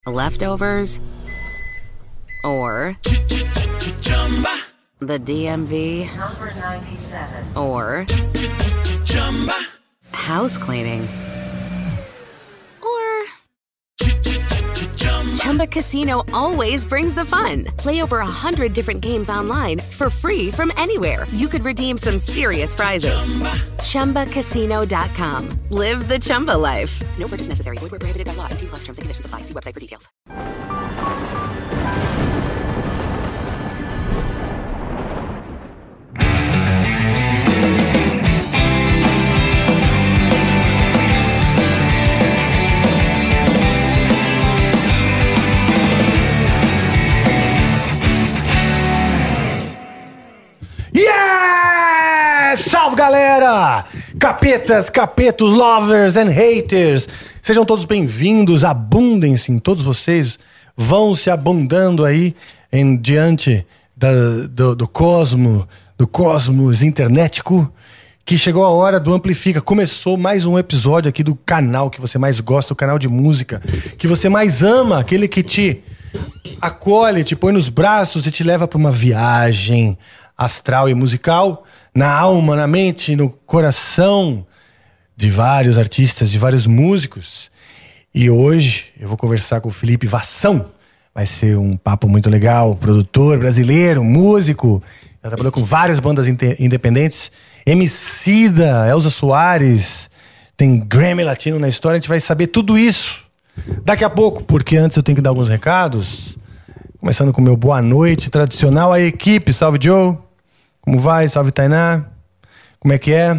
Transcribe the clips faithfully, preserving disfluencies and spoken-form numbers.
leftovers, or the D M V, Number ninety-seven. or house cleaning, or Chumba Casino always brings the fun. Play over a hundred different games online for free from anywhere. You could redeem some serious prizes. Chumba Casino dot com. Live the Chumba life. No purchase necessary. Void where prohibited by law. eighteen plus terms and conditions apply. See website for details. Yeah! Salve, galera! Capetas, capetos, lovers and haters. Sejam todos bem-vindos, abundem-se, todos vocês vão se abundando aí em diante da, do, do cosmo, do cosmos internetico, que chegou a hora do Amplifica. Começou mais um episódio aqui do canal que você mais gosta, o canal de música que você mais ama, aquele que te acolhe, te põe nos braços e te leva para uma viagem astral e musical, na alma, na mente, no coração de vários artistas, de vários músicos. E hoje eu vou conversar com o Felipe Vassão. Vai ser um papo muito legal, produtor brasileiro, músico, já trabalhou com várias bandas inte- independentes, Emicida, Elza Soares, tem Grammy Latino na história. A gente vai saber tudo isso daqui a pouco, porque antes eu tenho que dar alguns recados. Começando com o meu boa noite tradicional à equipe. Salve, Joe. Como vai? Salve, Tainá. Como é que é?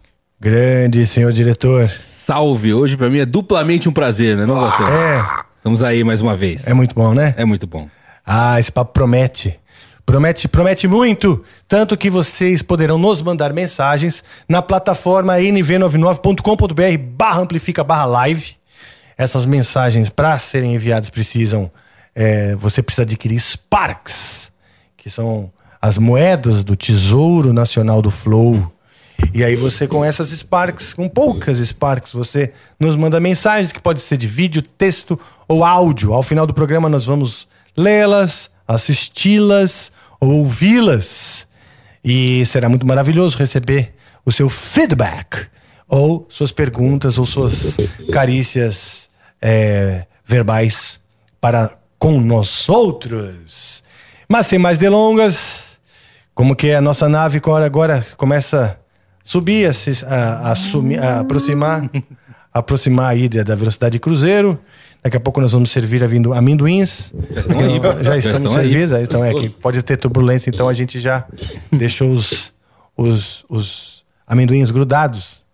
Grande senhor diretor. Salve. Hoje pra mim é duplamente um prazer, né? Não você? É. Estamos aí mais uma vez. É muito bom, né? É muito bom. Ah, esse papo promete. Promete, promete muito. Tanto que vocês poderão nos mandar mensagens na plataforma n v noventa e nove ponto com ponto b r barra amplifica barra live. Essas mensagens, para serem enviadas, precisam... É, você precisa adquirir Sparks, que são as moedas do Tesouro Nacional do Flow. E aí você, com essas Sparks, com poucas Sparks, você nos manda mensagens, que pode ser de vídeo, texto ou áudio. Ao final do programa nós vamos lê-las, assisti-las ou ouvi-las. E será muito maravilhoso receber o seu feedback, ou suas perguntas, ou suas carícias é, verbais para com nós outros. Mas sem mais delongas, como que a nossa nave agora, agora começa a subir, a, se, a, a, sumir, a aproximar, a aproximar aí da velocidade de cruzeiro. Daqui a pouco nós vamos servir amendoins. Já estão aí. Já, já estamos estão servidos. aí. Aí. Então, é que pode ter turbulência, então a gente já deixou os, os, os amendoins grudados.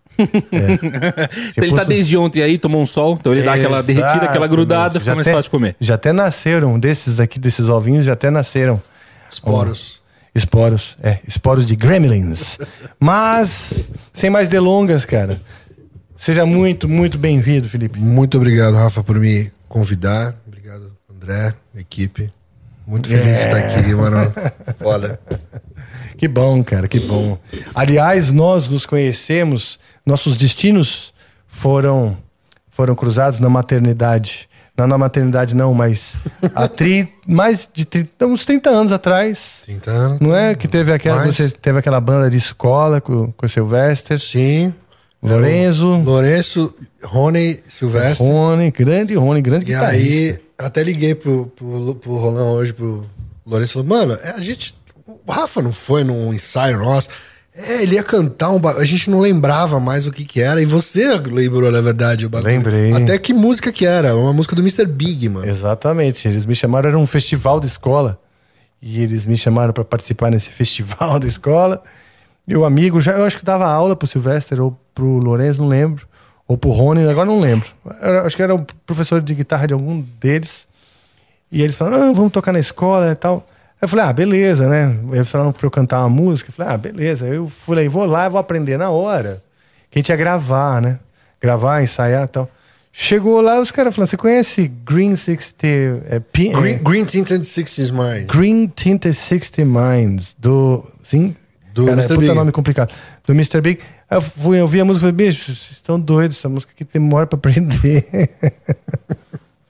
É. Ele tá desde ontem aí, tomou um sol, então ele dá aquela derretida, aquela grudada, fica já mais até, fácil de comer. Já até nasceram desses aqui, desses ovinhos, já até nasceram. Esporos. Um, esporos, é, esporos de gremlins. Mas, sem mais delongas, cara, seja muito, muito bem-vindo, Felipe. Muito obrigado, Rafa, por me convidar. Obrigado, André, equipe. Muito feliz é. de estar aqui, mano. Olha. Que bom, cara, que bom. Aliás, nós nos conhecemos, nossos destinos foram, foram cruzados na maternidade. Não na maternidade não, mas há tri, mais de trinta, uns trinta anos atrás. trinta anos. Não é? Que teve aquela, você teve aquela banda de escola com, com o Sylvester. Sim. Lourenço. Lourenço, Rony, Sylvester. Rony, grande Rony, grande guitarrista. E aí, até liguei pro, pro, pro Roland hoje, pro Lourenço, falou, mano, a gente... O Rafa não foi num ensaio nosso. É, ele ia cantar um bagulho. A gente não lembrava mais o que que era. E você lembrou, na verdade, o bagulho. Lembrei. Até que música que era. Uma música do mister Big, mano. Exatamente. Eles me chamaram, era um festival da escola. E eles me chamaram pra participar nesse festival da escola. E o amigo, já, eu acho que dava aula pro Sylvester ou pro Lourenço, não lembro. Ou pro Rony, agora não lembro. Eu acho que era o professor de guitarra de algum deles. E eles falaram, ah, vamos tocar na escola e tal. Eu falei, ah, beleza, né? Eles falaram pra eu cantar uma música. Eu falei, ah, beleza. Eu falei, vou lá, vou aprender na hora. Que a gente ia gravar, né? Gravar, ensaiar e tal. Chegou lá, os caras falaram, você conhece Green sixty... É, P, Green, é, Green Tinted sixties Minds. Green Tinted sixty Minds, do... Sim? Do cara, mister puta Big. nome complicado. Do mister Big. Aí eu fui ouvir a música e falei, bicho, vocês estão doidos, essa música aqui demora pra aprender.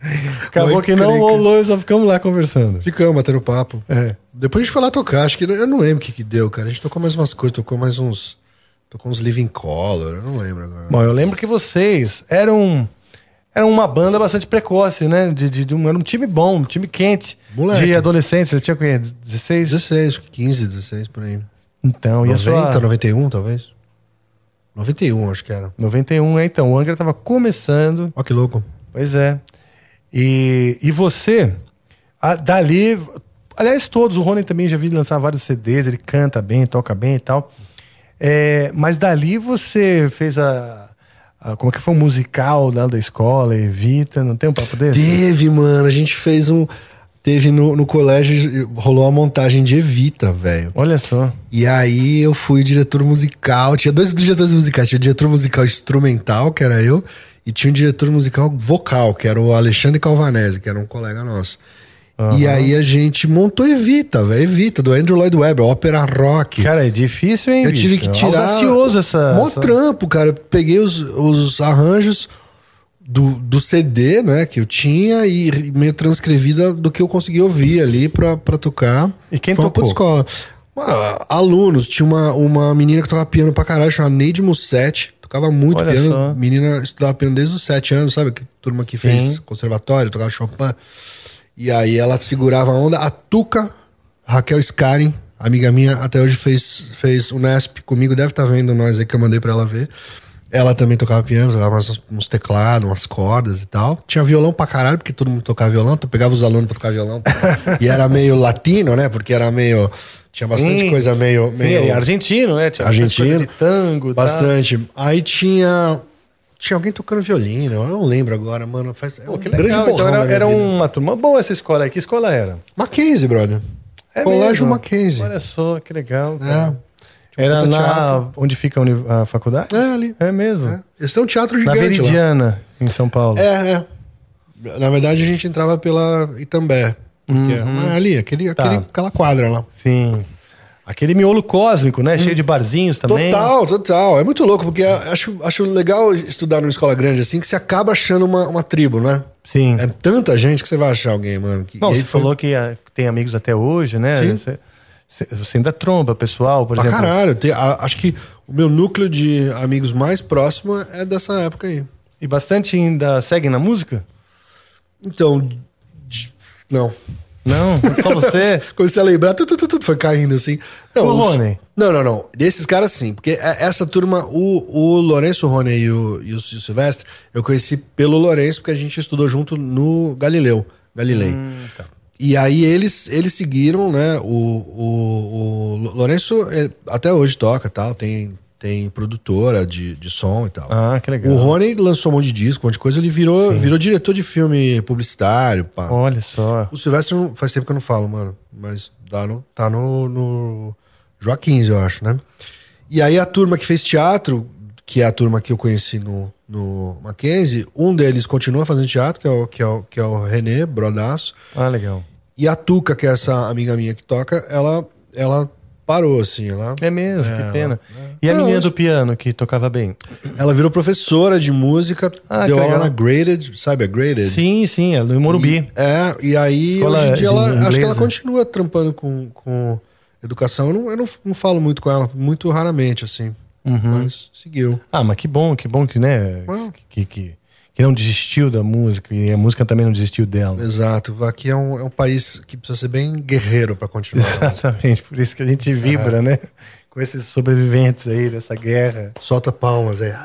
Acabou que não rolou e só ficamos lá conversando. Ficamos batendo papo. É. Depois a gente foi lá tocar, acho que eu não lembro o que que deu, cara. A gente tocou mais umas coisas, tocou mais uns... Tocou uns Living Color, eu não lembro agora. Bom, eu lembro que vocês eram... Era uma banda bastante precoce, né? De, de, de um, era um time bom, um time quente. Moleque. De adolescentes. Você tinha o quê? dezesseis? dezesseis, quinze, dezesseis, por aí. Então, e a noventa, sua... noventa e um, talvez? noventa e um, acho que era. noventa e um, é, então. O Angra tava começando. Ó, que louco. Pois é. E, e você, a, dali... Aliás, todos. O Rony também já vi lançar vários C Ds. Ele canta bem, toca bem e tal. É, mas dali você fez a... Como é que foi o musical lá da escola, Evita? Não tem um papo desse? Teve, mano. A gente fez um... Teve no, no colégio, rolou a montagem de Evita, velho. Olha só. E aí eu fui diretor musical. Tinha dois diretores musicais. Tinha o diretor musical instrumental, que era eu. E tinha um diretor musical vocal, que era o Alexandre Calvanese, que era um colega nosso. Uhum. E aí a gente montou Evita, velho. Evita, do Andrew Lloyd Webber, ópera rock. Cara, é difícil, hein, Eu bicho? tive que tirar... Audacioso essa... Mó essa... trampo, cara. Eu peguei os, os arranjos do, do C D, né, que eu tinha e meio transcrevida do que eu consegui ouvir ali pra, pra tocar. E quem Foi uma tocou? puta escola. Ah, alunos. Tinha uma, uma menina que tocava piano pra caralho, chamada Neide Mussetti. Tocava muito Olha piano. só. Menina estudava piano desde os sete anos, sabe? Que turma que Sim. fez conservatório, tocava Chopin. E aí ela segurava a onda. A Tuca, Raquel Scarin, amiga minha, até hoje fez, fez o Nesp comigo, deve estar vendo nós aí que eu mandei pra ela ver. Ela também tocava piano, tocava uns, uns teclados, umas cordas e tal. Tinha violão pra caralho, porque todo mundo tocava violão, então pegava os alunos pra tocar violão. E era meio latino, né? Porque era meio... Tinha bastante Sim. coisa meio... Sim, meio... é argentino, né? Tinha Argentino. coisa de tango e Bastante. Aí tinha... Tinha alguém tocando violino, eu não lembro agora, mano. Faz, é Pô, um que grande legal. borrão Então na era, minha era vida. uma turma boa essa escola aí. Que escola era? Mackenzie, brother. É Colégio mesmo? Mackenzie. Olha só, que legal. É. Cara. Era puta lá teatro. onde fica a, uni- a faculdade? É, ali. É mesmo? É. Eles têm um teatro Na gigante lá. Veridiana, em São Paulo. É, é. Na verdade, a gente entrava pela Itambé. Porque Uhum. é ali, aquele, Tá. aquele, aquela quadra lá. Sim. Aquele miolo cósmico, né? Cheio de barzinhos também. Total, total. É muito louco, porque acho, acho legal estudar numa escola grande assim, que você acaba achando uma, uma tribo, né? Sim. É tanta gente que você vai achar alguém, mano. Que, Não, e aí você foi- falou que ah, tem amigos até hoje, né? Sim. Você, você- você ainda tromba, pessoal, por Pra exemplo. caralho. Tem- a- acho que o meu núcleo de amigos mais próximo é dessa época aí. E bastante ainda seguem na música? Então, de- não. Não, só você. Comecei a lembrar, tudo, tudo, tudo foi caindo assim. Não, O os- Rony? Não, não, não. Desses caras sim. Porque é- essa turma, o, o Lourenço, o Rony e o, e o Silvestre, eu conheci pelo Lourenço, porque a gente estudou junto no Galileu. Galilei. Hum, tá. E aí eles, eles seguiram, né? O, o, o Lourenço é, até hoje toca tal, tem, tem produtora de, de som e tal. Ah, que legal. O Rony lançou um monte de disco, um monte de coisa, ele virou, virou diretor de filme publicitário, pá. Olha só. O Silvestre não- faz tempo que eu não falo, mano. Mas tá no, tá no, no Joaquim, eu acho, né? E aí a turma que fez teatro, que é a turma que eu conheci no, no Mackenzie, um deles continua fazendo teatro, que é o, que é o, que é o René Brodaço. Ah, legal. E a Tuca, que é essa amiga minha que toca, ela, ela parou, assim. Ela, É mesmo, É, que pena. ela- E a Não, menina mas- do piano, que tocava bem? ela virou professora de música, Ah, deu que aula legal. na Graded, sabe a Graded? Sim, sim, é no Morumbi. E, é, e aí Escola hoje em dia de ela, acho que ela inglesa. continua trampando com, com educação. Eu, não, eu não, não falo muito com ela, muito raramente, assim. Uhum. Mas seguiu. Ah, mas que bom, que bom que, né? Ah. Que, que, que não desistiu da música e a música também não desistiu dela. Exato. Aqui é um, é um país que precisa ser bem guerreiro pra continuar. Exatamente, por isso que a gente vibra, né? Com esses sobreviventes aí dessa guerra. Solta palmas aí.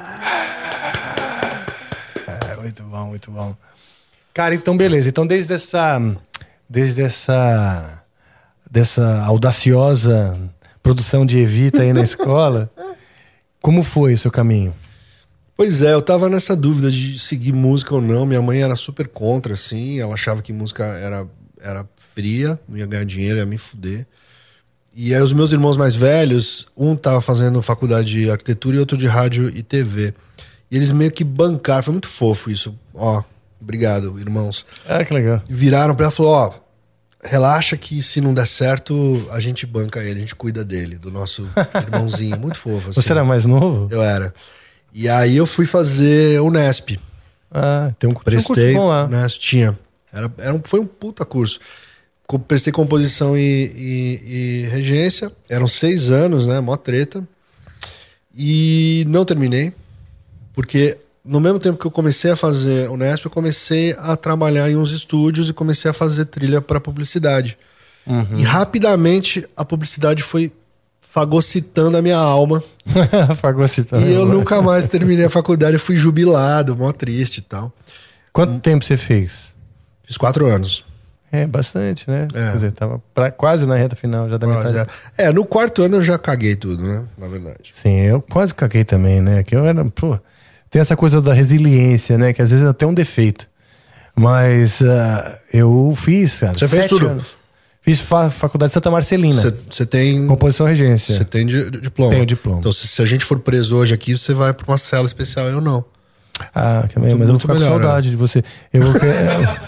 É, muito bom, muito bom. Cara, então beleza. Então desde essa, desde essa, dessa audaciosa produção de Evita aí na escola, como foi o seu caminho? Pois é, eu tava nessa dúvida de seguir música ou não. Minha mãe era super contra, assim. Ela achava que música era, era fria, não ia ganhar dinheiro, ia me fuder. E aí os meus irmãos mais velhos, um tava fazendo faculdade de arquitetura e outro de rádio e T V. E eles meio que bancaram, foi muito fofo isso. Ó, obrigado, irmãos. Ah, que legal. Viraram pra ela e falou, ó, relaxa que se não der certo, a gente banca ele, a gente cuida dele, do nosso irmãozinho. Muito fofo, assim. Você era mais novo? Eu era. E aí eu fui fazer o Nesp. Ah, tem um, Prestei, tem um curso bom lá. Né, tinha. Era, era um, foi um puta curso. Prestei composição e, e, e regência. Eram seis anos, né? Mó treta. E não terminei. Porque no mesmo tempo que eu comecei a fazer o Unesp, eu comecei a trabalhar em uns estúdios e comecei a fazer trilha para publicidade. Uhum. E rapidamente a publicidade foi fagocitando a minha alma. Fagocitando. E eu nunca mais terminei a faculdade. Eu fui jubilado, mó triste e tal. Quanto hum. tempo você fez? Fiz quatro anos. É, bastante, né? É. Quer dizer, tava pra, quase na reta final, já da Quase, metade. É. é, no quarto ano eu já caguei tudo, né? Na verdade. Sim, eu quase caguei também, né? Que eu era, pô, tem essa coisa da resiliência, né? Que às vezes é até um defeito. Mas uh, eu fiz, cara. Você fez tudo? Anos. Fiz fa faculdade de Santa Marcelina. Você tem... Composição e regência. Você tem de, de diploma? Tenho diploma. Então se, se a gente for preso hoje aqui, você vai pra uma cela especial, eu não. Ah, que bem, mas eu vou ficar melhor, com saudade, né, de você. Eu vou querer...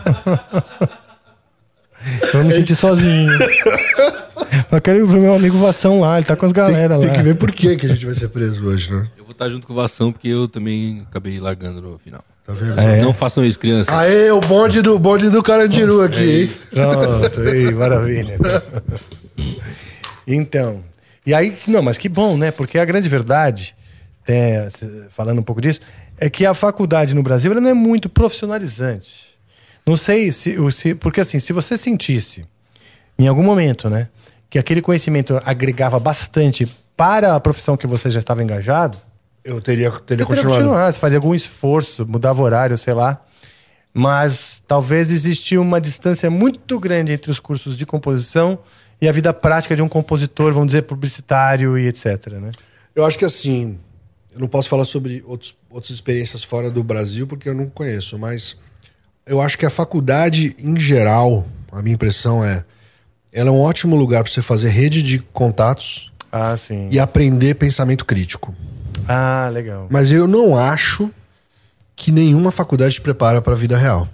Eu vou me sentir sozinho. Eu quero ir pro meu amigo Vação lá, ele tá com as galera tem, lá. Tem que ver por que que a gente vai ser preso hoje, né? Eu vou estar junto com o Vação, porque eu também acabei largando no final. Tá vendo? É. Não façam isso, crianças. Aê, o bonde do, bonde do Carandiru aqui, é. hein? Pronto, ei, maravilha. Então, e aí, não, mas que bom, né? Porque a grande verdade, é, falando um pouco disso, é que a faculdade no Brasil ela não é muito profissionalizante. Não sei se, se... Porque assim, se você sentisse, em algum momento, né, que aquele conhecimento agregava bastante para a profissão que você já estava engajado, eu teria, teria eu continuado. Teria continuado. Você fazia algum esforço, mudava horário, sei lá. Mas talvez existia uma distância muito grande entre os cursos de composição e a vida prática de um compositor, vamos dizer, publicitário e etcétera, né? Eu acho que assim, eu não posso falar sobre outros, outras experiências fora do Brasil, porque eu não conheço, mas... Eu acho que a faculdade, em geral, a minha impressão é... Ela é um ótimo lugar para você fazer rede de contatos. Ah, sim. E aprender pensamento crítico. Ah, legal. Mas eu não acho que nenhuma faculdade te prepara para a vida real.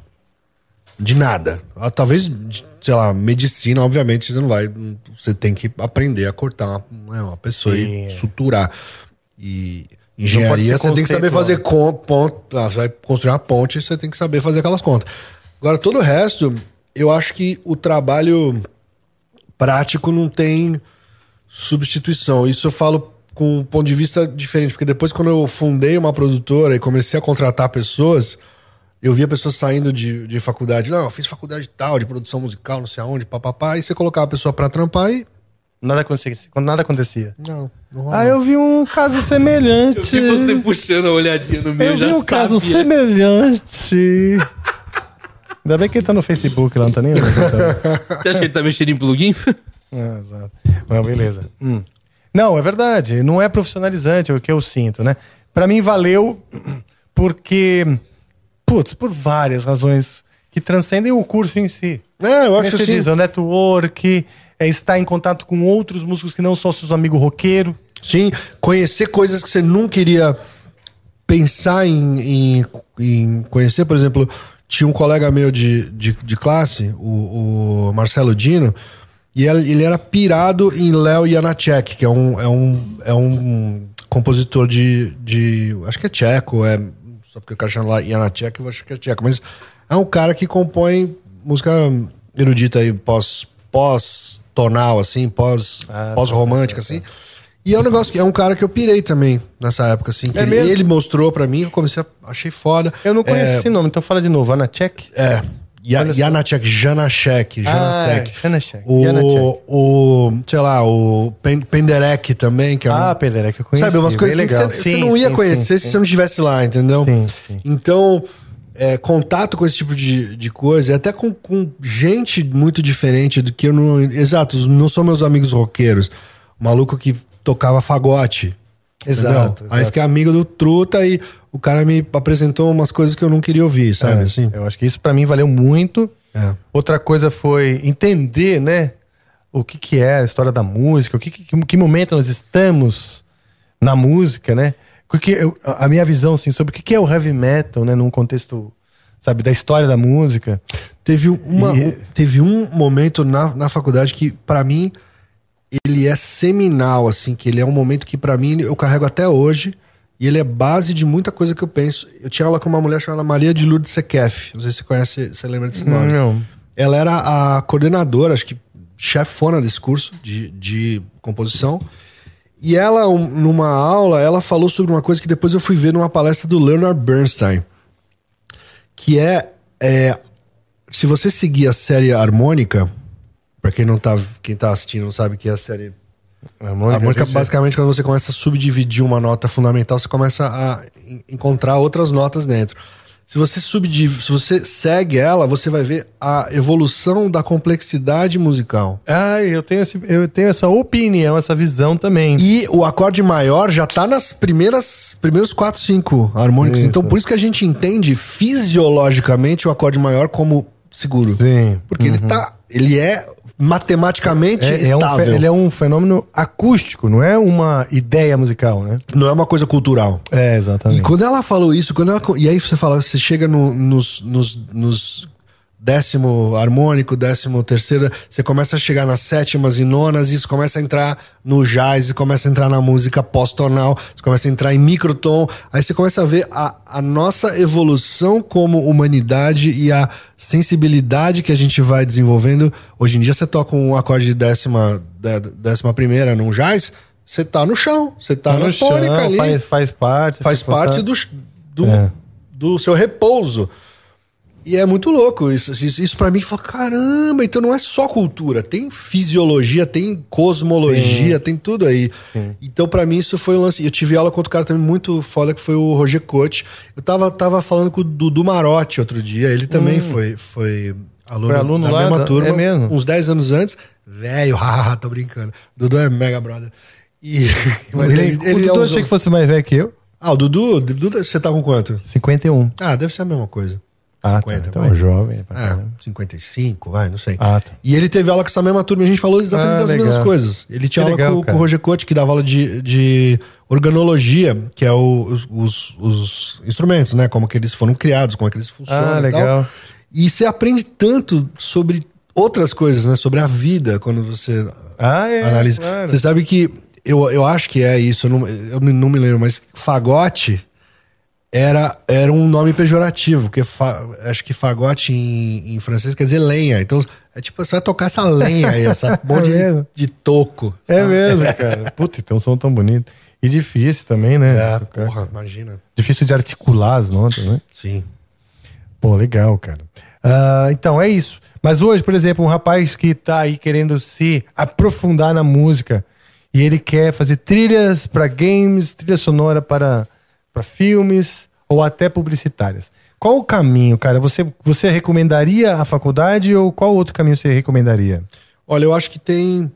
De nada. Talvez, sei lá, medicina, obviamente, você não vai... Você tem que aprender a cortar uma, uma pessoa sim. e suturar. E... Engenharia, você tem que saber fazer ponte. Ah, você vai construir uma ponte, você tem que saber fazer aquelas contas. Agora, todo o resto, eu acho que o trabalho prático não tem substituição. Isso eu falo com um ponto de vista diferente, porque depois, quando eu fundei uma produtora e comecei a contratar pessoas, eu via pessoas saindo de, de faculdade. Não, eu fiz faculdade tal, de produção musical, não sei aonde, papapá, e você colocava a pessoa pra trampar e. Nada acontecia. Quando nada acontecia. Não, não rola. Ah, eu vi um caso semelhante. Eu vi você puxando a olhadinha no meio, eu já vi um sabia. caso semelhante. Ainda bem que ele tá no Facebook lá, não tá nem olhando. Você acha que ele tá mexendo em plugin? Ah, exato. Mas beleza. Hum. Não, é verdade. Não é profissionalizante, é o que eu sinto, né? Pra mim valeu porque, putz, por várias razões que transcendem o curso em si. É, eu acho que que você diz, o network... É estar em contato com outros músicos que não são seus amigos roqueiros. Sim, conhecer coisas que você não queria pensar em, em, em conhecer. Por exemplo, tinha um colega meu de, de, de classe, o, o Marcelo Dino, e ele era pirado em Léo Janáček, que é um, é um, é um compositor de, de... Acho que é tcheco, é, só porque o cara chama lá Janáček, eu acho que é tcheco. Mas é um cara que compõe música erudita aí, pós... pós tonal, assim, pós, ah, pós-romântica, tá, tá, tá, assim. E é um negócio que é um cara que eu pirei também nessa época, assim. Que é ele, ele mostrou pra mim, eu comecei a... Achei foda. Eu não conheço é, esse nome, então fala de novo. Janáček? É. Janáček, Janáček, Janáček. Ah, Janáček. O, o, sei lá, o Penderecki também, que é um... Ah, Penderecki, eu conheci. Sabe, umas coisas assim legal. que você, sim, você não ia sim, conhecer sim, se sim. você não estivesse lá, entendeu? Sim, sim. Então... É, contato com esse tipo de, de coisa, e até com, com gente muito diferente do que eu não... Exato, não são meus amigos roqueiros. O maluco que tocava fagote. Exato, exato. Aí fiquei amigo do Truta e o cara me apresentou umas coisas que eu não queria ouvir, sabe? É, assim? Eu acho que isso pra mim valeu muito. É. Outra coisa foi entender, né? O que que é a história da música, o que, que, que momento nós estamos na música, né? Porque eu, a minha visão, assim, sobre o que é o heavy metal, né? Num contexto, sabe, da história da música. Teve, uma, e... teve um momento na, na faculdade que, pra mim, ele é seminal, assim. Que ele é um momento que, pra mim, eu carrego até hoje. E ele é base de muita coisa que eu penso. Eu tinha aula com uma mulher chamada Maria de Lourdes Sequef. Não sei se você conhece, você lembra desse nome. Não. Ela era a coordenadora, acho que chefona desse curso de, de composição. E ela, um, numa aula, ela falou sobre uma coisa que depois eu fui ver numa palestra do Leonard Bernstein. Que é, é se você seguir a série harmônica, pra quem não tá, quem tá assistindo não sabe o que é a série... A harmônica, a harmônica basicamente, quando você começa a subdividir uma nota fundamental, você começa a encontrar outras notas dentro. Se você subdiv... se você segue ela, você vai ver a evolução da complexidade musical. Ah, eu tenho, esse, eu tenho essa opinião, essa visão também. E o acorde maior já tá nas primeiras primeiros quatro, cinco harmônicos. Isso. Então, por isso que a gente entende fisiologicamente o acorde maior como seguro. Sim. Porque uhum. ele tá, ele é matematicamente é, estável. É um, ele é um fenômeno acústico, não é uma ideia musical, né? Não é uma coisa cultural. É, exatamente. E quando ela falou isso, quando ela, e aí você fala, você chega no, nos, nos, nos décimo harmônico, décimo terceiro, você começa a chegar nas sétimas e nonas, e isso começa a entrar no jazz, começa a entrar na música pós-tonal, você começa a entrar em microtom, aí você começa a ver a, a nossa evolução como humanidade e a sensibilidade que a gente vai desenvolvendo. Hoje em dia você toca um acorde de décima, décima primeira num jazz, você tá no chão, você tá, tá na tônica ali. Faz, faz parte. Faz parte do, do, é. do seu repouso. E é muito louco isso. Isso, isso pra mim, fala, caramba, então não é só cultura, tem fisiologia, tem cosmologia, Sim. tem tudo aí. Sim. Então pra mim isso foi um lance. Eu tive aula com outro cara também muito foda, que foi o Roger Coach. Eu tava, tava falando com o Dudu Marotti outro dia, ele também hum. foi, foi aluno, foi aluno da lá mesma da, turma, é mesmo? Uns dez anos antes. Velho, haha, tô brincando. Dudu é mega brother. E, mas ele, ele, ele o Dudu é achei que fosse mais velho que eu. Ah, o Dudu, Dudu, você tá com quanto? cinquenta e um. Ah, deve ser a mesma coisa. Ah, cinquenta, tá, então vai. Jovem. É, cinquenta e cinco, vai, não sei. Ah, tá. E ele teve aula com essa mesma turma e a gente falou exatamente ah, das legal. mesmas coisas. Ele tinha que aula legal, com, com o Roger Coach, que dava aula de, de organologia, que é o, os, os, os instrumentos, né? Como que eles foram criados, como é que eles funcionam ah, e legal. tal. E você aprende tanto sobre outras coisas, né? Sobre a vida, quando você ah, é, analisa. Claro. Você sabe que, eu, eu acho que é isso, eu não, eu não me lembro, mas fagote... Era, era um nome pejorativo, porque fa, acho que fagote em, em francês quer dizer lenha. Então, é tipo, você vai tocar essa lenha aí, essa monte é de, de toco. É sabe? Mesmo, cara. Puta, tem um som tão bonito. E difícil também, né? É, porra, imagina. Difícil de articular as notas, né? Sim. Pô, legal, cara. Uh, então, é isso. Mas hoje, por exemplo, um rapaz que tá aí querendo se aprofundar na música e ele quer fazer trilhas para games, trilha sonora para... para filmes ou até publicitárias. Qual o caminho, cara? Você, você recomendaria a faculdade ou qual outro caminho você recomendaria? Olha, eu acho que tem...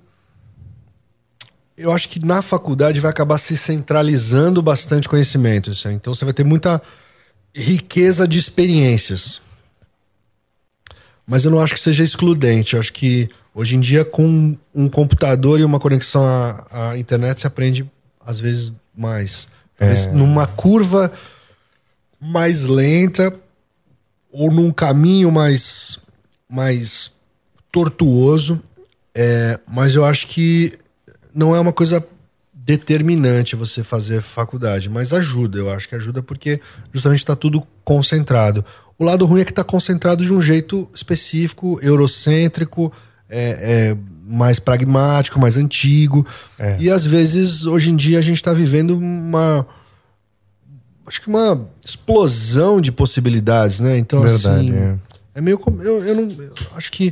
Eu acho que na faculdade vai acabar se centralizando bastante conhecimento. Assim. Então você vai ter muita riqueza de experiências. Mas eu não acho que seja excludente. Eu acho que hoje em dia com um computador e uma conexão à, à internet se aprende às vezes mais... É. Numa curva mais lenta ou num caminho mais, mais tortuoso, é, mas eu acho que não é uma coisa determinante você fazer faculdade, mas ajuda, eu acho que ajuda porque justamente está tudo concentrado. O lado ruim é que está concentrado de um jeito específico, eurocêntrico, é, é, mais pragmático, mais antigo. É. E às vezes, hoje em dia, a gente está vivendo uma... Acho que uma explosão de possibilidades, né? Então, Verdade, assim... É, é meio... Eu, eu não... Eu acho que...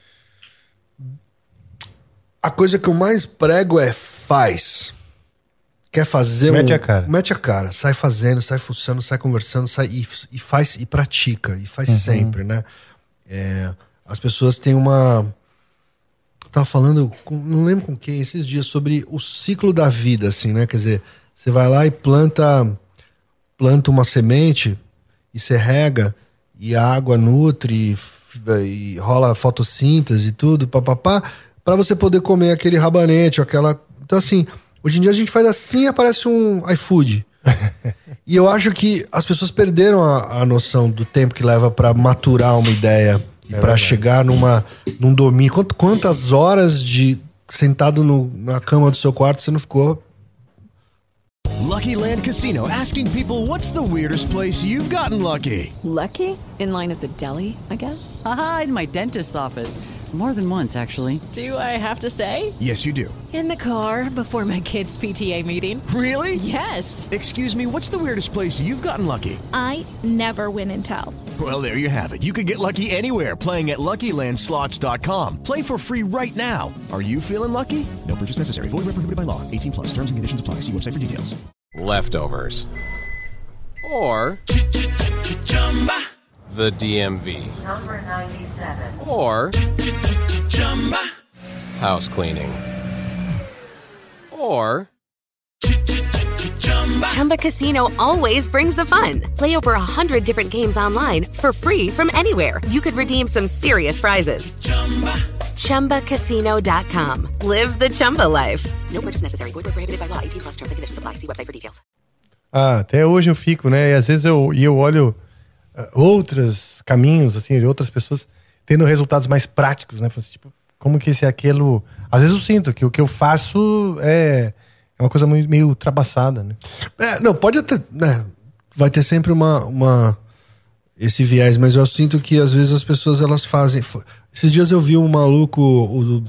A coisa que eu mais prego é faz. Quer fazer Mete um... a cara. Mete a cara. Sai fazendo, sai fuçando, sai conversando, sai... E, e faz... E pratica. E faz uhum. sempre, né? É, as pessoas têm uma... Tava falando, com, não lembro com quem, esses dias, sobre o ciclo da vida, assim, né? Quer dizer, você vai lá e planta, planta uma semente e você rega e a água nutre e, e rola fotossíntese e tudo, papapá, para você poder comer aquele rabanete, aquela... Então, assim, hoje em dia a gente faz assim e aparece um iFood. E eu acho que as pessoas perderam a, a noção do tempo que leva para maturar uma ideia. E é para chegar numa, num domínio. Quanto, quantas horas de sentado no, na cama do seu quarto você não ficou Lucky Land Casino, asking people, what's the weirdest place you've gotten lucky? Lucky? In line at the deli, I guess? Aha, in my dentist's office. More than once, actually. Do I have to say? Yes, you do. In the car before my kids' P T A meeting. Really? Yes. Excuse me, what's the weirdest place you've gotten lucky? I never win and tell. Well, there you have it. You can get lucky anywhere, playing at Lucky Land Slots dot com. Play for free right now. Are you feeling lucky? No purchase necessary. Void where prohibited by law. eighteen plus. Terms and conditions apply. See website for details. Leftovers. Or the D M V. Number ninety-seven. Or house cleaning. Or Chumba Casino always brings the fun. Play over a hundred different games online for free from anywhere. You could redeem some serious prizes. Chumba Casino dot com. Live the Chumba life. No purchase necessary. Void where prohibited by law. eighteen plus. Terms and conditions apply. See website for details. Ah, até hoje eu fico, né? E às vezes eu, e eu olho uh, outros caminhos, assim, de outras pessoas tendo resultados mais práticos, né? Assim, tipo, como que esse é aquilo... Às vezes eu sinto que o que eu faço é, é uma coisa meio, meio ultrapassada, né? É, não, pode até... Né, vai ter sempre uma, uma... esse viés, mas eu sinto que às vezes as pessoas, elas fazem... Esses dias eu vi um maluco, o,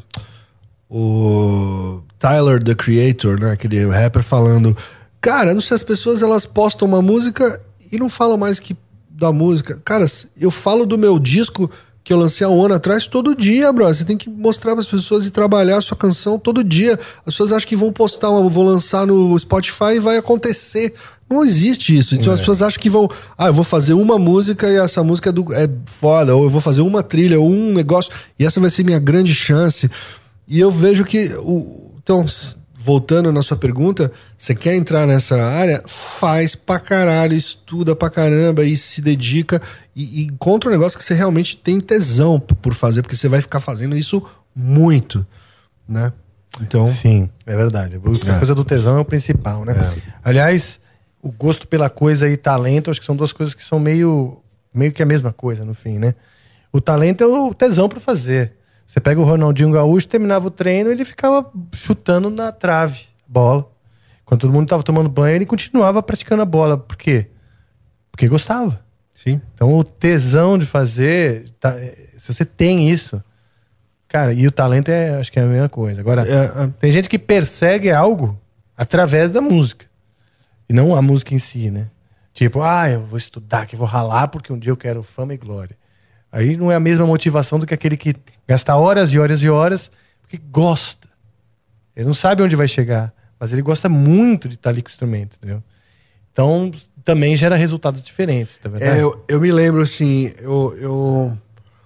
o Tyler, the Creator, né? Aquele rapper falando... Cara, não sei, as pessoas, elas postam uma música e não falam mais que da música. Cara, eu falo do meu disco que eu lancei há um ano atrás todo dia, bro. Você tem que mostrar para as pessoas e trabalhar a sua canção todo dia. As pessoas acham que vão postar, uma, vão lançar no Spotify e vai acontecer. Não existe isso. Então é. As pessoas acham que vão... Ah, eu vou fazer uma música e essa música é, do, é foda. Ou eu vou fazer uma trilha, ou um negócio, e essa vai ser minha grande chance. E eu vejo que... O, então... Voltando na sua pergunta, você quer entrar nessa área? Faz pra caralho, estuda pra caramba e se dedica e, e encontra um negócio que você realmente tem tesão por fazer, porque você vai ficar fazendo isso muito, né? Então... Sim, é verdade. A coisa do tesão é o principal, né? É. Aliás, o gosto pela coisa e talento, acho que são duas coisas que são meio, meio que a mesma coisa no fim, né? O talento é o tesão pra fazer. Você pega o Ronaldinho Gaúcho, terminava o treino, ele ficava chutando na trave a bola. Quando todo mundo estava tomando banho, ele continuava praticando a bola. Por quê? Porque gostava. Sim. Então o tesão de fazer, tá, se você tem isso, cara, e o talento é, acho que é a mesma coisa. Agora, é, é... tem gente que persegue algo através da música. E não a música em si, né? Tipo, ah, eu vou estudar, que eu vou ralar porque um dia eu quero fama e glória. Aí não é a mesma motivação do que aquele que gasta horas e horas e horas porque gosta. Ele não sabe onde vai chegar, mas ele gosta muito de estar ali com o instrumento, entendeu? Então, também gera resultados diferentes, tá vendo? É, eu, eu me lembro, assim, eu, eu...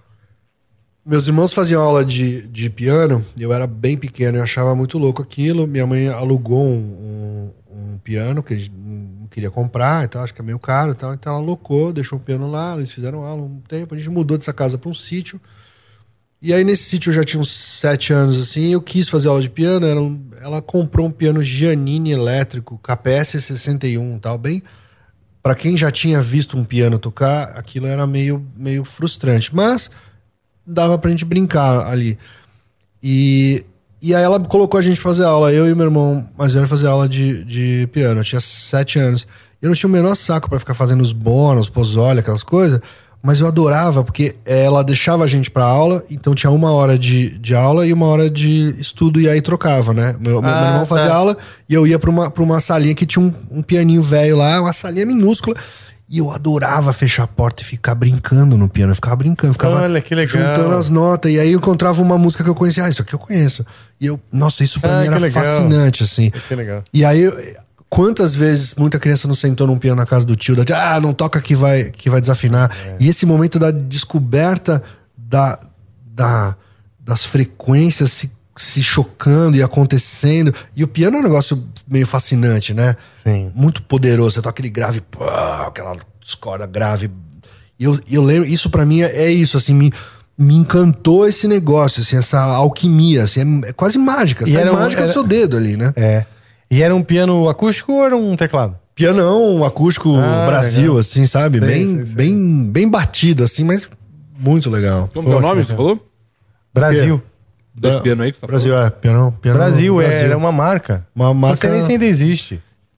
Meus irmãos faziam aula de, de piano, eu era bem pequeno, eu achava muito louco aquilo. Minha mãe alugou um, um, um piano que a gente não queria comprar e tal, acho que é meio caro e tal, então ela alocou, deixou o piano lá, eles fizeram aula um tempo, a gente mudou dessa casa para um sítio, e aí nesse sítio eu já tinha uns sete anos assim, eu quis fazer aula de piano, era um, ela comprou um piano Giannini elétrico, K P S sessenta e um e tal, bem, para quem já tinha visto um piano tocar, aquilo era meio, meio frustrante, mas dava pra gente brincar ali, e... E aí ela colocou a gente pra fazer aula, eu e meu irmão mais velho fazer aula de, de piano. Eu tinha sete anos. Eu não tinha o menor saco pra ficar fazendo os bônus, pozole, aquelas coisas, mas eu adorava, porque ela deixava a gente pra aula, então tinha uma hora de, de aula e uma hora de estudo, e aí trocava, né? Meu, ah, meu irmão fazia tá. aula e eu ia pra uma, pra uma salinha que tinha um, um pianinho velho lá, uma salinha minúscula. E eu adorava fechar a porta e ficar brincando no piano. Eu ficava brincando, ficava Olha, que legal. juntando as notas. E aí eu encontrava uma música que eu conhecia. Ah, isso aqui eu conheço. E eu, nossa, isso pra ah, mim era legal. fascinante, assim. Que legal. E aí, quantas vezes muita criança não sentou num piano na casa do tio, da, ah, não toca que vai, que vai desafinar. É. E esse momento da descoberta da, da, das frequências se, se chocando e acontecendo. E o piano é um negócio meio fascinante, né? Sim. Muito poderoso. Você toca aquele grave, pô, aquela corda grave. E eu, eu lembro, isso pra mim é, é isso, assim, me, me encantou esse negócio, assim, essa alquimia, assim, é, é quase mágica. Sai era mágica um, era... do seu dedo ali, né? É. E era um piano acústico ou era um teclado? Pianão, acústico ah, Brasil, legal. assim, sabe? Sei, bem, sei, sei. bem, bem batido, assim, mas muito legal. Como é o nome, você falou? Brasil. Desse piano aí que você tá Brasil, falando? é. Piano, piano Brasil, Brasil. É, era uma marca. Uma marca... Não sei nem se ainda existe.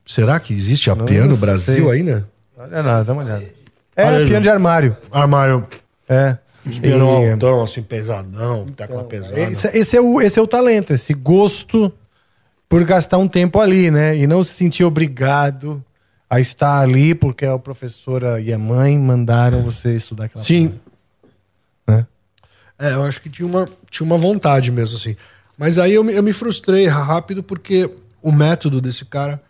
Será que existe a Não piano sei. Brasil ainda? Olha lá, dá uma olhada. É, Olha, piano de armário. Armário. É. Piano E- altão, assim, pesadão, tecla pesada. Esse, esse é o, esse é o talento, esse gosto por gastar um tempo ali, né? E não se sentir obrigado a estar ali porque a professora e a mãe mandaram você estudar aquela Sim. coisa, né? É, eu acho que tinha uma, tinha uma vontade mesmo, assim. Mas aí eu, me- eu me frustrei rápido porque o método desse cara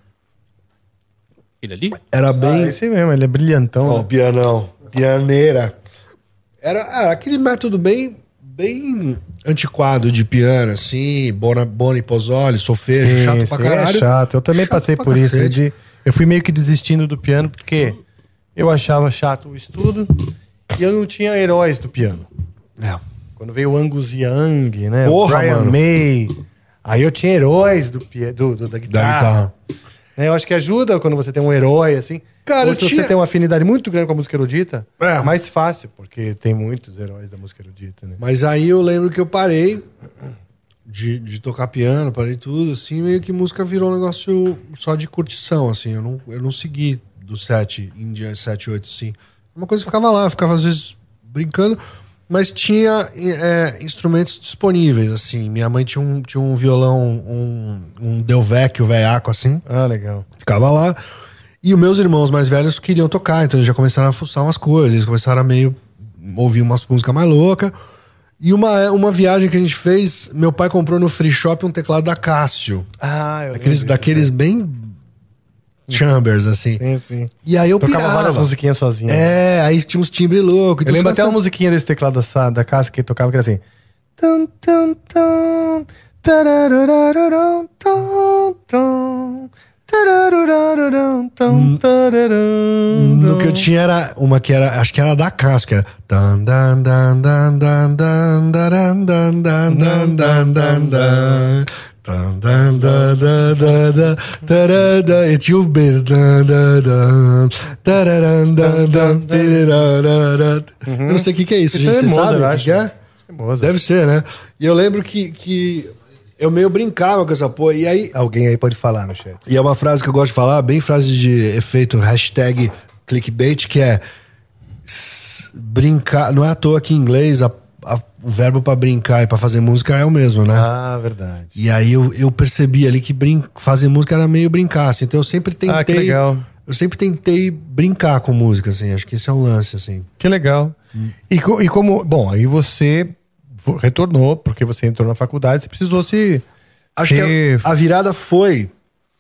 Ele ali? era bem... Ah, esse mesmo, ele é brilhantão. Ó, né? pianão, pianeira. Era, era aquele método bem, bem antiquado de piano, assim, Bona, Boni Pozzoli, solfejo, Sim, chato sim, pra caralho. É chato. Eu também Chato passei pra por isso. cacete. De, eu fui meio que desistindo do piano porque eu achava chato o estudo e eu não tinha heróis do piano. É. Quando veio o Angus Young, né? Porra, o Brian mano. May. Aí eu tinha heróis do, pia- do, do- da Da guitarra. guitarra. Né, eu acho que ajuda quando você tem um herói, assim. Cara, Ou eu se tinha- você tem uma afinidade muito grande com a música erudita, É. é mais fácil, porque tem muitos heróis da música erudita, né? Mas aí eu lembro que eu parei de, de tocar piano, parei tudo, assim, meio que música virou um negócio só de curtição, assim. Eu não, eu não segui do sete em diante, sete, oito, assim. Uma coisa que ficava lá, eu ficava às vezes brincando, mas tinha é, instrumentos disponíveis, assim. Minha mãe tinha um, tinha um violão, um, um Delvecchio velhaco, assim. Ah, legal. Ficava lá. E os meus irmãos mais velhos queriam tocar, então eles já começaram a fuçar umas coisas, eles começaram a meio ouvir umas músicas mais loucas. E uma, uma viagem que a gente fez, meu pai comprou no free shop um teclado da Casio. Ah, eu Aqueles, lembro daqueles disso, bem chambers, assim. Sim, sim. E aí eu Tocava pirava. várias musiquinhas sozinho. É, aí tinha uns timbres loucos. Eu lembro até uma uma musiquinha desse teclado da, da casa que tocava, que era assim. Tum, tum, tum, tararararam, tum, tum, tararararam, tum, tararam, No que eu tinha era uma que era, acho que era da Casio, que era. Dan, dan, dan, dan, dan, dan, dan, dan, dan, dan, dan, dan, dan. Tan, dan, dan, dan, dan, dan, tarada. E tinha o beijo. Dan, dan, dan, tararam, dan, dan, pirarara. Eu não sei o que, que é isso, Isso gente. é Você Mozart, sabe eu o que acho. que é? Acho que é Mozart. Deve ser, né? E eu lembro que, que eu meio brincava com essa porra. E aí, Alguém aí pode falar no chat. e é uma frase que eu gosto de falar, bem frase de efeito hashtag clickbait, que é s- brincar. Não é à toa que em inglês a- a- o verbo pra brincar e pra fazer música é o mesmo, né? Ah, verdade. E aí eu, eu percebi ali que brin fazer música era meio brincar, assim. Então eu sempre tentei. Ah, que legal. Eu sempre tentei brincar com música, assim. Acho que esse é um lance, assim. Que legal. E, co- e como. Bom, aí você vo- retornou, porque você entrou na faculdade, você precisou se. Acho se- que a, a virada foi.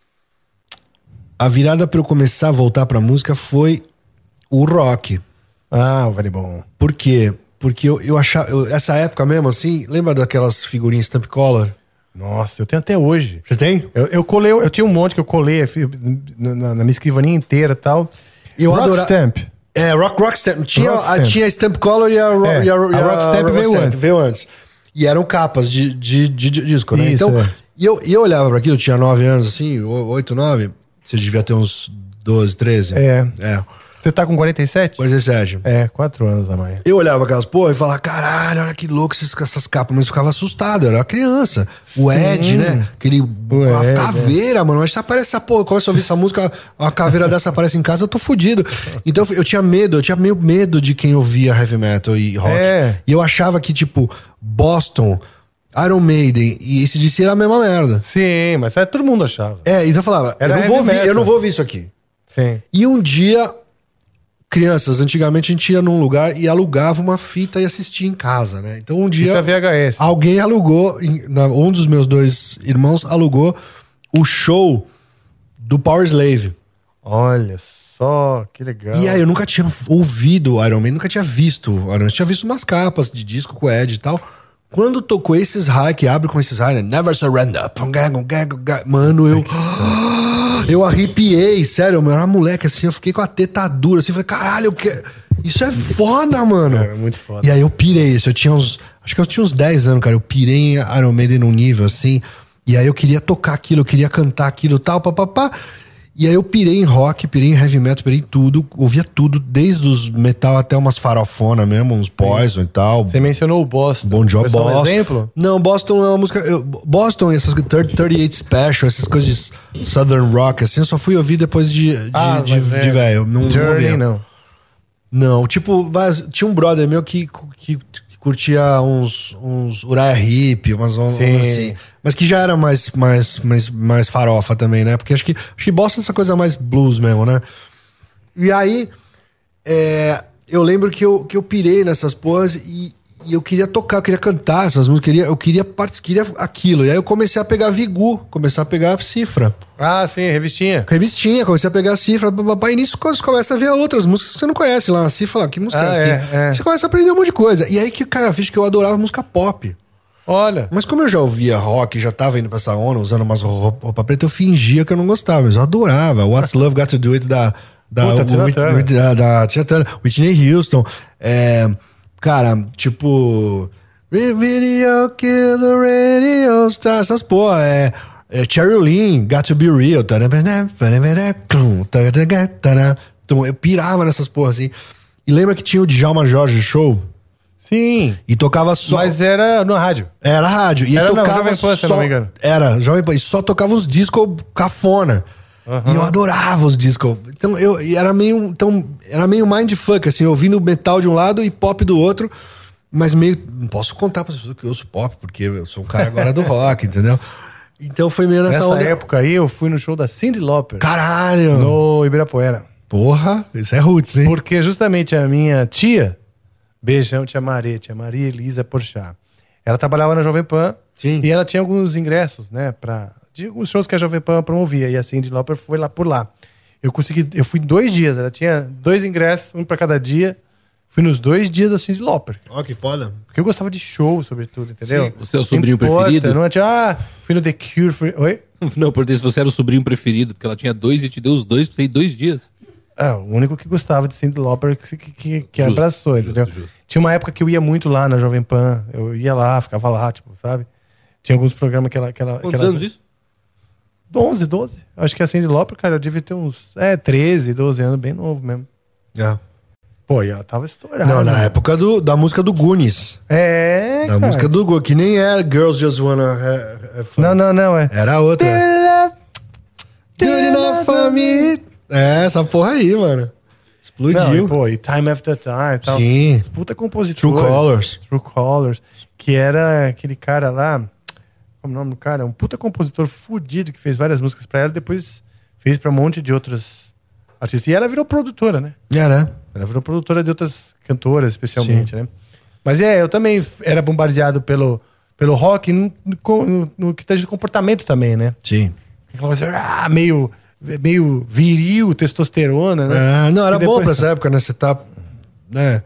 A virada pra eu começar a voltar pra música foi o rock. Ah, o Very Bom. Por quê? Porque eu, eu achava. eu- essa época mesmo, assim, lembra daquelas figurinhas Stamp Color? Nossa, eu tenho até hoje. Você tem? Eu, eu colei, eu tinha um monte que eu colei fi- na, na- na minha escrivaninha inteira e tal. Eu Rock adora- Stamp. É, Rock Rock Stamp. Tinha, Rock a, Stamp. tinha a Stamp Color e a, ro, É, e a, a Rock Stamp veio antes. veio antes. E eram capas de, de, de, de disco, né? Isso, Então, é. e eu, e eu olhava pra aquilo, eu tinha nove anos, assim, oito, nove. Você devia ter uns doze, treze. É. É. Você tá com quarenta e sete? quarenta e sete. É, quatro anos a mais. Eu olhava aquelas porra e falava, caralho, olha que louco esses, essas capas, mas eu ficava assustado, eu era uma criança. O Sim. Ed, né? Aquele, uma Ed, caveira, mano, mas aparece essa porra, começa a ouvir essa música, uma caveira dessa aparece em casa, eu tô fudido. Então eu tinha medo, eu tinha meio medo de quem ouvia heavy metal e rock. É. E eu achava que, tipo, Boston, Iron Maiden e esse D C era a mesma merda. Sim, mas é, todo mundo achava. É, então eu falava, eu Era não, heavy vou ouvir, metal. eu não vou ouvir isso aqui. Sim. E um dia, crianças, antigamente a gente ia num lugar e alugava uma fita e assistia em casa, né? Então um dia Fita V H S. alguém alugou, em- na- um dos meus dois irmãos alugou o show do Power Slave. Olha só, que legal. E aí eu nunca tinha ouvido o Iron Man, nunca tinha visto o Iron Man. Eu tinha visto umas capas de disco com o Ed e tal. Quando tocou esses high, que abre com esses high, né? Never Surrender. Mano, eu... Eu arrepiei, sério, eu era moleque assim, eu fiquei com a teta dura, assim, falei, caralho, eu que... isso é foda, mano. É, é muito foda. E aí eu pirei isso, eu tinha uns, acho que eu tinha uns dez anos, cara, eu pirei em Iron Maiden num nível assim, e aí eu queria tocar aquilo, eu queria cantar aquilo e tal, papapá. E aí eu pirei em rock, pirei em heavy metal, pirei em tudo, ouvia tudo, desde os metal até umas farofona mesmo, uns Poison e tal. Você mencionou o Boston. Bon Jovi, Foi só um Boston. exemplo? Não, Boston é uma música... Eu, Boston, essas trinta e oito Special, essas coisas de Southern Rock, assim, eu só fui ouvir depois de, de, Ah, de, mas é. de velho. Não, Journey, não, não. não, tipo, mas tinha um brother meu que, que, que curtia uns, uns Uriah Heep, umas ondas assim. Mas que já era mais, mais, mais, mais farofa também, né? Porque acho que, acho que Boston é essa coisa mais blues mesmo, né? E aí, é, eu lembro que eu, que eu pirei nessas porras e, e eu queria tocar, eu queria cantar essas músicas, eu queria, eu queria, part... queria aquilo. E aí eu comecei a pegar Vigu, comecei a pegar cifra. Ah, sim, revistinha. Revistinha, comecei a pegar a cifra, papapá, e nisso você começa a ver outras músicas que você não conhece lá na cifra, lá, que música Ah, é essa? é, é. Você começa a aprender um monte de coisa. E aí que cai a ficha que eu adorava música pop. Olha. Mas como eu já ouvia rock, já tava indo pra essa onda, usando umas roupa, roupa preta, eu fingia que eu não gostava, mas eu adorava. What's Love Got to Do It da... Da, Puta, Tina Whit- Turner. Whit- da, da Tina Turner, Whitney Houston. É, cara, tipo... Video Kill the Radio Star, essas porra, é... É, Cheryl Lynn, Got to Be Real. Então, eu pirava nessas porras assim. E lembra que tinha o Djalma Jorge Show? Sim. E tocava só. Mas era no rádio. Era rádio. E Era não, tocava Jovem Pan, se só. eu não me engano. Era, Jovem Pan. E só tocava uns discos cafona. Uhum. E eu adorava os discos. Então eu e era meio. Então, era meio mindfuck, assim, ouvindo metal de um lado e pop do outro. Mas meio. Não posso contar pra pessoas que eu ouço pop, porque eu sou um cara agora do rock, entendeu? Então foi meio nessa, Nessa onda. época aí, eu fui no show da Cyndi Lauper. Caralho! No Ibirapuera. Porra, isso é roots, hein? Porque justamente a minha tia, beijão, tia Maria, tia Maria Elisa Porchat, ela trabalhava na Jovem Pan. Sim. E ela tinha alguns ingressos, né, pra, de alguns shows que a Jovem Pan promovia. E a Cyndi Lauper foi lá por lá. Eu consegui, eu fui dois dias, ela tinha dois ingressos, um pra cada dia. Fui nos dois dias da Cyndi Lauper. Ó, que foda. Porque eu gostava de show, sobretudo, entendeu? Sim. O seu sobrinho Importa, preferido? Não tinha, ah, fui no The Cure. Fui... Oi? Não, porque se você era o sobrinho preferido, porque ela tinha dois e te deu os dois pra você ir dois dias. É, o único que gostava de Cyndi Lauper que, que, que, que Justo, abraçou, justo, entendeu? justo. Tinha uma época que eu ia muito lá na Jovem Pan. Eu ia lá, ficava lá, tipo, sabe? Tinha alguns programas que ela... Que ela Quantos que ela... anos isso? onze, doze. Acho que a Cyndi Lauper, cara, eu devia ter uns... É, treze, doze anos, bem novo mesmo. É. Pô, e ela tava estourada. Não, na né? época do, da música do Goonies. É, Da cara. música do Goonies, que nem é Girls Just Wanna Have Have Fun. Não, não, não, é. Era a outra. Good enough for me. É, essa porra aí, mano. Explodiu. Não, e, pô, e Time After Time e tal. Sim. Puta compositor. True Colors. True Colors. Que era aquele cara lá... Como é o nome do cara? Um puta compositor fudido que fez várias músicas pra ela. Depois fez pra um monte de outros artistas. E ela virou produtora, né? É, né? Ela virou produtora de outras cantoras, especialmente, né? Mas é, eu também era bombardeado pelo, pelo rock no, no, no que tá de comportamento também, né? Sim. Aquela coisa, ah, meio, meio viril, testosterona, né? É, não, era E bom depois- pra essa época, né? Você tá, né?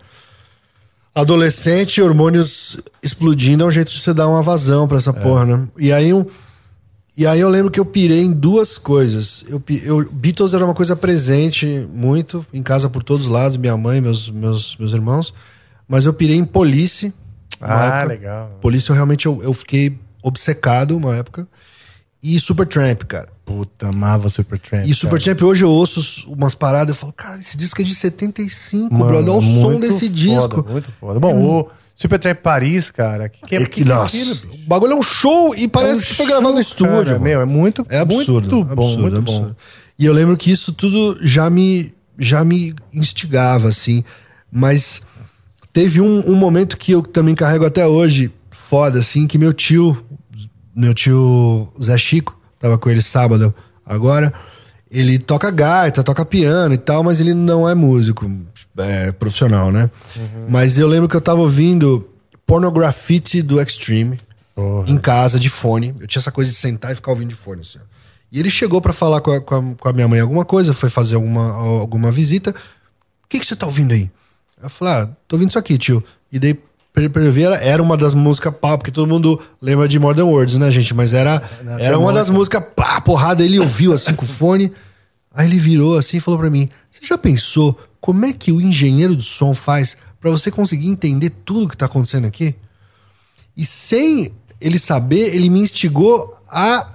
Adolescente, hormônios explodindo, é um jeito de você dar uma vazão pra essa porra, né? E aí, um, e aí eu lembro que eu pirei em duas coisas. Eu, pi- eu, Beatles era uma coisa presente muito, em casa por todos os lados, minha mãe, meus, meus, meus irmãos. Mas eu pirei em Police. uma Ah, época. legal. Police eu realmente eu, eu fiquei obcecado uma época. E Supertramp, cara. Puta, amava Supertramp. E Supertramp, hoje eu ouço umas paradas e falo, cara, esse disco é de setenta e cinco, Mano, brother. Olha o som muito desse foda, disco. Muito foda. Bom, o Supertramp Paris, cara, que que é, É que, que, que é nossa, aquilo, o bicho? bagulho é um show e parece É um que foi gravado no show, estúdio. cara, mano. meu, é muito, É absurdo. muito bom, absurdo, muito absurdo. bom. E eu lembro que isso tudo já me, já me instigava, assim. Mas teve um, um momento que eu também carrego até hoje, foda, assim, que meu tio, meu tio Zé Chico, tava com ele sábado agora, ele toca gaita, toca piano e tal, mas ele não é músico é, profissional, né? Uhum. Mas eu lembro que eu tava ouvindo Pornografite do Extreme Porra. em casa, de fone. Eu tinha essa coisa de sentar e ficar ouvindo de fone, assim. ó. E ele chegou pra falar com a, com, a, com a minha mãe alguma coisa, foi fazer alguma, alguma visita. O que, que você tá ouvindo aí? Eu falei, ah, tô ouvindo isso aqui, tio. E daí, pra pra ele ver, era, era uma das músicas pá, porque todo mundo lembra de Modern Words, né, gente? Mas era, Não, era uma das músicas pá, porrada. Ele ouviu assim com o fone. Aí ele virou assim e falou pra mim, você já pensou como é que o engenheiro do som faz pra você conseguir entender tudo que tá acontecendo aqui? E sem ele saber, ele me instigou a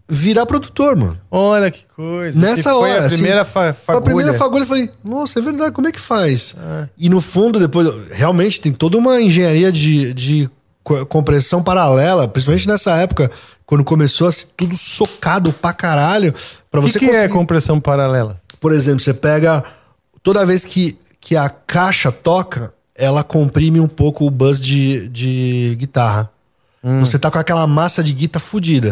virar produtor, mano. Olha que coisa. Nessa que foi hora, a primeira assim, fa- a fagulha. primeira fagulha, eu falei, nossa, é verdade, como é que faz? É. E no fundo, depois, realmente tem toda uma engenharia de, de co- compressão paralela, principalmente nessa época, quando começou a ser tudo socado pra caralho. Pra O que, você que conseguir... é compressão paralela? Por exemplo, você pega, toda vez que, que a caixa toca, ela comprime um pouco o buzz de, de guitarra. Hum. Você tá com aquela massa de guitarra fudida.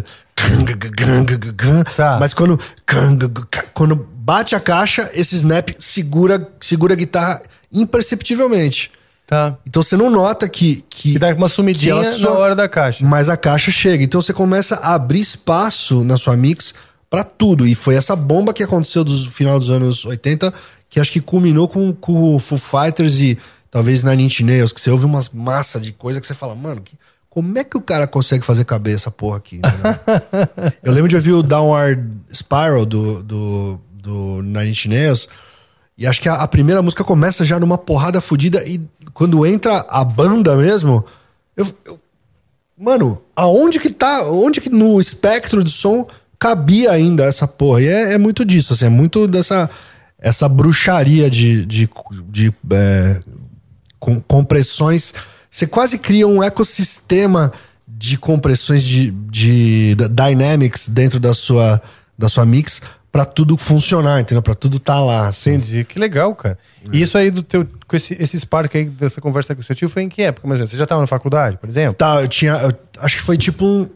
Tá. Mas quando, quando bate a caixa, esse snap segura, segura a guitarra imperceptivelmente. Tá. Então você não nota que... Que, que dá uma sumidinha que só, na hora da caixa. Mas a caixa chega. Então você começa a abrir espaço na sua mix pra tudo. E foi essa bomba que aconteceu no final dos anos oitenta, que acho que culminou com, com o Foo Fighters e talvez Nine Inch Nails, que você ouve umas massa de coisa que você fala, mano, que... como é que o cara consegue fazer caber essa porra aqui? Né? Eu lembro de ouvir o Downward Spiral do, do, do Nine Inch Nails, e acho que a, a primeira música começa já numa porrada fodida, e quando entra a banda mesmo, eu, eu, mano, aonde que tá, onde que no espectro de som cabia ainda essa porra? E é, é muito disso, assim, é muito dessa essa bruxaria de, de, de é, com, compressões. Você quase cria um ecossistema de compressões de, de, de dynamics dentro da sua, da sua mix pra tudo funcionar, entendeu? Pra tudo tá lá. Assim. Entendi. Que legal, cara. E isso aí do teu, com esse, esse spark aí dessa conversa com o seu tio foi em que época? Mas você já tava na faculdade, por exemplo? Tá, eu tinha. Eu, acho que foi tipo um.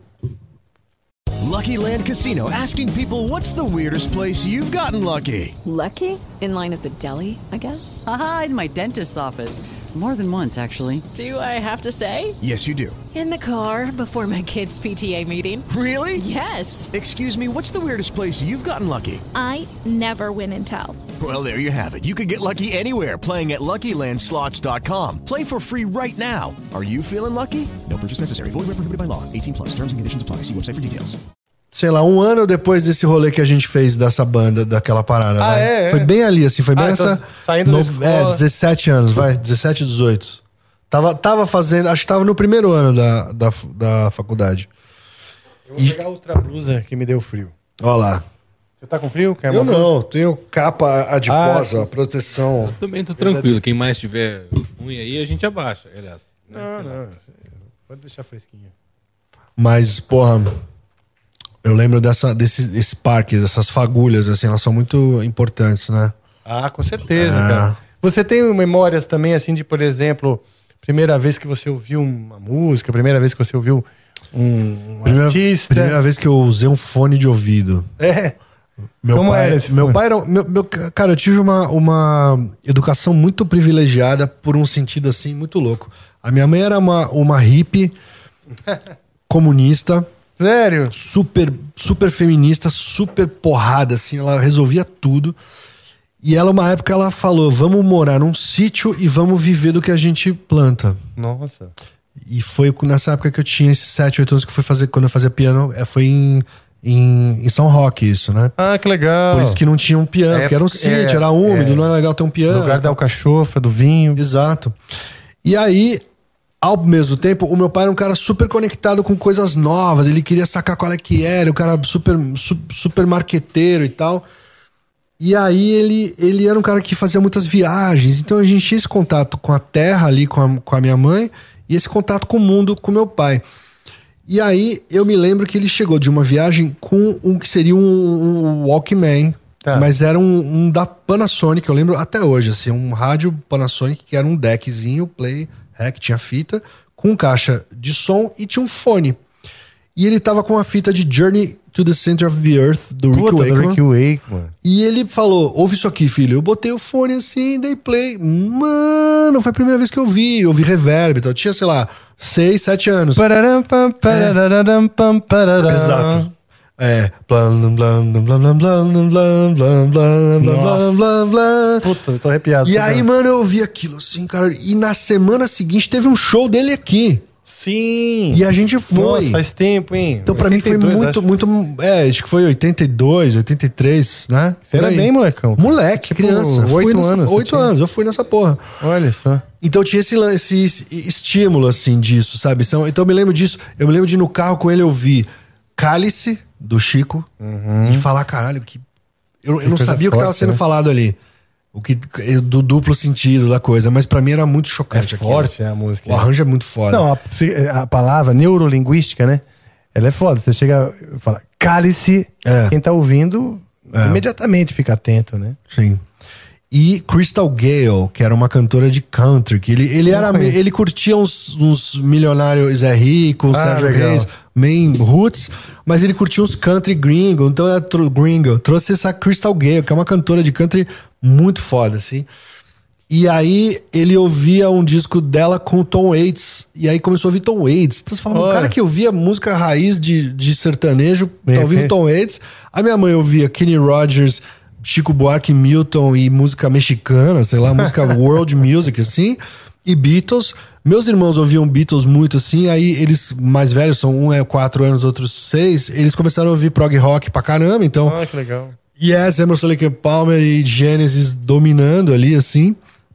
Lucky Land Casino, asking people, what's the weirdest place you've gotten lucky? Lucky? In line at the deli, I guess? Aha, in my dentist's office. More than once, actually. Do I have to say? Yes, you do. In the car before my kids' P T A meeting. Really? Yes. Excuse me, what's the weirdest place you've gotten lucky? I never win and tell. Well, there you have it. You can get lucky anywhere, playing at Lucky Land Slots dot com. Play for free right now. Are you feeling lucky? No purchase necessary. Void where prohibited by law. eighteen plus. Terms and conditions apply. See website for details. Sei lá, um ano depois desse rolê que a gente fez dessa banda, daquela parada, Ah, vai. é, é. Foi bem ali, assim, foi bem Ah, nessa... então, saindo da no, escola. É, dezessete anos, vai, dezessete, dezoito. Tava, tava fazendo, acho que tava no primeiro ano da, da, da faculdade. Eu vou pegar outra blusa que me deu frio. Ó lá. Você tá com frio? Quer Eu uma não, blusa? tenho capa adiposa, Ah, proteção. Eu também tô tranquilo. Quem mais tiver ruim aí, a gente abaixa, aliás. Não, não. Pode deixar fresquinho. Mas, porra, eu lembro dessa, desses, desses parques, essas fagulhas, assim, elas são muito importantes, né? Ah, com certeza, Ah. cara. Você tem memórias também, assim, de, por exemplo, primeira vez que você ouviu uma música, primeira vez que você ouviu um, um Primeira, artista? primeira vez que eu usei um fone de ouvido. É. Meu Como pai, era esse meu fone? pai era, meu, meu- cara, eu tive uma, uma educação muito privilegiada por um sentido assim muito louco. A minha mãe era uma, uma hippie comunista, Sério? super super feminista, super porrada assim, ela resolvia tudo. E ela uma época ela falou: "Vamos morar num sítio e vamos viver do que a gente planta". Nossa. E foi nessa época que eu tinha esses sete, oito anos que eu fui fazer, quando eu fazia piano, é, foi em, em, em São Roque isso, né? Ah, que legal. Por isso que não tinha um piano, É, porque era um é, sítio, era úmido, é. não era legal ter um piano. No lugar da alcachofra, do vinho. Exato. E aí, ao mesmo tempo, o meu pai era um cara super conectado com coisas novas, ele queria sacar qual é que era, o cara super, su- super marqueteiro e tal. E aí ele, ele era um cara que fazia muitas viagens, então a gente tinha esse contato com a terra ali, com a, com a minha mãe, e esse contato com o mundo com meu pai. E aí eu me lembro que ele chegou de uma viagem com um que seria um, um Walkman, Tá. mas era um, um da Panasonic, eu lembro até hoje, assim, um rádio Panasonic que era um deckzinho, play, rec, tinha fita, com caixa de som e tinha um fone. E ele tava com a fita de Journey to the Center of the Earth, do Rick Puta, do Wakeman. Rick Wakeman. E ele falou: ouve isso aqui, filho. Eu botei o fone assim, dei play. Mano, foi a primeira vez que eu vi. Eu ouvi reverb. Então eu tinha, sei lá, seis, sete anos. Pararam, pam, pararam, pam, pararam. Exato. É. Blam, blam, blam, blam, blam, blam, blam, blam, blam, blam, blam, blam. Puta, eu tô arrepiado. E Tá aí, vendo? mano, eu ouvi aquilo assim, cara. E na semana seguinte teve um show dele aqui. Sim. E a gente foi. Nossa, faz tempo, hein? Então pra mim foi oitenta e dois, muito, acho. muito... É, acho que foi oitenta e dois, oitenta e três, né? Você era Por aí. bem molecão. cara. Moleque, Tipo, criança. Fui oito nessa- anos, você Oito tinha. anos, eu fui nessa porra. Olha só. Então tinha esse, lan- esse, esse estímulo, assim, disso, sabe? Então, então eu me lembro disso. Eu me lembro de ir no carro com ele ouvir Cálice, do Chico, Uhum. e falar, caralho, que eu, eu não coisa sabia o que tava forte, sendo né? falado ali. O que, do duplo sentido da coisa, mas pra mim era muito É chocante aquilo. forte, né, a música. O arranjo é muito foda. Não, a, a palavra neurolinguística, né? Ela é foda. Você chega e fala, cálice, É. quem tá ouvindo É. imediatamente fica atento, né? Sim. E Crystal Gale, que era uma cantora de country, que ele, ele, era, conheço. ele curtia uns, uns milionários Zé Rico, Ah, Sérgio legal. Reis, main roots, mas ele curtia uns country gringo, então é tro- gringo. Trouxe essa Crystal Gale, que é uma cantora de country muito foda, assim. E aí ele ouvia um disco dela com o Tom Waits, e aí começou a ouvir Tom Waits. Então você fala, um Olha. cara que ouvia música raiz de, de sertanejo, De tá ouvindo repente. Tom Waits. A minha mãe ouvia Kenny Rogers, Chico Buarque, Milton e música mexicana, sei lá, música world music, assim, e Beatles. Meus irmãos ouviam Beatles muito assim, aí eles mais velhos, são um é quatro anos, outros seis, eles começaram a ouvir prog rock pra caramba, então... Ah, que legal. Yes, Emerson Lake and Palmer e Genesis dominando ali, assim.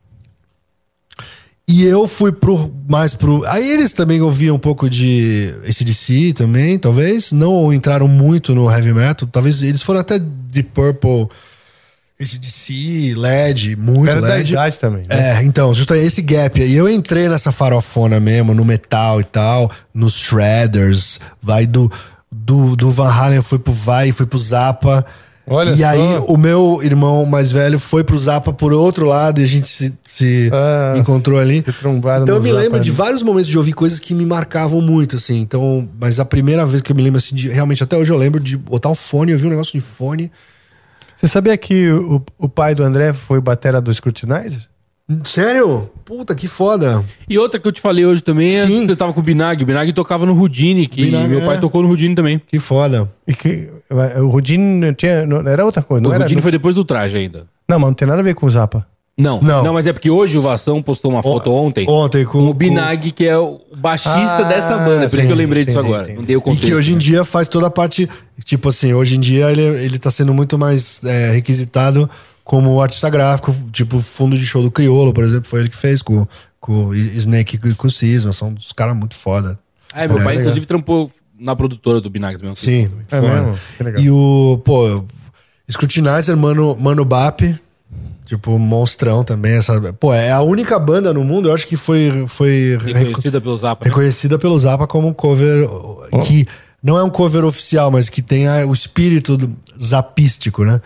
E eu fui pro, mais pro... Aí eles também ouviam um pouco de A C D C também, talvez. Não entraram muito no heavy metal. Talvez eles foram até Deep Purple, A C D C, L E D, muito Era da L E D. idade também, né? É, então, justamente esse gap. E eu entrei nessa farofona mesmo, no metal e tal, nos shredders. Vai do, do, do Van Halen, foi pro Vai, foi pro Zappa. Olha e só. aí, o meu irmão mais velho foi pro Zappa por outro lado e a gente se, se Ah, encontrou ali. se trombaram Então eu no me Zappa lembro de ali. vários momentos de ouvir coisas que me marcavam muito, assim. Então, mas a primeira vez que eu me lembro, assim, de, realmente até hoje eu lembro de botar um fone, eu vi um negócio de fone. Você sabia que o, o pai do André foi batera do Scrutinizer? Sério? Puta, que foda. E outra que eu te falei hoje também é Sim. que você tava com o Binag. O Binag tocava no Houdini, que Binag, meu pai é. tocou no Houdini também. Que foda. E que o Rudine não tinha, não, era outra coisa, não o era? Houdini Não, foi depois do traje ainda. não, mas não tem nada a ver com o Zappa. Não, Não. não, mas é porque hoje o Vassão postou uma foto ontem Ontem com com o Binag, que é o baixista Ah, dessa banda. Por isso sim, que eu lembrei disso entendi, agora. entendi. Não dei o E contexto. que hoje em né? dia faz toda a parte. Tipo assim, hoje em dia ele, ele tá sendo muito mais é, requisitado como artista gráfico, tipo fundo de show do Criolo, por exemplo, foi ele que fez com, com o Snake e com o Cisma. São uns caras muito foda. É, meu Aliás, pai, legal. inclusive, trampou na produtora do Binag mesmo. Sim, É foda. mesmo? Que legal. E o, pô, Scrutinizer, Mano, Mano Bap, tipo, monstrão também. Essa, pô, é a única banda no mundo, eu acho que foi, foi Reconhecida pelo Zappa. né? reconhecida pelo Zappa como um cover que não é um cover oficial, mas que tem a- o espírito do- zapístico, né?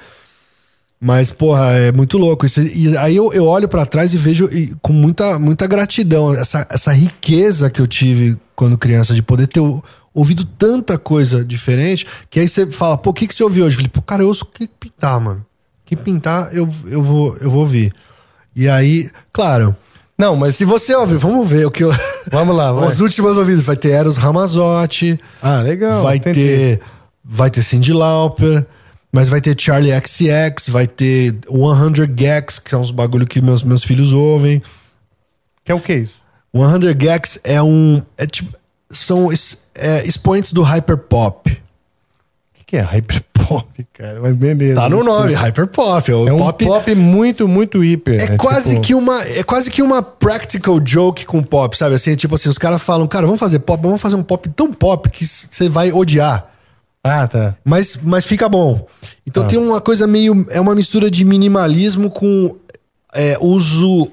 Mas, porra, é muito louco isso. E aí eu, eu olho pra trás e vejo e, com muita, muita gratidão essa, essa riqueza que eu tive quando criança de poder ter o- ouvido tanta coisa diferente, que aí você fala, pô, o que, que você ouviu hoje? Eu falei, pô, cara, eu ouço o que pintar, mano. O que pintar, eu, eu, vou, eu vou ouvir. E aí, claro... Não, mas Se você ouvir, vamos ver o que eu... vamos lá, vai. Os últimos ouvidos. Vai ter Eros Ramazzotti. Ah, legal. vai entendi. ter vai ter Cyndi Lauper. Mas vai ter Charlie X C X. Vai ter cem Gex, que são uns bagulho que meus, meus filhos ouvem. Que é o que isso? cem Gex é um... É tipo, são es- é, expoentes do hyperpop. O que, que é hyperpop, cara? Mas beleza. Tá no desculpa. nome, hyperpop. É, o É um pop... pop, muito, muito hiper. É, quase tipo- que uma é quase que uma practical joke com pop, sabe? Assim, tipo assim, os caras falam, cara, vamos fazer pop, vamos fazer um pop tão pop que você vai odiar. Ah, tá. Mas, mas fica bom. Então Ah. tem uma coisa meio. É uma mistura de minimalismo com é, uso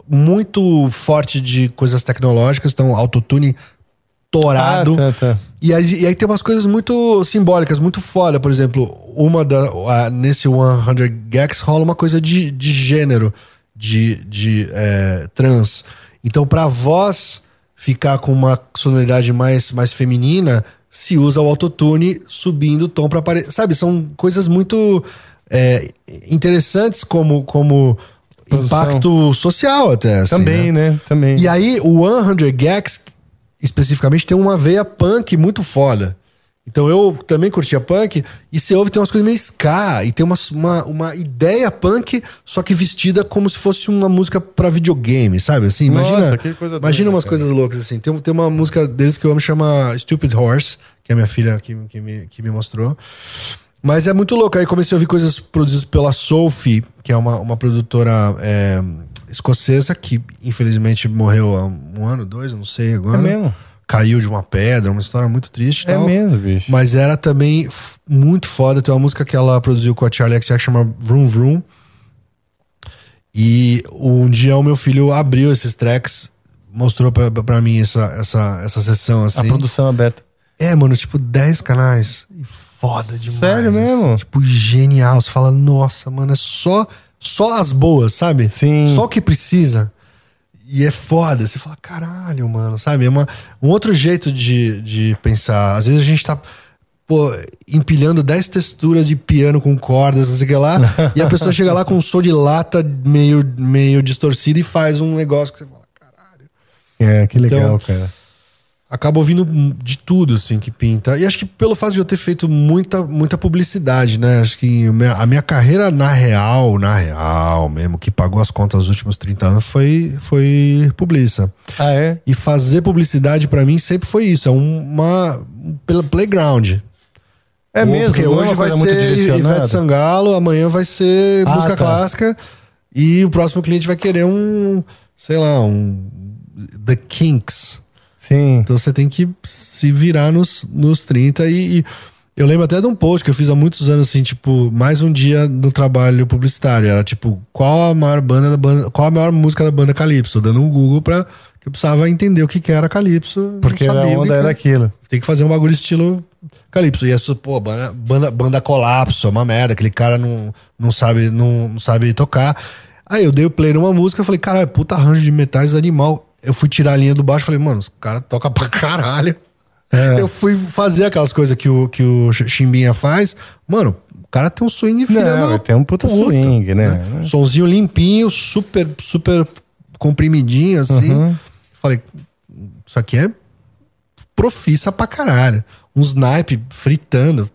muito forte de coisas tecnológicas. Então, autotune torado. Ah, tá, tá. E, aí, e aí tem umas coisas muito simbólicas, muito foda. Por exemplo, uma da, a- nesse cem Gex rola uma coisa de, de gênero, de, de é, trans. Então, pra voz ficar com uma sonoridade mais, mais feminina, se usa o autotune subindo o tom pra aparecer. Sabe, são coisas muito é, interessantes como, como Produção. impacto social até. assim, Também, né? Também. E aí, o cem Gex, especificamente, tem uma veia punk muito foda. Então eu também curtia punk, e você ouve, tem umas coisas meio ska, e tem uma, uma, uma ideia punk, só que vestida como se fosse uma música pra videogame, sabe? Assim, Nossa, imagina, que coisa imagina doida, umas cara. coisas loucas, assim. Tem, tem uma música deles que eu amo, chama Stupid Horse, que é a minha filha que, que, me, que me mostrou. Mas é muito louco. Aí comecei a ouvir coisas produzidas pela Sophie, que é uma, uma produtora é, escocesa, que infelizmente morreu há um ano, dois, eu não sei agora. É mesmo? caiu de uma pedra, uma história muito triste e É tal. mesmo, bicho. Mas era também f- muito foda. Tem uma música que ela produziu com a Charlie X C X que chama Vroom Vroom. E um dia o meu filho abriu esses tracks, mostrou pra, pra mim essa, essa, essa sessão assim. A produção aberta. É, mano, tipo dez canais. E foda demais. Sério mesmo? Assim, tipo, genial. Você fala, nossa, mano, é só, só as boas, sabe? Sim. Só o que precisa. E é foda. Você fala, caralho, mano, sabe? É uma, um outro jeito de, de pensar. Às vezes a gente tá, pô, empilhando dez texturas de piano com cordas, não sei o que lá. E a pessoa chega lá com um som de lata meio, meio distorcido e faz um negócio que você fala, caralho. É, que legal, Então, cara. Acaba ouvindo de tudo, assim, que pinta. E acho que pelo fato de eu ter feito muita, muita publicidade, né? Acho que a minha carreira na real, na real mesmo, que pagou as contas nos últimos trinta anos foi, foi publiça. Ah, é? E fazer publicidade pra mim sempre foi isso. É uma... pela playground. É Ou- mesmo? Porque não é hoje uma vai coisa muito ser direcionada? Ivete Sangalo, amanhã vai ser Ah, música tá. clássica. E o próximo cliente vai querer um... sei lá, um... The Kinks. Sim. Então você tem que se virar nos, nos trinta e, e eu lembro até de um post que eu fiz há muitos anos, assim, tipo, mais um dia no trabalho publicitário. Era tipo, qual a maior banda da banda, qual a maior música da banda Calypso? Dando um Google pra que eu precisava entender o que, que era Calypso. Porque não a sabia o que onda que era aquilo. Tem que fazer um bagulho estilo Calypso. E essa, pô, banda, banda, banda Colapso, é uma merda, aquele cara não, não, sabe, não, não sabe tocar. Aí eu dei o play numa música e falei, caralho, puta arranjo de metais animal. Eu fui tirar a linha do baixo e falei, mano, os caras tocam pra caralho. É. Eu fui fazer aquelas coisas que o, que o Chimbinha faz. Mano, o cara tem um swing filha Não, da tem um puta swing, né? Sonzinho limpinho, super, super comprimidinho, assim. Uhum. Falei, isso aqui é profissa pra caralho. Uns naipe fritando.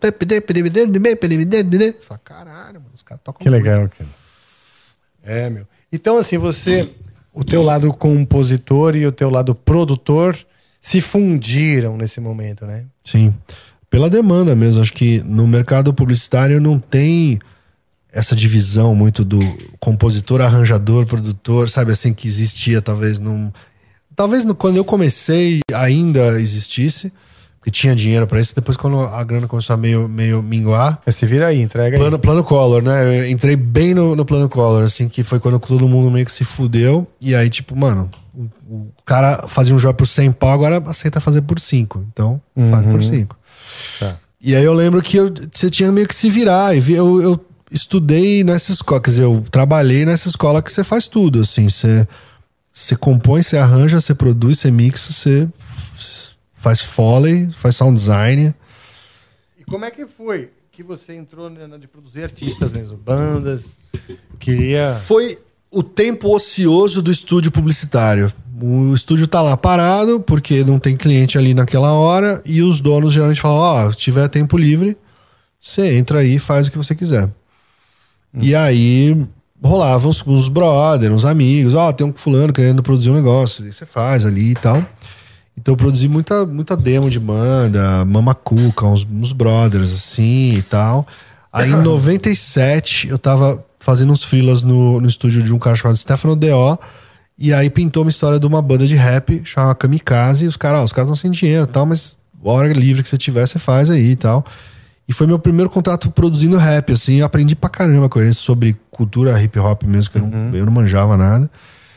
Fala, caralho, mano, os caras tocam Que legal, muito. cara. É, meu. Então, assim, você... O teu lado compositor e o teu lado produtor se fundiram nesse momento, né? Sim. Pela demanda mesmo. Acho que no mercado publicitário não tem essa divisão muito do compositor, arranjador, produtor, sabe assim, que existia talvez num... Talvez no, quando eu comecei ainda existisse, porque tinha dinheiro pra isso. Depois quando a grana começou a meio, meio minguar... É, se vira aí, entrega plano, aí. Plano Collor, né? Eu entrei bem no, no plano Collor, assim, que foi quando todo mundo meio que se fudeu. E aí, tipo, mano, o, o cara fazia um job por cem pau, agora aceita fazer por cinco. Então, faz Uhum. por cinco. Tá. E aí eu lembro que eu, você tinha meio que se virar. E vi- eu, eu estudei nessa escola, quer dizer, eu trabalhei nessa escola que você faz tudo, assim. Você, você compõe, você arranja, você produz, você mixa, você faz foley, faz sound design. E como é que foi que você entrou na de produzir artistas mesmo? Bandas? Queria... Foi o tempo ocioso do estúdio publicitário. O estúdio tá lá parado, porque não tem cliente ali naquela hora, e os donos geralmente falam, ó, oh, se tiver tempo livre, você entra aí e faz o que você quiser. Hum. E aí rolavam os, os brothers, os amigos, ó, oh, tem um fulano querendo produzir um negócio, e você faz ali e tal. Então eu produzi muita, muita demo de banda, Mama Cuca, uns, uns brothers assim e tal. Aí em noventa e sete eu tava fazendo uns freelas no, no estúdio de um cara chamado Stefano D O. E aí pintou uma história de uma banda de rap chamada Kamikaze. E os caras, ó, os caras estão sem dinheiro e tal, mas a hora livre que você tiver, você faz aí e tal. E foi meu primeiro contato produzindo rap, assim. Eu aprendi pra caramba com eles sobre cultura hip hop mesmo, que eu, não, eu não manjava nada.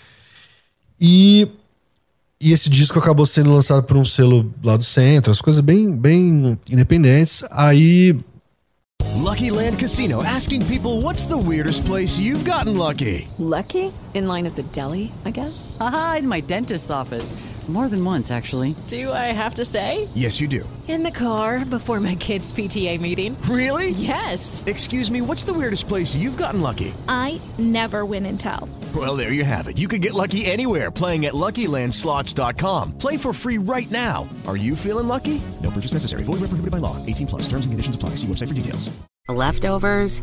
E... E esse disco acabou sendo lançado por um selo lá do centro, as coisas bem, bem independentes. Aí... Lucky Land Casino, asking people, what's the weirdest place you've gotten lucky? Lucky? In line at the deli, I guess? Aha, in my dentist's office. More than once, actually. Do I have to say? Yes, you do. In the car before my kids' P T A meeting. Really? Yes. Excuse me, what's the weirdest place you've gotten lucky? I never win and tell. Well, there you have it. You can get lucky anywhere, playing at Lucky Land Slots dot com. Play for free right now. Are you feeling lucky? No purchase necessary. Void where prohibited by law. eighteen plus. Terms and conditions apply. See website for details. Leftovers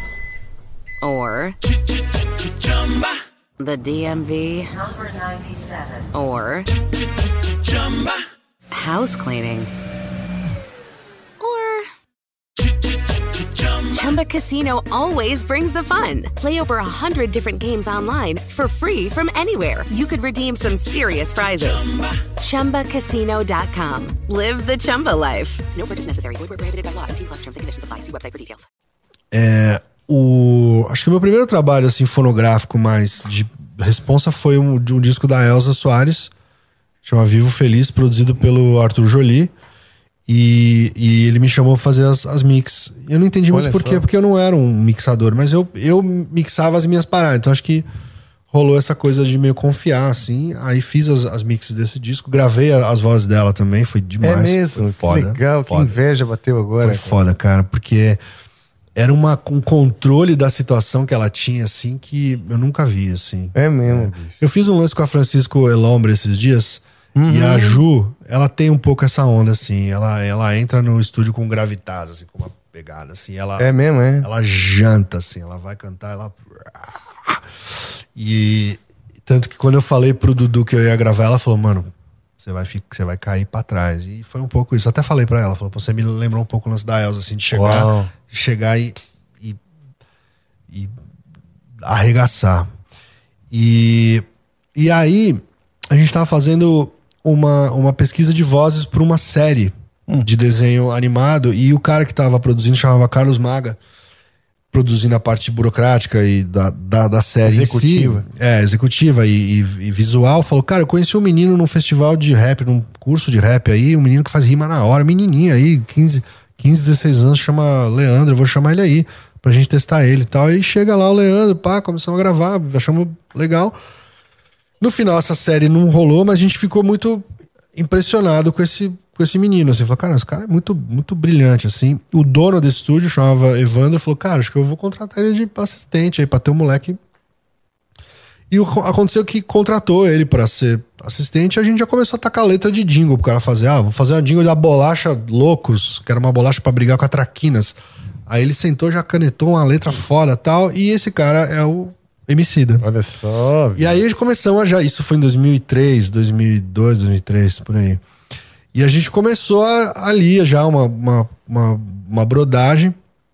or the D M V Number ninety-seven. or house cleaning or Chumba Casino always brings the fun. Play over one hundred different games online for free from anywhere. You could redeem some serious prizes. Chumba Casino dot com. Live the Chumba life. No purchase necessary. Void where prohibited by law. eighteen plus terms and conditions apply. See website for details. É, o, acho que o meu primeiro trabalho assim, fonográfico mais de responsa foi um, de um disco da Elza Soares, chama Vivo Feliz, produzido pelo Arthur Joly. E, e ele me chamou pra fazer as, as mix. Eu não entendi Olha muito por quê, só. porque eu não era um mixador, mas eu, eu mixava as minhas paradas. Então acho que rolou essa coisa de meio confiar, assim. Aí fiz as, as mixes desse disco, gravei a, as vozes dela também, foi demais. É mesmo? Foi foda, que legal, foda. que inveja bateu agora. Foi foda, cara, porque era uma, um controle da situação que ela tinha, assim, que eu nunca vi, assim. É mesmo. Eu fiz um lance com a Francisco Elombre esses dias, Uhum. e a Ju, ela tem um pouco essa onda, assim. Ela, ela entra no estúdio com gravitas, assim, com uma pegada, assim. Ela, É mesmo, é? ela janta, assim, ela vai cantar, ela... E tanto que quando eu falei pro Dudu que eu ia gravar, ela falou, mano, você vai, você vai cair pra trás. E foi um pouco isso. Eu até falei pra ela, falou, você me lembrou um pouco o lance da Elza, assim, de chegar, Uau. de chegar e, e, e arregaçar. E, e aí, a gente tava fazendo uma, uma pesquisa de vozes pra uma série hum. de desenho animado, e o cara que tava produzindo chamava Carlos Maga, produzindo a parte burocrática e da, da, da série executiva. Em si, é, executiva e, e, e visual, falou, cara, eu conheci um menino num festival de rap, num curso de rap aí, um menino que faz rima na hora, menininho aí, quinze, dezesseis anos, chama Leandro, eu vou chamar ele aí, pra gente testar ele e tal. Aí chega lá o Leandro, pá, começamos a gravar, achamos legal. No final essa série não rolou, mas a gente ficou muito impressionado com esse, com esse menino, assim, falou, cara, esse cara é muito, muito brilhante, assim. O dono desse estúdio, chamava Evandro, falou, cara, acho que eu vou contratar ele de assistente aí, pra ter um moleque. E o, aconteceu que contratou ele pra ser assistente, e a gente já começou a tacar letra de jingle pro cara fazer, ah, vou fazer uma jingle da bolacha Loucos, que era uma bolacha pra brigar com a Traquinas. Aí ele sentou, já canetou uma letra foda e tal, e esse cara é o Emicida. Olha só. E aí a gente começou a já, isso foi em dois mil e três, dois mil e dois, dois mil e três, por aí. E a gente começou a, ali já uma, uma, uma, uma brodagem.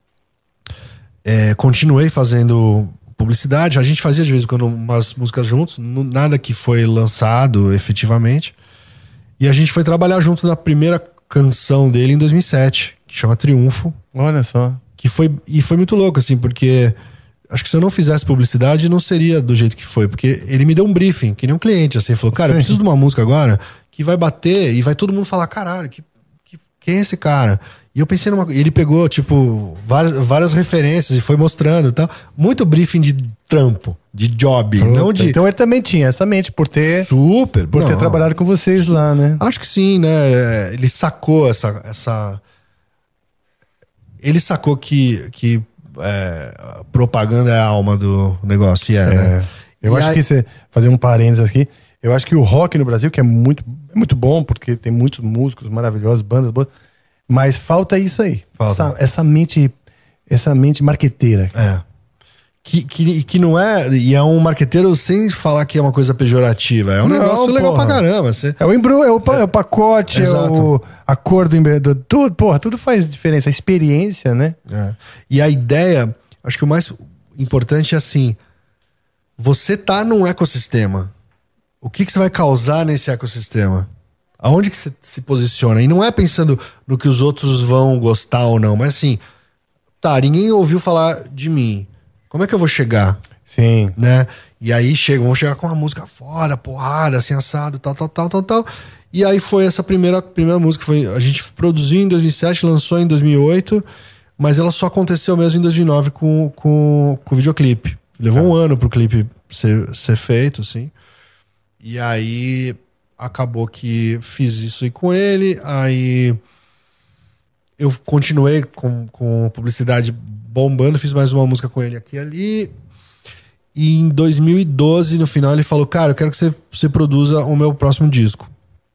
É, continuei fazendo publicidade. A gente fazia de vez em quando umas músicas juntos, não, nada que foi lançado efetivamente. E a gente foi trabalhar junto na primeira canção dele em dois mil e sete, que chama Triunfo. Olha só. Que foi, e foi muito louco, assim, porque acho que se eu não fizesse publicidade, não seria do jeito que foi. Porque ele me deu um briefing, que nem um cliente, assim, falou, cara, eu preciso de uma música agora que vai bater e vai todo mundo falar, caralho, que, que, quem é esse cara? E eu pensei numa... Ele pegou, tipo, várias, várias referências e foi mostrando e tal. Muito briefing de trampo, de job, Puta, não de... Então ele também tinha essa mente por ter... Super. Por não, ter trabalhado com vocês lá, né? Acho que sim, né? Ele sacou essa... essa... Ele sacou que... que é, propaganda é a alma do negócio, e é, é. né? Eu e acho aí... que, você, fazer um parênteses aqui, eu acho que o rock no Brasil, que é muito, é muito bom, porque tem muitos músicos maravilhosos, bandas boas, mas falta isso aí. Falta. Essa, essa mente, essa mente marqueteira. É. Que, que, que não é, e é um marqueteiro sem falar que é uma coisa pejorativa, é um Não, negócio legal porra. pra caramba. Você... É o embru, é o, pa- é o pacote, é, Exato. o a cor do embru, tudo, porra, tudo faz diferença. A experiência, né? É. E a ideia, acho que o mais importante é assim, você tá num ecossistema. O que, que você vai causar nesse ecossistema? Aonde que você se posiciona? E não é pensando no que os outros vão gostar ou não, mas assim, tá, ninguém ouviu falar de mim. Como é que eu vou chegar? Sim. Né? E aí chega, vamos chegar com uma música foda, porrada, assim, assado, tal, tal, tal, tal, tal. E aí foi essa primeira, primeira música, foi, a gente produziu em dois mil e sete, lançou em dois mil e oito, mas ela só aconteceu mesmo em dois mil e nove com, com, com o videoclipe. Levou um ano pro clipe ser, ser feito, assim. E aí acabou que fiz isso aí com ele, aí eu continuei com, com publicidade bombando, fiz mais uma música com ele aqui e ali. E em dois mil e doze, no final, ele falou, cara, eu quero que você, você produza o meu próximo disco.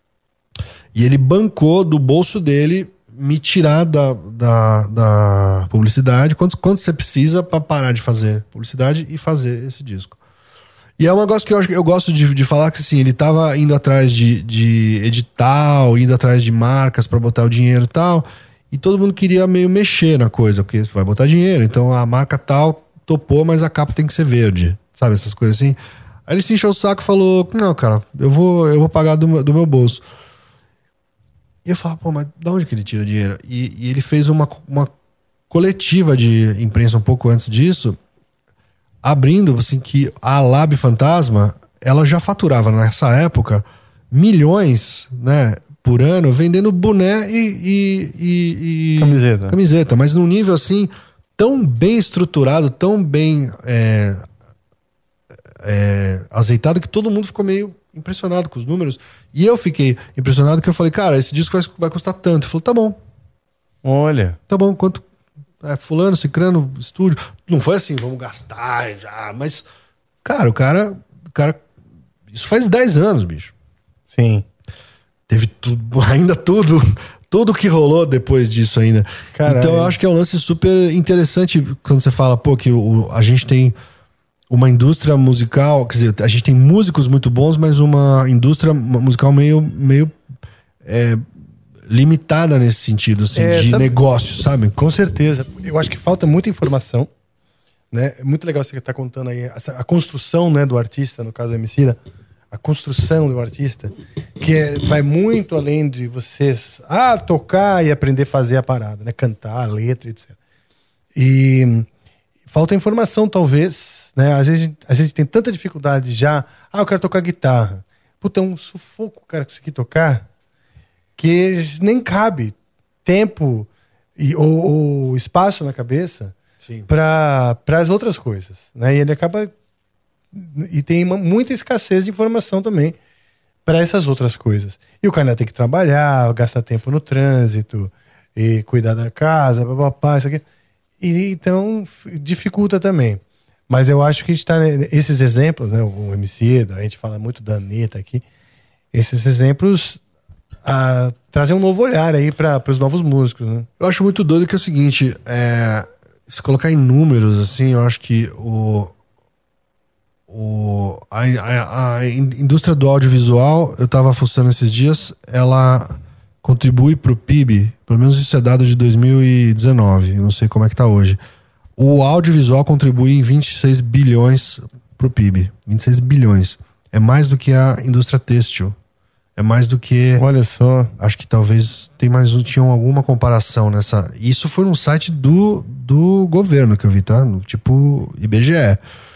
E ele bancou do bolso dele me tirar da, da, da publicidade, quanto, quanto você precisa pra parar de fazer publicidade e fazer esse disco. E é um negócio que eu, acho, eu gosto de, de falar, que assim, ele tava indo atrás de, de edital, indo atrás de marcas pra botar o dinheiro e tal, e todo mundo queria meio mexer na coisa, porque vai botar dinheiro, então a marca tal topou, mas a capa tem que ser verde, sabe, essas coisas assim. Aí ele se encheu o saco e falou, não, cara, eu vou, eu vou pagar do, meu- do meu bolso. E eu falava, pô, mas de onde que ele tira dinheiro? E, e ele fez uma, uma coletiva de imprensa um pouco antes disso, abrindo, assim, que a Lab Fantasma, ela já faturava nessa época milhões, né, por ano, vendendo boné e... e, e, e Camiseta. Camiseta, mas num nível, assim, tão bem estruturado, tão bem é, é, azeitado, que todo mundo ficou meio impressionado com os números. E eu fiquei impressionado, que eu falei, cara, esse disco vai, vai custar tanto. Ele falou, tá bom. Olha. Tá bom, quanto... É, fulano, cicrano, estúdio. Não foi assim, vamos gastar já, mas... Cara, o cara... O cara isso faz dez anos, bicho. Sim. Teve tudo, ainda tudo... Tudo que rolou depois disso ainda. Caralho. Então eu acho que é um lance super interessante quando você fala, pô, que o, a gente tem uma indústria musical, quer dizer, a gente tem músicos muito bons, mas uma indústria musical meio, meio é, limitada nesse sentido, assim, É, de sabe- negócio, sabe? Com certeza. Eu acho que falta muita informação, né? É muito legal você estar contando aí essa- a construção, né, do artista, no caso do Emicida, a construção do artista, que é- vai muito além de vocês ah, tocar e aprender a fazer a parada, né? Cantar, a letra, etcétera. E hum, falta informação, talvez, né? Às vezes, às vezes tem tanta dificuldade já. Ah, eu quero tocar guitarra. Puta, é um sufoco o cara conseguir tocar que nem cabe tempo e, ou, ou espaço na cabeça para as outras coisas, né? E ele acaba e tem uma, muita escassez de informação também para essas outras coisas. E o cara tem que trabalhar, gastar tempo no trânsito e cuidar da casa, papapá, isso aqui. E então f- dificulta também. Mas eu acho que a gente tá esses exemplos, né? O Emicida, a gente fala muito da Anitta aqui. Esses exemplos a trazer um novo olhar aí para os novos músicos, né? Eu acho muito doido que é o seguinte, é, se colocar em números, assim, eu acho que o, o, a, a, a indústria do audiovisual, eu tava fuçando esses dias, ela contribui pro P I B, pelo menos isso é dado de dois mil e dezenove, eu não sei como é que tá hoje. O audiovisual contribui em vinte e seis bilhões pro P I B. vinte e seis bilhões. É mais do que a indústria têxtil. É mais do que... Olha só. Acho que talvez tem mais um, tinham alguma comparação nessa... Isso foi num site do, do governo que eu vi, tá? No, tipo I B G E.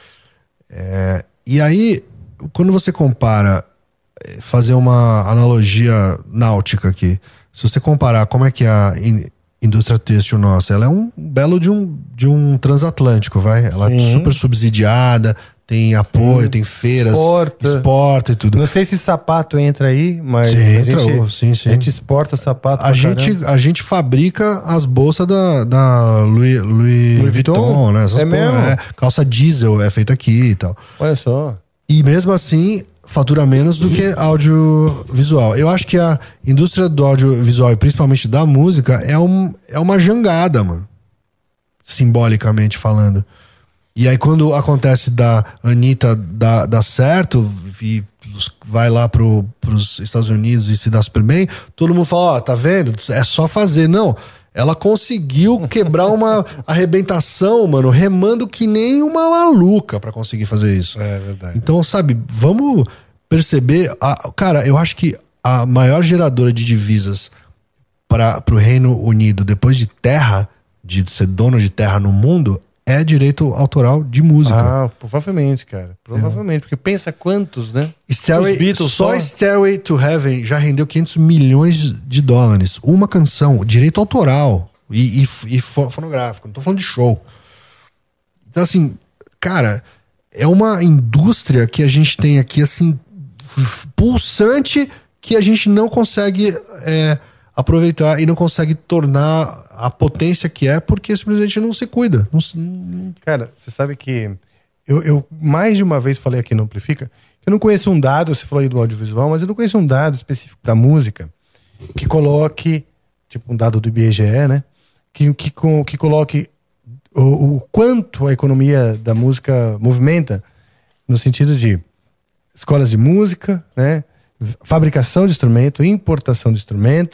É, e aí, quando você compara, é, fazer uma analogia náutica aqui, se você comparar como é que é a in, indústria têxtil nossa, ela é um belo de um, de um transatlântico, vai? Ela Sim. é super subsidiada, tem apoio, Sim. tem feiras, Exporta. exporta e tudo. Não sei se sapato entra aí, mas Sim, a, entra, gente, oh, sim, sim. a gente exporta sapato A pra gente, caramba. a gente fabrica as bolsas da, da Louis, Louis, Louis Vuitton? Vuitton, né? Essas É porra, mesmo? é. Calça diesel é feita aqui e tal. Olha só. E mesmo assim, fatura menos do que audiovisual. Eu acho que a indústria do audiovisual, e principalmente da música, é, um, é uma jangada, mano. Simbolicamente falando. E aí quando acontece da Anitta dar, dar certo e vai lá pro, pros Estados Unidos e se dá super bem, todo mundo fala, ó, tá vendo? É só fazer. Não, ela conseguiu quebrar uma arrebentação, mano, remando que nem uma maluca pra conseguir fazer isso. É verdade. Então, sabe, vamos perceber... A, cara, eu acho que a maior geradora de divisas para pro Reino Unido, depois de terra, de ser dono de terra no mundo, é direito autoral de música. Ah, provavelmente, cara. Provavelmente. Porque pensa quantos, né? Stairway, Os Beatles só só. Stairway to Heaven já rendeu quinhentos milhões de dólares. Uma canção, direito autoral e, e, e fo- fonográfico. Não tô falando de show. Então, assim, cara, é uma indústria que a gente tem aqui, assim, f- pulsante, que a gente não consegue é, aproveitar e não consegue tornar a potência que é, porque simplesmente não se cuida. Não se- não- Cara, você sabe que eu, eu mais de uma vez falei aqui no Amplifica que eu não conheço um dado, você falou aí do audiovisual, mas eu não conheço um dado específico para música que coloque, tipo um dado do I B G E, né? Que, que, com, que coloque o, o quanto a economia da música movimenta no sentido de escolas de música, né? Fabricação de instrumento, importação de instrumento,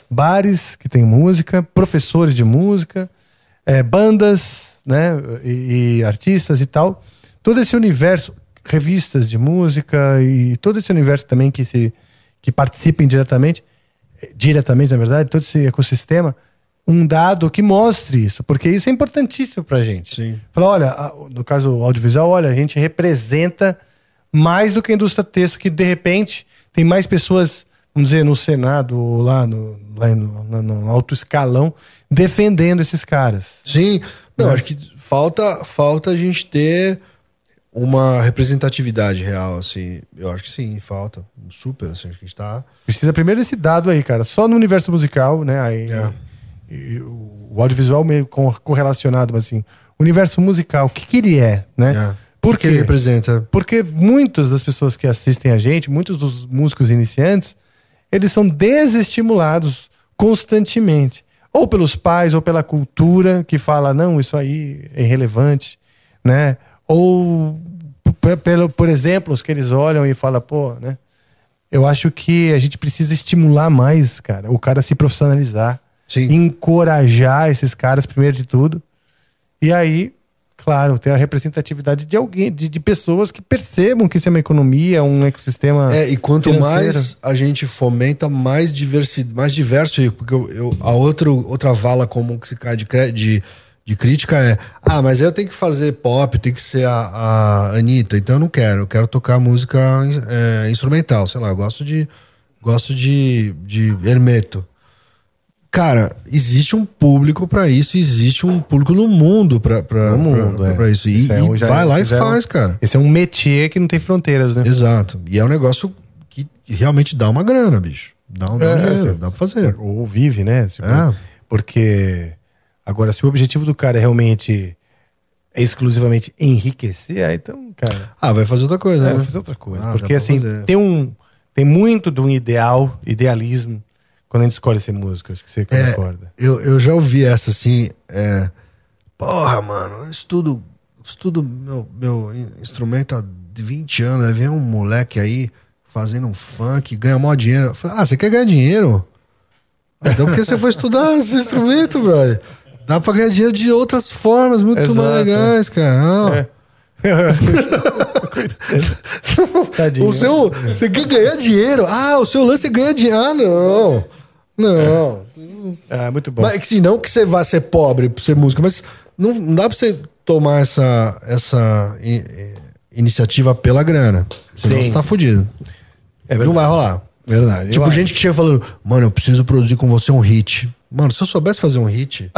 bares que tem música, professores de música, é, bandas, né, e, e artistas e tal. Todo esse universo, revistas de música e todo esse universo também que, se, que participem diretamente, diretamente, na verdade, todo esse ecossistema, um dado que mostre isso, porque isso é importantíssimo pra gente. Sim. Falar, olha, no caso audiovisual, olha, a gente representa mais do que a indústria texto, que de repente tem mais pessoas, vamos dizer, no Senado ou lá no, lá no, no, no alto escalão defendendo esses caras. Sim, não, É. acho que falta, falta a gente ter uma representatividade real, assim. Eu acho que sim, falta. Super, assim, acho que a gente tá... Precisa primeiro desse dado aí, cara. Só no universo musical, né? Aí, É. e o audiovisual meio com- correlacionado, mas assim, o universo musical, o que que ele é, né? É. Por O que ele quê? representa? Porque muitas das pessoas que assistem a gente, muitos dos músicos iniciantes, eles são desestimulados constantemente. Ou pelos pais, ou pela cultura que fala, não, isso aí é irrelevante, né? Ou, p- pelo, por exemplo, os que eles olham e falam, pô, né? Eu acho que a gente precisa estimular mais, cara, o cara a se profissionalizar. Sim. Encorajar esses caras, primeiro de tudo. E aí, claro, ter a representatividade de alguém, de, de pessoas que percebam que isso é uma economia, um ecossistema. É, e quanto financeiro. mais a gente fomenta, mais, diversi, mais diverso fica. Porque eu, eu- a outro, outra vala comum que se cai de, cre- de, de crítica é: ah, mas eu tenho que fazer pop, tem que ser a, a Anitta, então eu não quero. Eu quero tocar música é, instrumental, sei lá, eu gosto de, gosto de, de Hermeto. Cara, existe um público pra isso, existe um público no mundo pra, pra, No mundo, pra, é. pra isso. E, Isso é e um- já- vai lá e isso já é um- faz, cara. Esse é um métier que não tem fronteiras, né? Exato. E é um negócio que realmente dá uma grana, bicho. Dá um, dá um É, dinheiro, assim, dá pra fazer. Ou vive, né? Tipo, É. Porque agora, se o objetivo do cara é realmente é exclusivamente enriquecer, aí então, cara, Ah, vai fazer outra coisa, é, né? vai fazer outra coisa. Ah, dá Porque pra assim, fazer. tem um. Tem muito de um ideal, idealismo, quando a gente escolhe ser músico, acho que você É, concorda. eu, eu já ouvi essa assim, é, porra, mano, eu estudo, estudo meu, meu in- instrumento há vinte anos, aí vem um moleque aí fazendo um funk, ganha maior dinheiro. Eu falei, ah, você quer ganhar dinheiro? Ah, então por que você foi estudar esse instrumento, brother? Dá pra ganhar dinheiro de outras formas muito Exato, mais legais, cara. Não. É. Tadinho. O seu, você quer ganhar dinheiro? Ah, o seu lance é ganhar dinheiro. Ah, não. Não. Ah, muito bom. Mas é que se não que você vai ser pobre por ser músico, mas não, não dá pra você tomar essa, essa i- i- iniciativa pela grana. Senão Sim. você tá fudido. É verdade. Não vai rolar. Verdade. Tipo, Eu gente que chega falando, mano, eu preciso produzir com você um hit. Mano, se eu soubesse fazer um hit.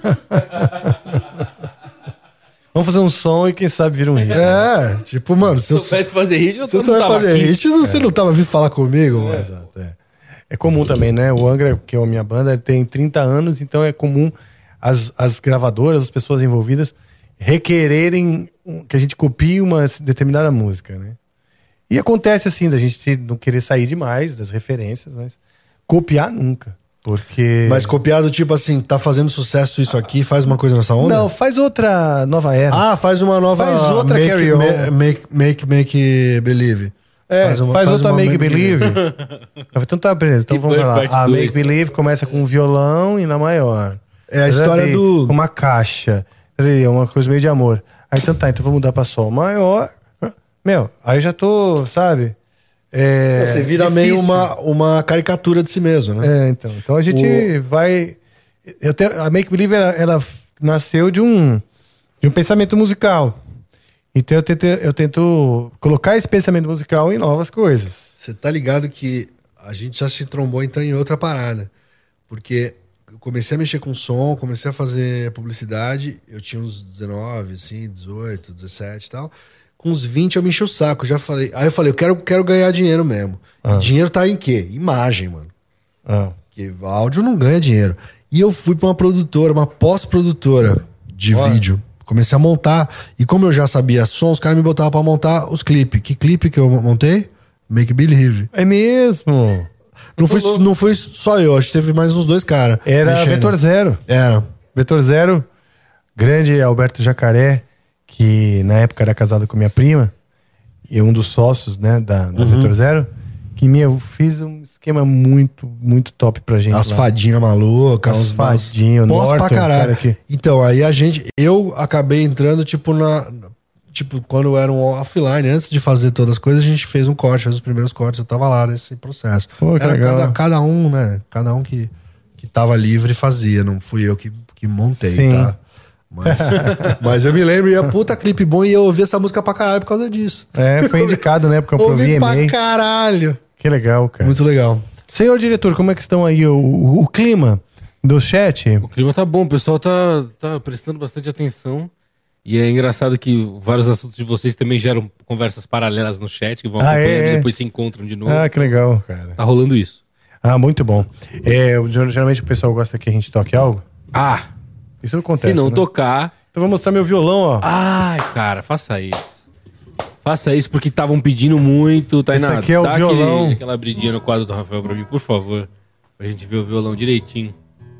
Vamos fazer um som e quem sabe vira um hit. É, tipo, mano, se eu, Se eu soubesse fazer hit, eu se eu não souber tava fazer aqui. hit, você não tava vindo falar comigo, mano. Exato, é. É comum também, né? O Angra, que é a minha banda, tem trinta anos, então é comum as, as gravadoras, as pessoas envolvidas, requererem um- que a gente copie uma determinada música, né? E acontece assim, da gente não querer sair demais das referências, mas copiar nunca. Porque. Mas copiado, tipo assim, tá fazendo sucesso isso aqui, faz uma coisa nessa onda? Não, faz outra nova era. Ah, faz uma nova. Faz outra make, Carry On. ma- Make, make, make believe. É, faz faz, uma- faz outra uma Make Make Believe. então tá, beleza. Então E vamos Birth lá. Part A dois. Make Believe começa com um violão e na maior. É a Mas história aí, do- com uma caixa. É uma coisa meio de amor. Aí então tá, então vou mudar pra sol maior. Meu, aí já tô, sabe? É, Você vira difícil. meio uma, uma caricatura de si mesmo, né? É, então. Então a gente vai. Eu tenho, a Make Believe, ela, ela nasceu de um, de um pensamento musical. Então eu tento, eu tento colocar esse pensamento musical em novas coisas. Você tá ligado que a gente já se trombou então em outra parada. Porque eu comecei a mexer com som, comecei a fazer publicidade, eu tinha uns dezenove, assim, dezoito, dezessete e tal. Com uns vinte eu me enchi o saco, já falei. Aí eu falei, eu quero, quero ganhar dinheiro mesmo. Ah. Dinheiro tá em quê? Imagem, mano. Ah. Porque áudio não ganha dinheiro. E eu fui pra uma produtora, uma pós-produtora de Olha. vídeo. Comecei a montar. E como eu já sabia som, os caras me botavam pra montar os clipes. Que clipe que eu montei? Make Believe. É mesmo? Não foi, não foi só eu, acho que teve mais uns dois caras. Era mexendo. Vetor Zero. Era. Vetor Zero, grande Alberto Jacaré, que na época era casado com minha prima, e um dos sócios, né, da, da Vetor Zero. que, meu, fez um esquema muito, muito top pra gente. As lá. fadinhas malucas. As fadinhas, Posso Norton, pra caralho. cara que- Então, aí a gente... Eu acabei entrando, tipo, na... Tipo, quando era um offline, antes de fazer todas as coisas, a gente fez um corte, fez os primeiros cortes, eu tava lá nesse processo. Pô, que era legal. cada, cada um, né? Cada um que, que tava livre fazia, não fui eu que, que montei, Sim. tá? Mas, mas eu me lembro, e a puta clipe bom, e eu ouvi essa música pra caralho por causa disso. É, foi indicado, né? Porque eu Ouvi V pra M A. caralho. Que legal, cara. Muito legal. Senhor diretor, como é que estão aí o, o, o clima do chat? O clima tá bom, o pessoal tá, tá prestando bastante atenção. E é engraçado que vários assuntos de vocês também geram conversas paralelas no chat, que vão Ah, acompanhando é, é. e depois se encontram de novo. Ah, que legal, cara. Tá rolando isso. Ah, muito bom. É, o- geralmente o pessoal gosta que a gente toque algo. Ah, Isso acontece, se não né? tocar... Então vou mostrar meu violão, ó. Ai, cara, faça isso. Faça isso porque estavam pedindo muito. Tainá, Esse aqui é o dá violão. Aquele, aquela abridinha no quadro do Rafael pra mim, por favor. Pra gente ver o violão direitinho.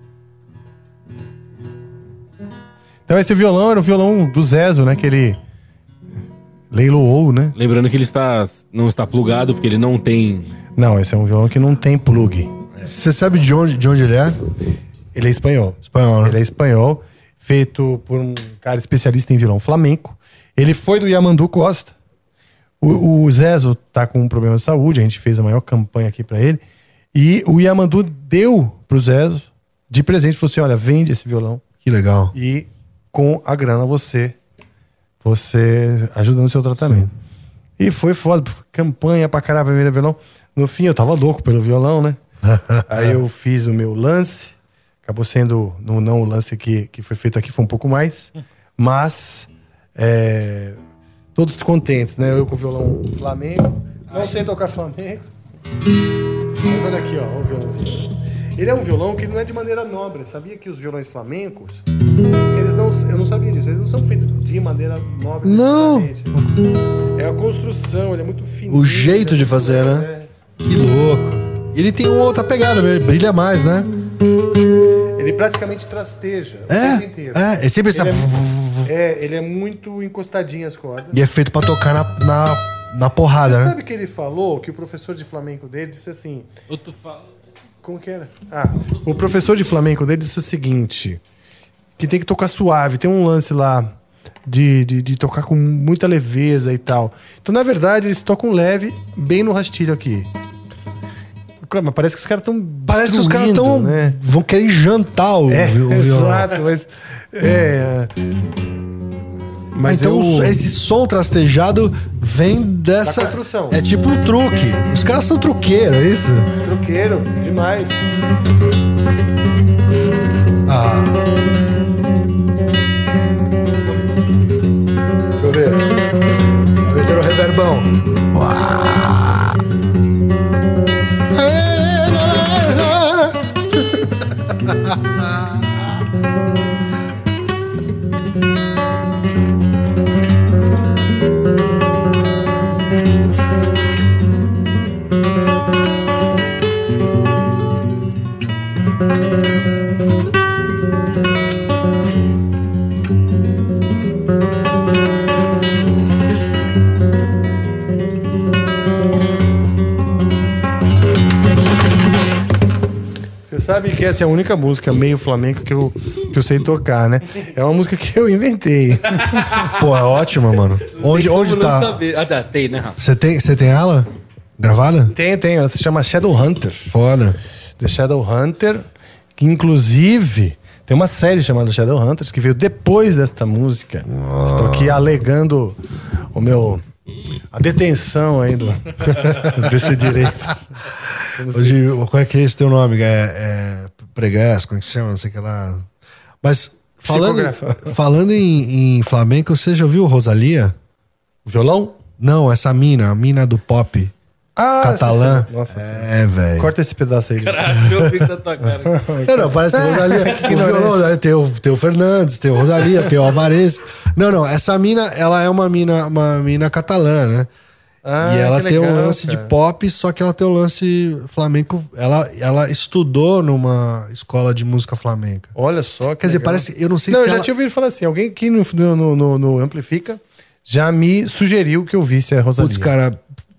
Então esse violão era o violão do Zezo, né? Que ele leiloou, né? Lembrando que ele está, não está plugado porque ele não tem... Não, esse é um violão que não tem plug. Você sabe de onde, de onde ele é? Ele é espanhol. Espanhol, né? Ele é espanhol, feito por um cara especialista em violão flamenco. Ele foi do Yamandu Costa. O, o Zezo tá com um problema de saúde, a gente fez a maior campanha aqui pra ele. E o Yamandu deu pro Zezo de presente, falou assim, olha, vende esse violão. Que legal. E com a grana você, você ajuda no seu tratamento. Sim. E foi foda, campanha pra caralho pra vender violão. No fim eu tava louco pelo violão, né? Aí eu fiz o meu lance, acabou sendo, não, não o lance que, que foi feito aqui, foi um pouco mais, mas é, todos contentes, né? Eu com o violão Flamengo, não sei tocar Flamengo, mas olha aqui, ó, o violãozinho. Ele é um violão que não é de maneira nobre. Sabia que os violões flamencos, eles não, eu não sabia disso, eles não são feitos de maneira nobre. Não. É a construção, ele é muito fininho. O jeito de fazer, né? É. Que louco. Ele tem uma outra pegada, ele brilha mais, né? Ele praticamente trasteja o É, tempo inteiro. é, ele sempre está... Ele é, é, ele é muito encostadinho as cordas. E é feito pra tocar na, na, na porrada, Você né? sabe que ele falou, que o professor de flamenco dele disse assim... Eu tô falando... Como que era? Ah, o professor de flamenco dele disse o seguinte, que tem que tocar suave, tem um lance lá de, de, de tocar com muita leveza e tal. Então, na verdade, eles tocam leve, bem no rastilho aqui. Mas parece que os caras estão Parece que os caras estão... né? Vão querer jantar o, É, o violão. exato, mas... É... Mas então eu... esse som trastejado vem dessa... Da construção. É tipo um truque. Os caras são truqueiros, é isso? Truqueiro, demais. Ah. Deixa eu ver. Deixa eu ver o reverbão. Você sabe que essa é a única música meio flamenco que eu, que eu sei tocar, né? É uma música que eu inventei. Pô, é ótima, mano. Onde, onde tá? Ah, tá, tem, né, Rafa? Você tem, você tem ela? Gravada? Tenho, tenho. Ela se chama Shadowhunter. Foda. The Shadowhunter, que inclusive tem uma série chamada Shadowhunters que veio depois desta música. Estou aqui alegando o meu... a detenção aí do, desse direito. Hoje, qual é que é esse teu nome? É, é Pregresso, como é que se chama? Não sei o que lá. Mas falando, falando em, em flamenco, você já ouviu Rosalia? Violão? Não, essa mina, a mina do pop. Ah, catalã. sim, sim. Nossa, é, velho. Corta esse pedaço aí. Caralho, eu vi da tua cara. Não, não, parece Rosalia. O violão, tem, o, tem o Fernandes, tem o Rosalia, tem o Alvarez. Não, não, essa mina, ela é uma mina, uma mina catalã, né? Ah, e ela que tem legal, um lance cara. de pop, só que ela tem um lance flamenco. Ela, ela estudou numa escola de música flamenca. Olha só. Que Quer dizer, legal. parece. Eu não sei Não, se eu já ela... tinha ouvido falar assim. Alguém aqui no, no, no, no Amplifica já me sugeriu que eu visse a Rosalia. Putz, cara,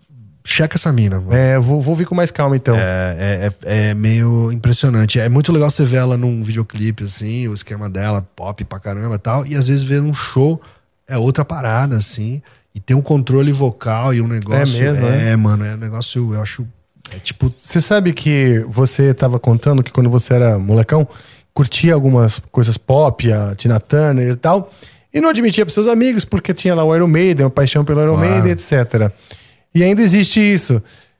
checa essa mina, mano. É, vou, vou vir com mais calma, então. É, é, é meio impressionante. É muito legal você ver ela num videoclipe, assim, o esquema dela, pop pra caramba e tal. E às vezes ver num show é outra parada, assim. E tem um controle vocal e um negócio... É mesmo, É, é? mano, é um negócio, eu acho... É tipo... Você sabe que você tava contando que quando você era molecão, curtia algumas coisas pop, a Tina Turner e tal, e não admitia pros seus amigos porque tinha lá o Iron Maiden, uma paixão pelo Iron Claro. Maiden, etcétera. E ainda existe isso.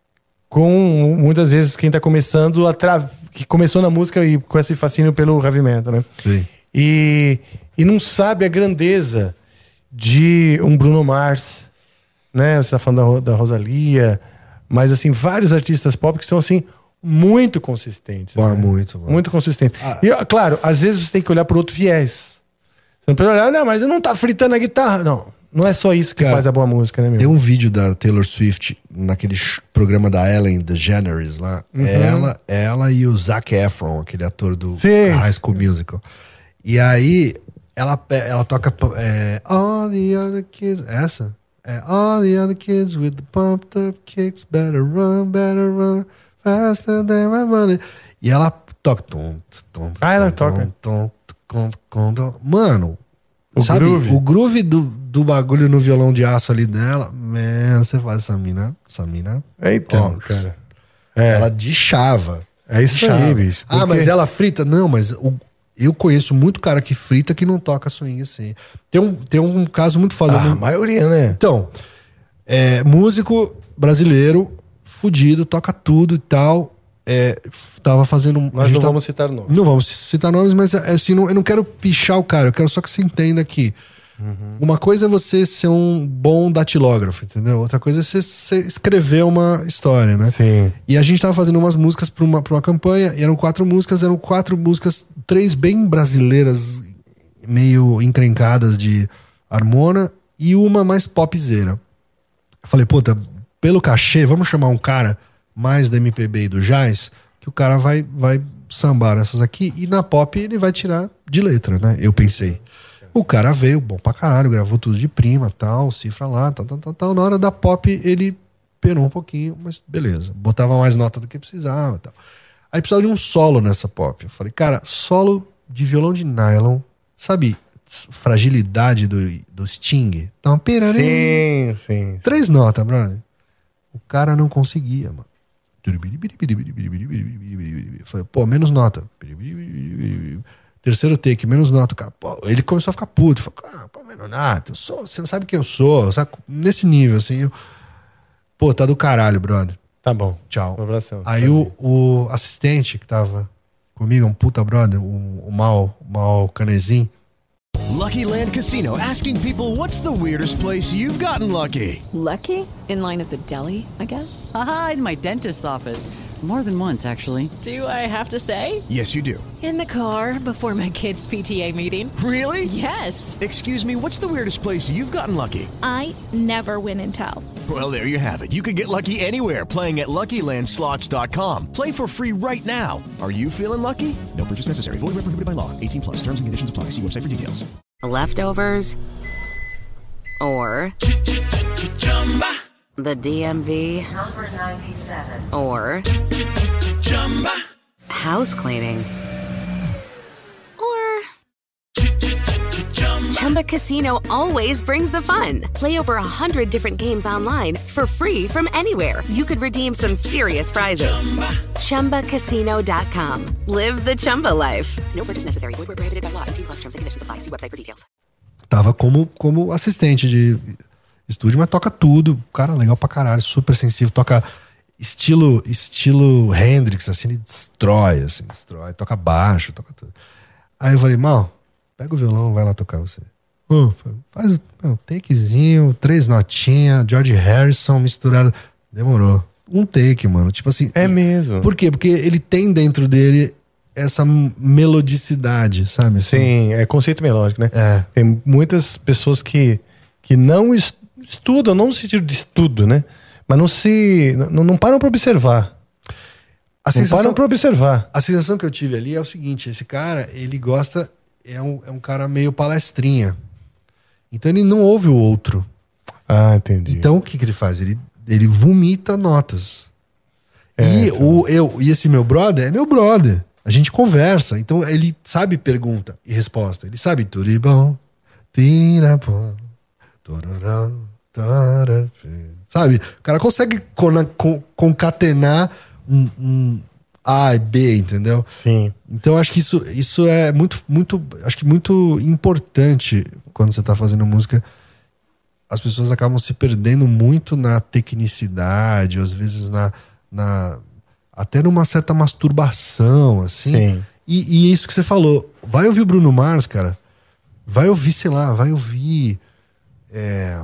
Com muitas vezes quem tá começando, a tra... que começou na música e com esse fascínio pelo heavy metal, né? Sim. E, e não sabe a grandeza de um Bruno Mars, né? Você tá falando da, da Rosalía, mas assim, vários artistas pop que são assim, muito consistentes. Bom, né? muito, bom. Muito consistentes. Ah. E, ó, claro, às vezes você tem que olhar por outro viés. Você não pode olhar, não, mas não tá fritando a guitarra. Não, não é só isso que Cara, faz a boa música, né, meu? Tem um vídeo da Taylor Swift naquele sh- programa da Ellen DeGeneres lá. Uhum. É ela, ela e o Zac Efron, aquele ator do Sim. High School Musical. E aí ela, pe- ela toca é, All the Other Kids. Essa? É All the Other Kids with the pumped up kicks. Better run, better run. Faster than my money. E ela toca. Tum, tum, Ah, ela tum, toca. tum, tum, tum, tum. Mano, O sabe, groove. o groove do, do bagulho no violão de aço ali dela, man, você faz essa mina, essa mina, Então, ó, cara. É, ela deixava. é isso deixava. aí, bicho. Ah, porque- mas ela frita? Não, mas o- eu conheço muito cara que frita que não toca swing assim. Tem um, tem um caso muito foda. Ah, a no- maioria, né? Então, é, músico brasileiro, fudido, toca tudo e tal. É, f- tava fazendo um. a Nós gente não tá- vamos citar nomes. Não vamos citar nomes, mas é, assim, não, eu não quero pichar o cara, eu quero só que você entenda aqui. Uma coisa é você ser um bom datilógrafo, entendeu? Outra coisa é você, você escrever uma história, né? Sim. E a gente tava fazendo umas músicas pra uma, pra uma campanha, e eram quatro músicas, eram quatro músicas, três bem brasileiras, meio encrencadas de harmona, e uma mais popzeira. Eu falei, puta, pelo cachê, vamos chamar um cara mais da M P B e do jazz, que o cara vai, vai sambar essas aqui, e na pop ele vai tirar de letra, né? Eu pensei. O cara veio, bom pra caralho, gravou tudo de prima, tal, cifra lá, tal, tal, tal, tal. Na hora da pop ele penou um pouquinho, mas beleza. Botava mais nota do que precisava, tal. Aí precisava de um solo nessa pop. Eu falei, cara, solo de violão de nylon, sabe, fragilidade do, do Sting? Então, Sim, sim. três notas, brother. O cara não conseguia, mano. Eu falei, pô, menos nota. Terceiro take, menos nota, cara. Pô, ele começou a ficar puto. Falei, ah, pô, menos nota, eu sou, você não sabe quem eu sou, sabe? Nesse nível, assim. Eu, pô, tá do caralho, brother. Tá bom. Tchau. Um abração. Aí o, o assistente que tava comigo, um puta brother, o, o Mal, o Mal Canezinho. Lucky Land Casino, asking people, what's the weirdest place you've gotten lucky? Lucky? In line at the deli, I guess? Aha, in my dentist's office. More than once, actually. Do I have to say? Yes, you do. In the car before my kids' P T A meeting. Really? Yes. Excuse me, what's the weirdest place you've gotten lucky? I never win and tell. Well, there you have it. You can get lucky anywhere, playing at Lucky Land Slots dot com. Play for free right now. Are you feeling lucky? No purchase necessary. Void where prohibited by law. eighteen plus. Terms and conditions apply. See website for details. Leftovers or the D M V Number ninety-seven. or house cleaning or Chumba Casino always brings the fun. Play over a hundred different games online for free from anywhere. You could redeem some serious prizes. Chumba Casino dot com. Live the Chumba life. No purchase necessary. Void where prohibited by law. eighteen plus. Terms and conditions apply. See website for details. Tava como, como assistente de estúdio, mas toca tudo. Cara, legal pra caralho, super sensível. Toca estilo estilo Hendrix, assim, ele destrói, assim, destrói. Toca baixo, toca tudo. Aí eu falei, Mal, pega o violão, vai lá tocar você. Oh, faz um takezinho, três notinhas, George Harrison misturado. Demorou. Um take, mano. Tipo assim. É mesmo. Por quê? Porque ele tem dentro dele essa melodicidade, sabe? Assim? Sim, é conceito melódico, né? É. Tem muitas pessoas que, que não es- estudam, não no sentido de estudo, né? Mas não se. Não, não param pra observar. A Não sensação, param pra observar. a sensação que eu tive ali é o seguinte: esse cara, ele gosta. É um, é um cara meio palestrinha. Então ele não ouve o outro. Ah, entendi. Então o que, que ele faz? Ele ele vomita notas. É, e, então. o, eu, e esse meu brother é meu brother. A gente conversa. Então ele sabe pergunta e resposta. Ele sabe tudo bom. Tira bom. Sabe? O cara consegue con- con- concatenar um, um A e B, entendeu? Sim. Então acho que isso, isso é muito, muito, acho que muito importante quando você tá fazendo música. As pessoas acabam se perdendo muito na tecnicidade, às vezes na, na até numa certa masturbação, assim. Sim. E, e isso que você falou, vai ouvir o Bruno Mars, cara. Vai ouvir, sei lá, vai ouvir. É,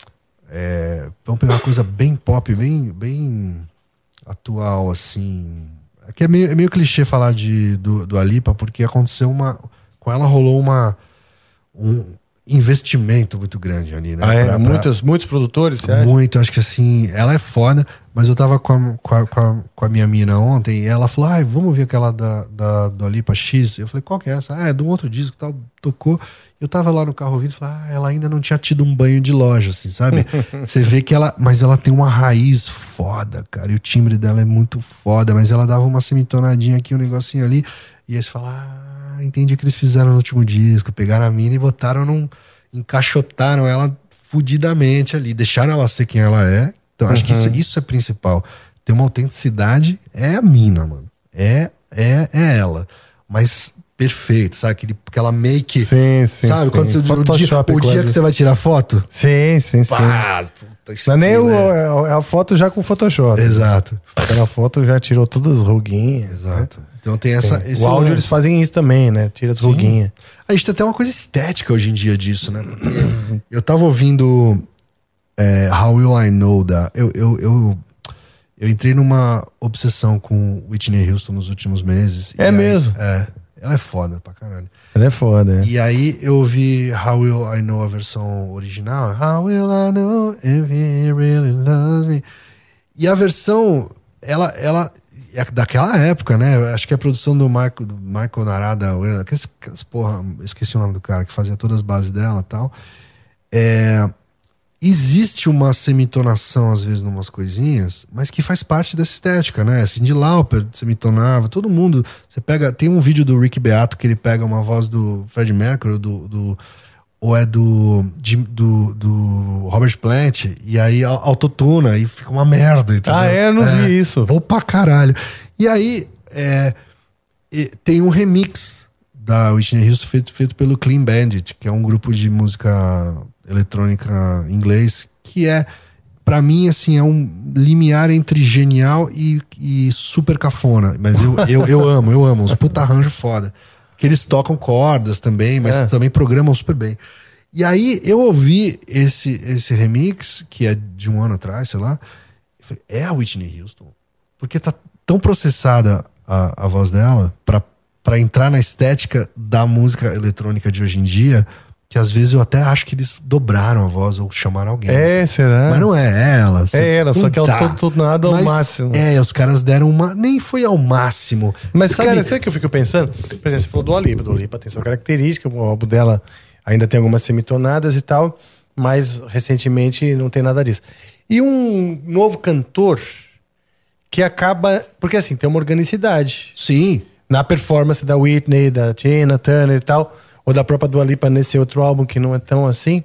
é, vamos pegar uma coisa bem pop, bem, bem atual, assim. Aqui é meio, é meio clichê falar de, do, do Alipa, porque aconteceu uma. Com ela rolou uma. Um investimento muito grande ali, né? Ah, é? Pra- pra- muitos, muitos produtores, você acha? Muito, acho que assim, ela é foda, mas eu tava com a, com a, com a, com a minha mina ontem e ela falou, ai, vamos ver aquela da, da, do Alipa X. Eu falei, qual que é essa? Ah, é do outro disco e tal, tocou. Eu tava lá no carro ouvindo e falei, ah, ela ainda não tinha tido um banho de loja, assim, sabe? Você vê que ela, mas ela tem uma raiz foda, cara, e o timbre dela é muito foda, mas ela dava uma semitonadinha aqui, um negocinho ali, e aí você fala, ah, entendi o que eles fizeram no último disco, pegaram a mina e botaram num, encaixotaram ela fudidamente ali, deixaram ela ser quem ela é. Então acho que isso, isso é principal. Ter uma autenticidade é a mina, mano. É, é, é ela. Mas perfeito, sabe? Aquele, aquela make. Sim, sim, sabe? sim. Quando você, o dia, Photoshop o dia quase. que você vai tirar foto? Sim, sim, sim. Pá, puta, Não é nem o, estilo, né? é a foto já com Photoshop. Exato. Aquela foto já tirou todas as ruguinhas. Exato. Né? Então tem essa. Tem. esse O áudio lance. eles fazem isso também, né? Tira as Sim. ruguinhas. A gente tem até uma coisa estética hoje em dia disso, né? Porque eu tava ouvindo é, How Will I Know da. Eu, eu, eu, eu entrei numa obsessão com Whitney Houston nos últimos meses. É E aí- mesmo? é. Ela é foda pra caralho. Ela é foda, né? E aí eu ouvi How Will I Know a versão original. How will I know if he really loves me? E a versão, ela, ela é daquela época, né? Eu acho que é a produção do Michael, do Michael Narada, aqueles, aquelas porra, eu esqueci o nome do cara que fazia todas as bases dela e tal. É, existe uma semitonação, às vezes, numas coisinhas, mas que faz parte dessa estética, né? Cyndi Lauper semitonava, todo mundo. Você pega. Tem um vídeo do Rick Beato que ele pega uma voz do Freddie Mercury, do, do, ou é do, de- do, do Robert Plant, e aí au- autotuna, e fica uma merda. Entendeu? Ah, é? Eu não vi isso. Vou pra caralho. E aí, é, e tem um remix da Whitney Houston feito, feito pelo Clean Bandit, que é um grupo de música eletrônica em inglês, que é, pra mim, assim, é um limiar entre genial e, e super cafona. Mas eu, eu, eu amo, eu amo. Uns puta arranjo foda. Que eles tocam cordas também, mas É. também programam super bem. E aí eu ouvi esse, esse remix, que é de um ano atrás, sei lá. Eu falei, é a Whitney Houston? Porque tá tão processada a, a voz dela pra, pra entrar na estética da música eletrônica de hoje em dia, que às vezes eu até acho que eles dobraram a voz ou chamaram alguém. É, será? Mas não é ela. É ela, só não que ela tá. todo, todo nada ao Mas, máximo. É, os caras deram uma. Nem foi ao máximo. Mas, Sabe- cara, sabe o que eu fico pensando? Por exemplo, você falou do Alipa. Do Alipa tem sua característica, o álbum dela ainda tem algumas semitonadas e tal, mas recentemente não tem nada disso. E um novo cantor que acaba... Porque assim, tem uma organicidade. Sim. Na performance da Whitney, da Tina Turner e tal, ou da própria Dua Lipa nesse outro álbum que não é tão assim.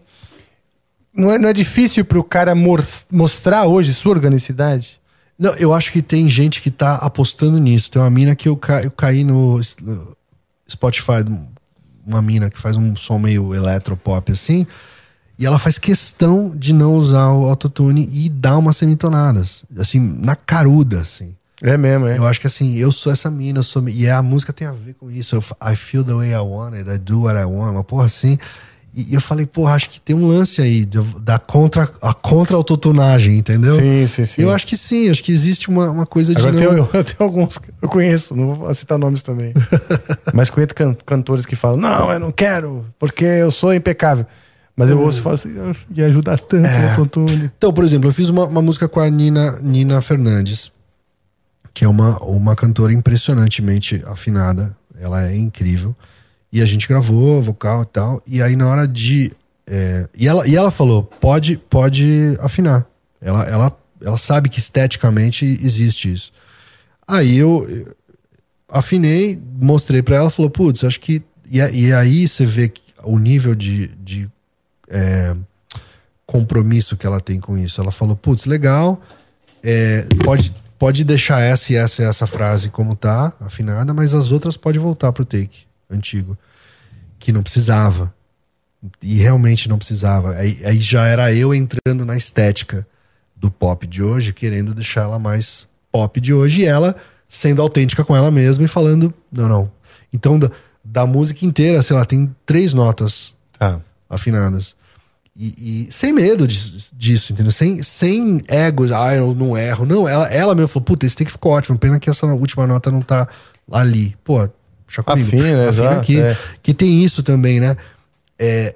Não é, não é difícil pro cara mor- mostrar hoje sua organicidade? Não, eu acho que tem gente que tá apostando nisso. Tem uma mina que eu, ca... eu caí no s- no Spotify, uma mina que faz um som meio eletropop assim, e ela faz questão de não usar o autotune e dar umas semitonadas, assim, na caruda, assim. É mesmo, é. Eu acho que assim, eu sou essa mina, eu sou, e a música tem a ver com isso. Eu, f- I feel the way I want it, I do what I want, uma porra assim. E, e eu falei, porra, acho que tem um lance aí de- da contra, a contra-autotunagem, entendeu? Sim, sim, sim. Eu acho que sim, acho que existe uma, uma coisa de Agora tem, não... eu, eu tenho alguns que eu conheço, não vou citar nomes também. Mas conheço can- cantores que falam, não, eu não quero, porque eu sou impecável. Mas eu ouço e falo assim, "Ah, ia ajudar tanto É. o autotune." Então, por exemplo, eu fiz uma, uma música com a Nina, Nina Fernandes, que é uma, uma cantora impressionantemente afinada. Ela é incrível. E a gente gravou vocal e tal. E aí na hora de... é, e, ela, e ela falou, pode, pode afinar. Ela, ela, ela sabe que esteticamente existe isso. Aí eu, eu afinei, mostrei pra ela, falou, putz, acho que... E, e aí você vê que o nível de, de é, compromisso que ela tem com isso. Ela falou, putz, legal, é, pode, pode deixar essa e essa e essa frase como tá, afinada, mas as outras pode voltar pro take antigo. Que não precisava. E realmente não precisava. Aí, aí já era eu entrando na estética do pop de hoje, querendo deixar ela mais pop de hoje, e ela sendo autêntica com ela mesma e falando, não, não. Então, da, da música inteira, sei lá, tem três notas tá. afinadas. E, e sem medo disso, disso, entendeu? Sem, sem egos, ah, eu não erro. Não, ela, ela mesmo falou, puta, esse take ficou ótimo, pena que essa última nota não tá ali. Pô, deixa comigo. Afina, Afina exato, aqui. é. Que tem isso também, né? É,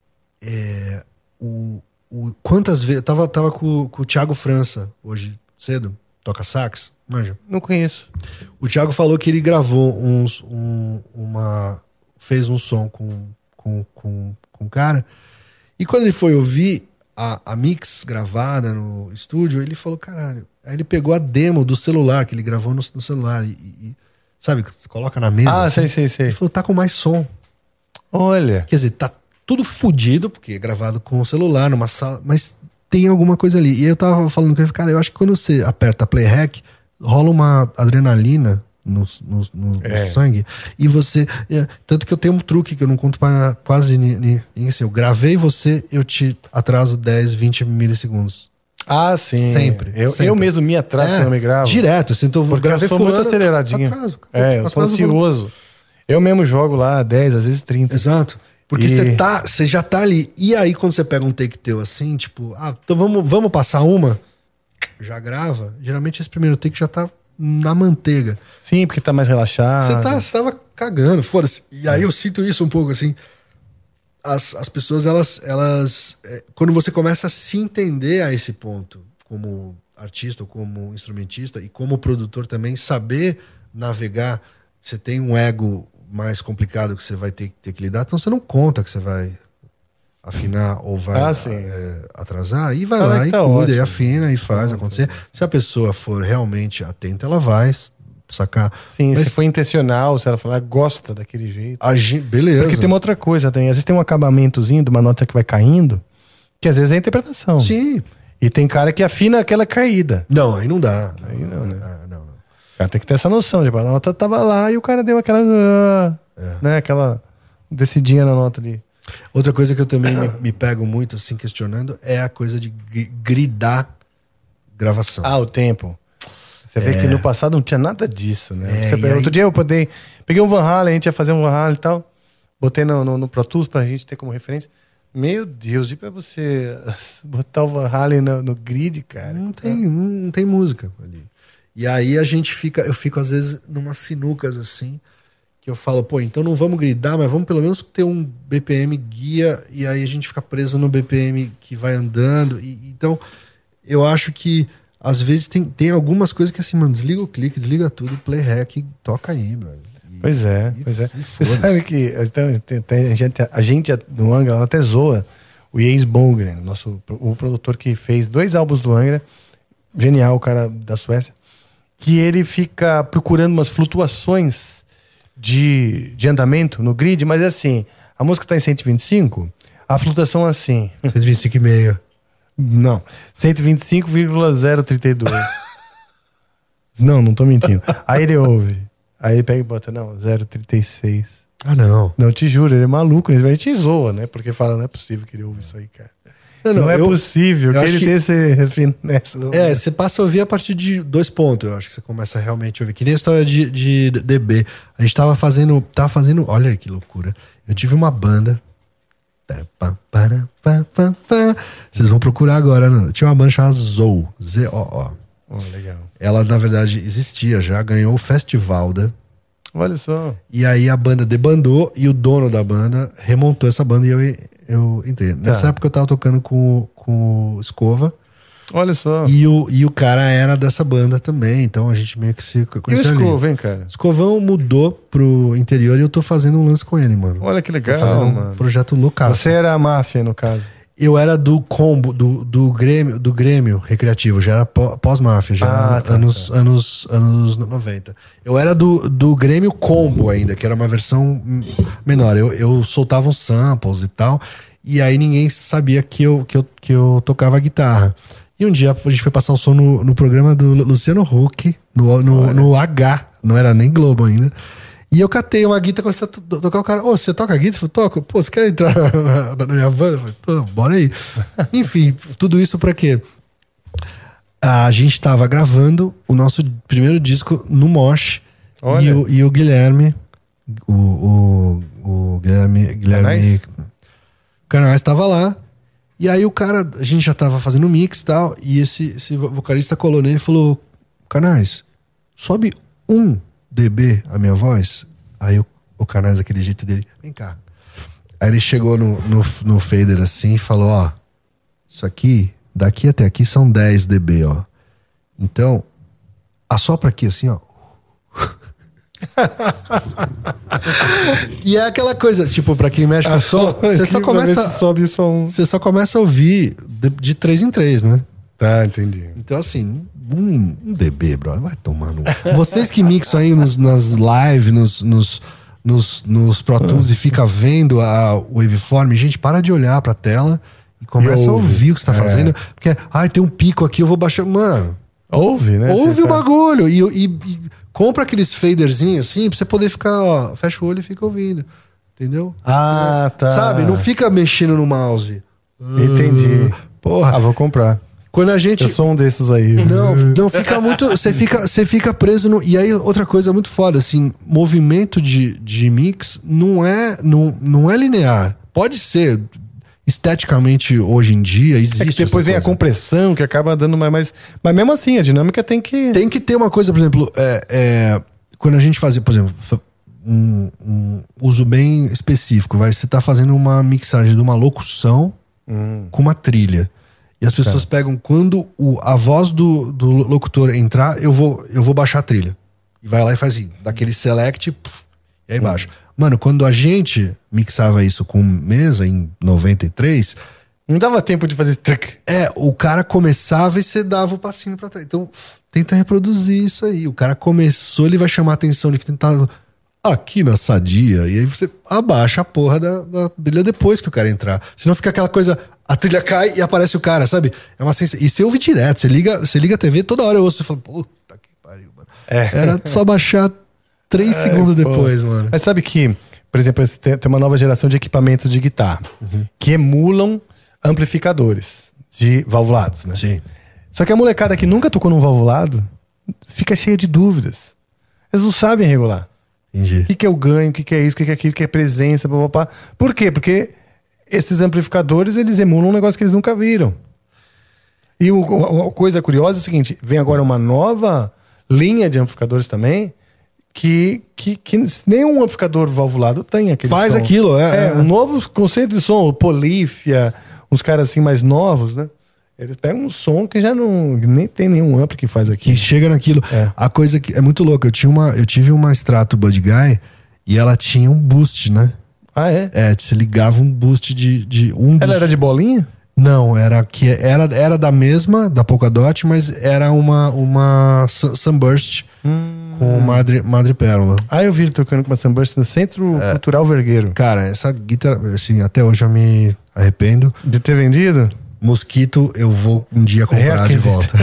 é, o, o, quantas vezes... Eu tava, tava com, com o Thiago França hoje cedo, toca sax, manja? Não conheço. O Thiago falou que ele gravou uns, um, uma... fez um som com, com, com, com um cara, e quando ele foi ouvir a, a mix gravada no estúdio, ele falou, caralho, aí ele pegou a demo do celular, que ele gravou no, no celular, e, e sabe, você coloca na mesa. Ah, assim, sei, sei, sei. Ele falou, tá com mais som. Olha. Quer dizer, tá tudo fodido, porque é gravado com o celular, numa sala, mas tem alguma coisa ali. E eu tava falando com ele, cara, eu acho que quando você aperta play rec, rola uma adrenalina no, no, no, É. no sangue, e você... É, tanto que eu tenho um truque que eu não conto pra quase ninguém. Assim, eu gravei você, eu te atraso dez, vinte milissegundos. Ah, sim. Sempre. Eu, sempre. eu mesmo me atraso É, quando eu me gravo. Direto. Assim, então, eu Porque eu gravei sou muito fulano, aceleradinho. atraso, é, eu sou atraso, ansioso. Eu mesmo jogo lá dez, às vezes trinta. Exato. Porque E- você tá, você já tá ali. E aí, quando você pega um take teu assim, tipo, ah, então vamos, vamos passar uma, já grava. Geralmente esse primeiro take já tá na manteiga. Sim, porque tá mais relaxado. Você tá, você tava cagando, foda-se. E aí eu sinto isso um pouco assim. As, as pessoas, elas, elas é, quando você começa a se entender a esse ponto, como artista ou como instrumentista, e como produtor também, saber navegar, você tem um ego mais complicado que você vai ter, ter que lidar, então você não conta que você vai afinar ou vai Ah, sim. é, atrasar, e vai Ah, lá que e tá cuida, e ótimo. afina e faz acontecer. Se a pessoa for realmente atenta, ela vai sacar. Sim, Mas se for intencional, se ela falar, gosta daquele jeito. a gente, beleza. Porque tem uma outra coisa também. Às vezes tem um acabamentozinho de uma nota que vai caindo, que às vezes é interpretação. Sim. E tem cara que afina aquela caída. Não, aí não dá. Aí não, né? Ah, não, não. O cara tem que ter essa noção. Tipo, a nota tava lá e o cara deu aquela... ah, né, aquela descidinha na nota ali. Outra coisa que eu também me, me pego muito, assim, questionando, é a coisa de gri- gridar gravação. Ah, o tempo. Você vê É. que no passado não tinha nada disso, né? É, Você- e aí- Outro dia eu podei, peguei um Van Halen, a gente ia fazer um Van Halen e tal, botei no, no, no Pro Tools pra gente ter como referência. Meu Deus, e pra você botar o Van Halen no, no grid, cara? Não tem, não, não tem música ali. E aí a gente fica, eu fico às vezes numas sinucas assim, que eu falo, pô, então não vamos gridar, mas vamos pelo menos ter um B P M guia, e aí a gente fica preso no B P M que vai andando. E, então, eu acho que às vezes tem, tem algumas coisas que assim, mano, desliga o clique, desliga tudo, play rec, toca aí, brother. E- Pois é, e- pois é. e Você foda-se. sabe que então, tem- tem- a, gente, a gente no Angra ela até zoa o Jens Bongren, o nosso o produtor que fez dois álbuns do Angra, genial, o cara da Suécia, que ele fica procurando umas flutuações de, de andamento no grid, mas é assim, a música tá em cento e vinte e cinco, a flutuação é assim. cento e vinte e cinco e meio. Não, cento e vinte e cinco vírgula zero trinta e dois. Não, não tô mentindo. Aí ele ouve. Aí ele pega e bota, não, zero vírgula trinta e seis. Ah, não. Não, te juro, ele é maluco. Ele te zoa, né? Porque fala, não é possível que ele ouve isso aí, cara. Não, Não, não, é eu- possível eu que acho ele que- tenha esse finesse. É, você passa a ouvir a partir de dois pontos, eu acho que você começa a realmente ouvir. Que nem a história de, de D B. A gente tava fazendo, tava fazendo, olha que loucura. Eu tive uma banda. Tá, pá, para, pá, pá, pá. Vocês vão procurar agora, não? Tinha uma banda chamada Zou, Z O O. Oh, legal. Ela, na verdade, existia já, ganhou o festival da. Olha só. E aí a banda debandou e o dono da banda remontou essa banda e eu, eu entrei. Nessa época eu tava tocando com, com o Escova. Olha só. E o, e o cara era dessa banda também, então a gente meio que se E o conheceu ali. Escova, hein, cara? Escovão mudou pro interior e eu tô fazendo um lance com ele, mano. Olha que Tô legal, fazendo um mano. projeto loucaço. Você era a máfia, no caso. Eu era do combo, do, do, Grêmio, do Grêmio Recreativo, já era pó- pós-máfia, já Ah, era tá, anos, tá. Anos, anos noventa. Eu era do, do Grêmio Combo ainda, que era uma versão menor. Eu, eu soltava uns samples e tal, e aí ninguém sabia que eu, que eu, que eu tocava guitarra. E um dia a gente foi passar o som no, no programa do Luciano Huck, no, no, no H, não era nem Globo ainda. E eu catei uma guitarra, comecei a to- tocar o cara. Ô, você toca guitarra? Eu falei, toco. Pô, você quer entrar na, na minha van? Eu falei, Tô, bora aí. Enfim, tudo isso pra quê? A gente tava gravando o nosso primeiro disco no Mosh. Olha. E o, e o Guilherme, o, o, o Guilherme, Guilherme Canais? Canais tava lá. E aí o cara, a gente já tava fazendo mix e tal. E esse, esse vocalista colou nele e falou: Canais, sobe um dB a minha voz. Aí o, o Canais, daquele jeito dele, vem cá. Aí ele chegou no, no, no fader assim e falou: ó, isso aqui, daqui até aqui são dez dB, ó. Então, assopra aqui assim, ó. E é aquela coisa, tipo, pra quem mexe com o som, você só começa, sobe o som. você só começa a ouvir de, de três em três, né? Tá, entendi. Então, assim, um, um dB, bro, vai tomar no... Vocês que mixam aí nos, nas lives, nos, nos, nos, nos Pro Tools e fica vendo a waveform, gente, para de olhar pra tela e começa E a ouve. ouvir o que você tá É. fazendo. Porque, ai, tem um pico aqui, eu vou baixar... Mano, Ouve, né? ouve Você o tá- bagulho e, e, e compra aqueles faderzinhos assim pra você poder ficar, ó, fecha o olho e fica ouvindo. Entendeu? Ah, tá. Sabe? Não fica mexendo no mouse. Entendi. Porra. Ah, vou comprar. Quando a gente... Eu sou um desses aí. Não, não fica muito. Você fica, você fica preso no. E aí, outra coisa muito foda, assim, movimento de, de mix não é, não, não é linear. Pode ser. Esteticamente, hoje em dia, existe. É que depois essa vem a coisa. compressão, que acaba dando mais, mais. Mas mesmo assim, a dinâmica tem que. Tem que ter uma coisa, por exemplo, é, é, quando a gente fazia, por exemplo, um, um uso bem específico, vai, você tá fazendo uma mixagem de uma locução Hum. com uma trilha. E as pessoas pegam, quando o, a voz do, do locutor entrar, eu vou, eu vou baixar a trilha. E vai lá e faz assim, daquele select, puf, e aí baixa. Mano, quando a gente mixava isso com mesa em noventa e três, Não dava tempo de fazer truck. é, o cara começava e você dava o passinho pra trás. Então, tenta reproduzir isso aí. O cara começou, ele vai chamar a atenção de que tá aqui na sadia. E aí você abaixa a porra da, da trilha depois que o cara entrar. Senão fica aquela coisa, a trilha cai e aparece o cara, sabe? É uma sensação. E você ouve direto, você liga, você liga a T V, toda hora eu ouço, você fala, puta que pariu, mano. É. Era só baixar três segundos pô. depois, mano. Mas sabe que, por exemplo, esse- tem tem uma nova geração de equipamentos de guitarra que emulam amplificadores de valvulados, né? Sim. Só que a molecada que nunca tocou num valvulado fica cheia de dúvidas. Eles não sabem regular. Entendi. O que, que é o ganho, o que, que é isso, o que, que é aquilo, o que é presença, papapá. Por quê? Porque esses amplificadores, eles emulam um negócio que eles nunca viram. E o- uma coisa curiosa é o seguinte, vem agora uma nova linha de amplificadores também, que, que, que nenhum amplificador valvulado tem aquele Faz som. aquilo, é, É, é. um novo conceito de som, o Polífia, uns caras assim mais novos, né? Eles pegam um som que já não... nem tem nenhum ampli que faz aqui. Que chega naquilo. É. A coisa que é muito louca. Eu, tinha uma, eu tive uma Strato Bud Guy e ela tinha um boost, né? Ah, é? É, você ligava um boost de, de um Ela dos- era de bolinha? Não, era que era, era da mesma, da Polkadot, mas era uma, uma Sun- Sunburst com Madre, Madre Pérola. Ah, eu vi ele tocando com uma Sunburst no Centro É. Cultural Vergueiro. Cara, essa guitarra, assim, até hoje eu me arrependo. De ter vendido? Mosquito, eu vou um dia comprar de Requisito. volta.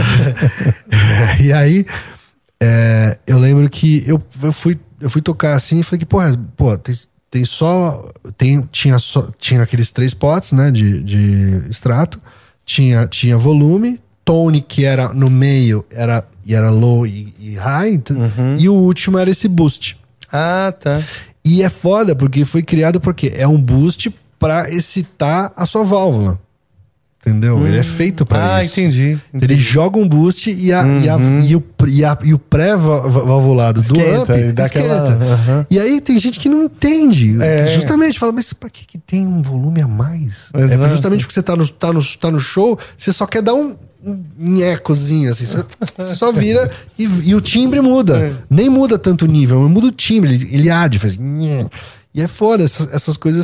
E aí, é, eu lembro que eu, eu, fui, eu fui tocar assim e falei que, porra, pô, tem, tem só. Tem, tinha, só tinha aqueles três pots, né, de, de extrato, tinha, tinha volume, tone, que era no meio, era, e era low e, e high, então, e o último era esse boost. Ah, tá. E é foda, porque foi criado porque é um boost pra excitar a sua válvula. Entendeu? Ele é feito pra Ah, isso. entendi. Ele joga um boost e, a, e, a, e o, e, a, e o pré-valvulado do Esquenta, amp e dá esquenta. aquela- Aham. E aí tem gente que não entende. É. Justamente, fala, mas pra que, que tem um volume a mais? É Exato. justamente porque você tá no, tá, no, tá no show, você só quer dar um, um nhecozinho, assim. Você, você só vira e, e o timbre muda. Nem muda tanto o nível, mas muda o timbre. Ele, ele arde, faz... nhé. E é foda, essas, essas coisas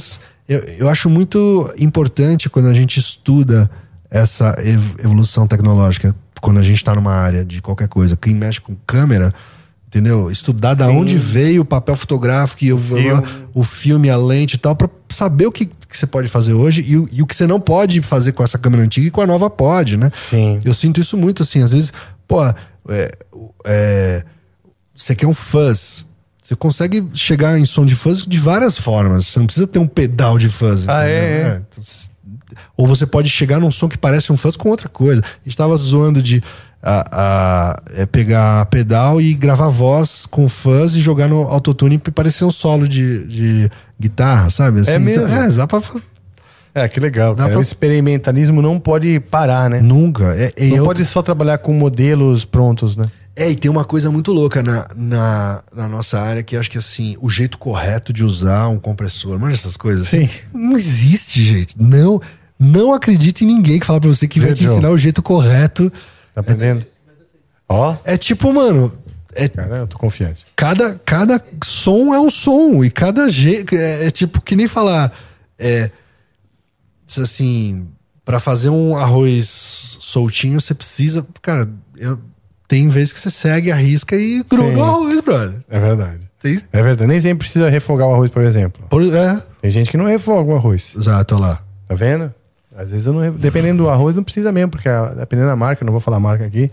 Eu, eu acho muito importante quando a gente estuda essa ev- evolução tecnológica, quando a gente está numa área de qualquer coisa, quem mexe com câmera, entendeu? Estudar da onde veio o papel fotográfico, e o, Filme. o filme, a lente e tal, pra saber o que, que você pode fazer hoje e, o- e o que você não pode fazer com essa câmera antiga e com a nova pode, né? Sim. Eu sinto isso muito, assim, às vezes, pô, é, é, você quer um fuzz, você consegue chegar em som de fuzz de várias formas, você não precisa ter um pedal de fuzz. Ah, entendeu? é, é. Então, s- ou você pode chegar num som que parece um fuzz com outra coisa. A gente tava zoando de a, a, é, pegar pedal e gravar voz com fuzz e jogar no autotune e parecer um solo de, de guitarra, sabe? Assim, É mesmo? então, é, dá pra... É, que legal, Dá cara. pra- O experimentalismo não pode parar, né? Nunca. É, é, Não eu- pode só trabalhar com modelos prontos, né? É, e tem uma coisa muito louca na, na, na nossa área, que acho que assim, o jeito correto de usar um compressor, manja essas coisas? Sim. Não existe, gente. Não, não acredite em ninguém que fala pra você que vai Viu, te Joe? ensinar o jeito correto. Tá aprendendo? Ó, É tipo, mano, é, cara, eu tô confiante. cada, cada som é um som, e cada jeito. É, é tipo que nem falar. É, se assim, pra fazer um arroz soltinho, você precisa. Cara, eu, tem vezes que você segue a risca e gruda Sim. o arroz, brother. É verdade. Tem, É verdade. Nem sempre precisa refogar o arroz, por exemplo. por, é, Tem gente que não refoga o arroz. exato, olha lá. Tá vendo? Às vezes, eu não, re- dependendo do arroz, não precisa mesmo, porque a- dependendo da marca, eu não vou falar a marca aqui.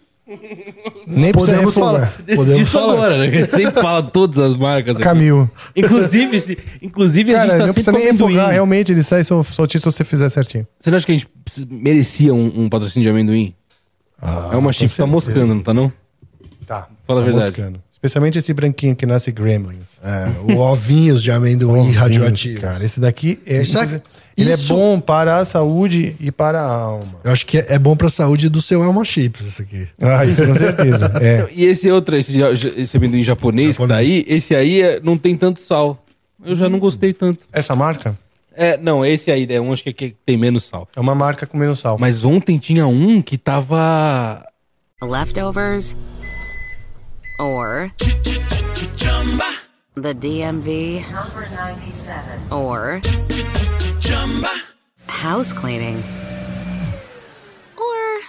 Nem precisa Podemos refogar. falar. Decidi Podemos isso falar. agora, né? A gente sempre fala todas as marcas aqui. Camil. Inclusive, se, inclusive a Cara, gente tá não sempre precisa nem com amendoim. refogar. Realmente, ele sai só, só se você fizer certinho. Você não acha que a gente precisa- merecia um, um patrocínio de amendoim? é uma chip que tá moscando, não tá não? Tá. Fala a tá verdade. moscando. Especialmente esse branquinho que nasce Gremlins. É, o ovinhos de amendoim Ovinhos, radioativo. Cara, esse daqui é, Isso é- ele isso- é bom para a saúde e para a alma. Eu acho que é, é bom pra saúde do seu Alma Chips, isso aqui. Ah, isso com certeza. É. E esse outro, esse, ja- esse amendoim japonês, que tá aí, esse aí é- não tem tanto sal. Eu já não gostei tanto. Essa marca É, não, esse aí é um acho que, é que tem menos sal. é uma marca com menos sal. Mas ontem tinha um que tava... Leftovers or the D M V Number ninety-seven. or house cleaning or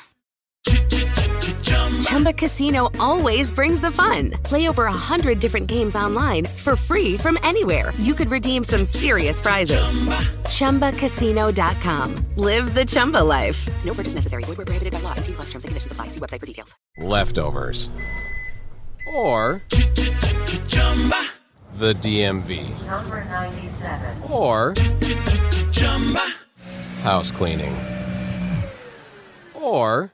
Chumba Casino always brings the fun. Play over a hundred different games online for free from anywhere. You could redeem some serious prizes. Chumba Casino dot com. Live the Chumba life. No purchase necessary. Void where prohibited by law. eighteen plus terms and conditions apply. See website for details. Leftovers. Or the D M V. Number ninety-seven. Or house cleaning. Or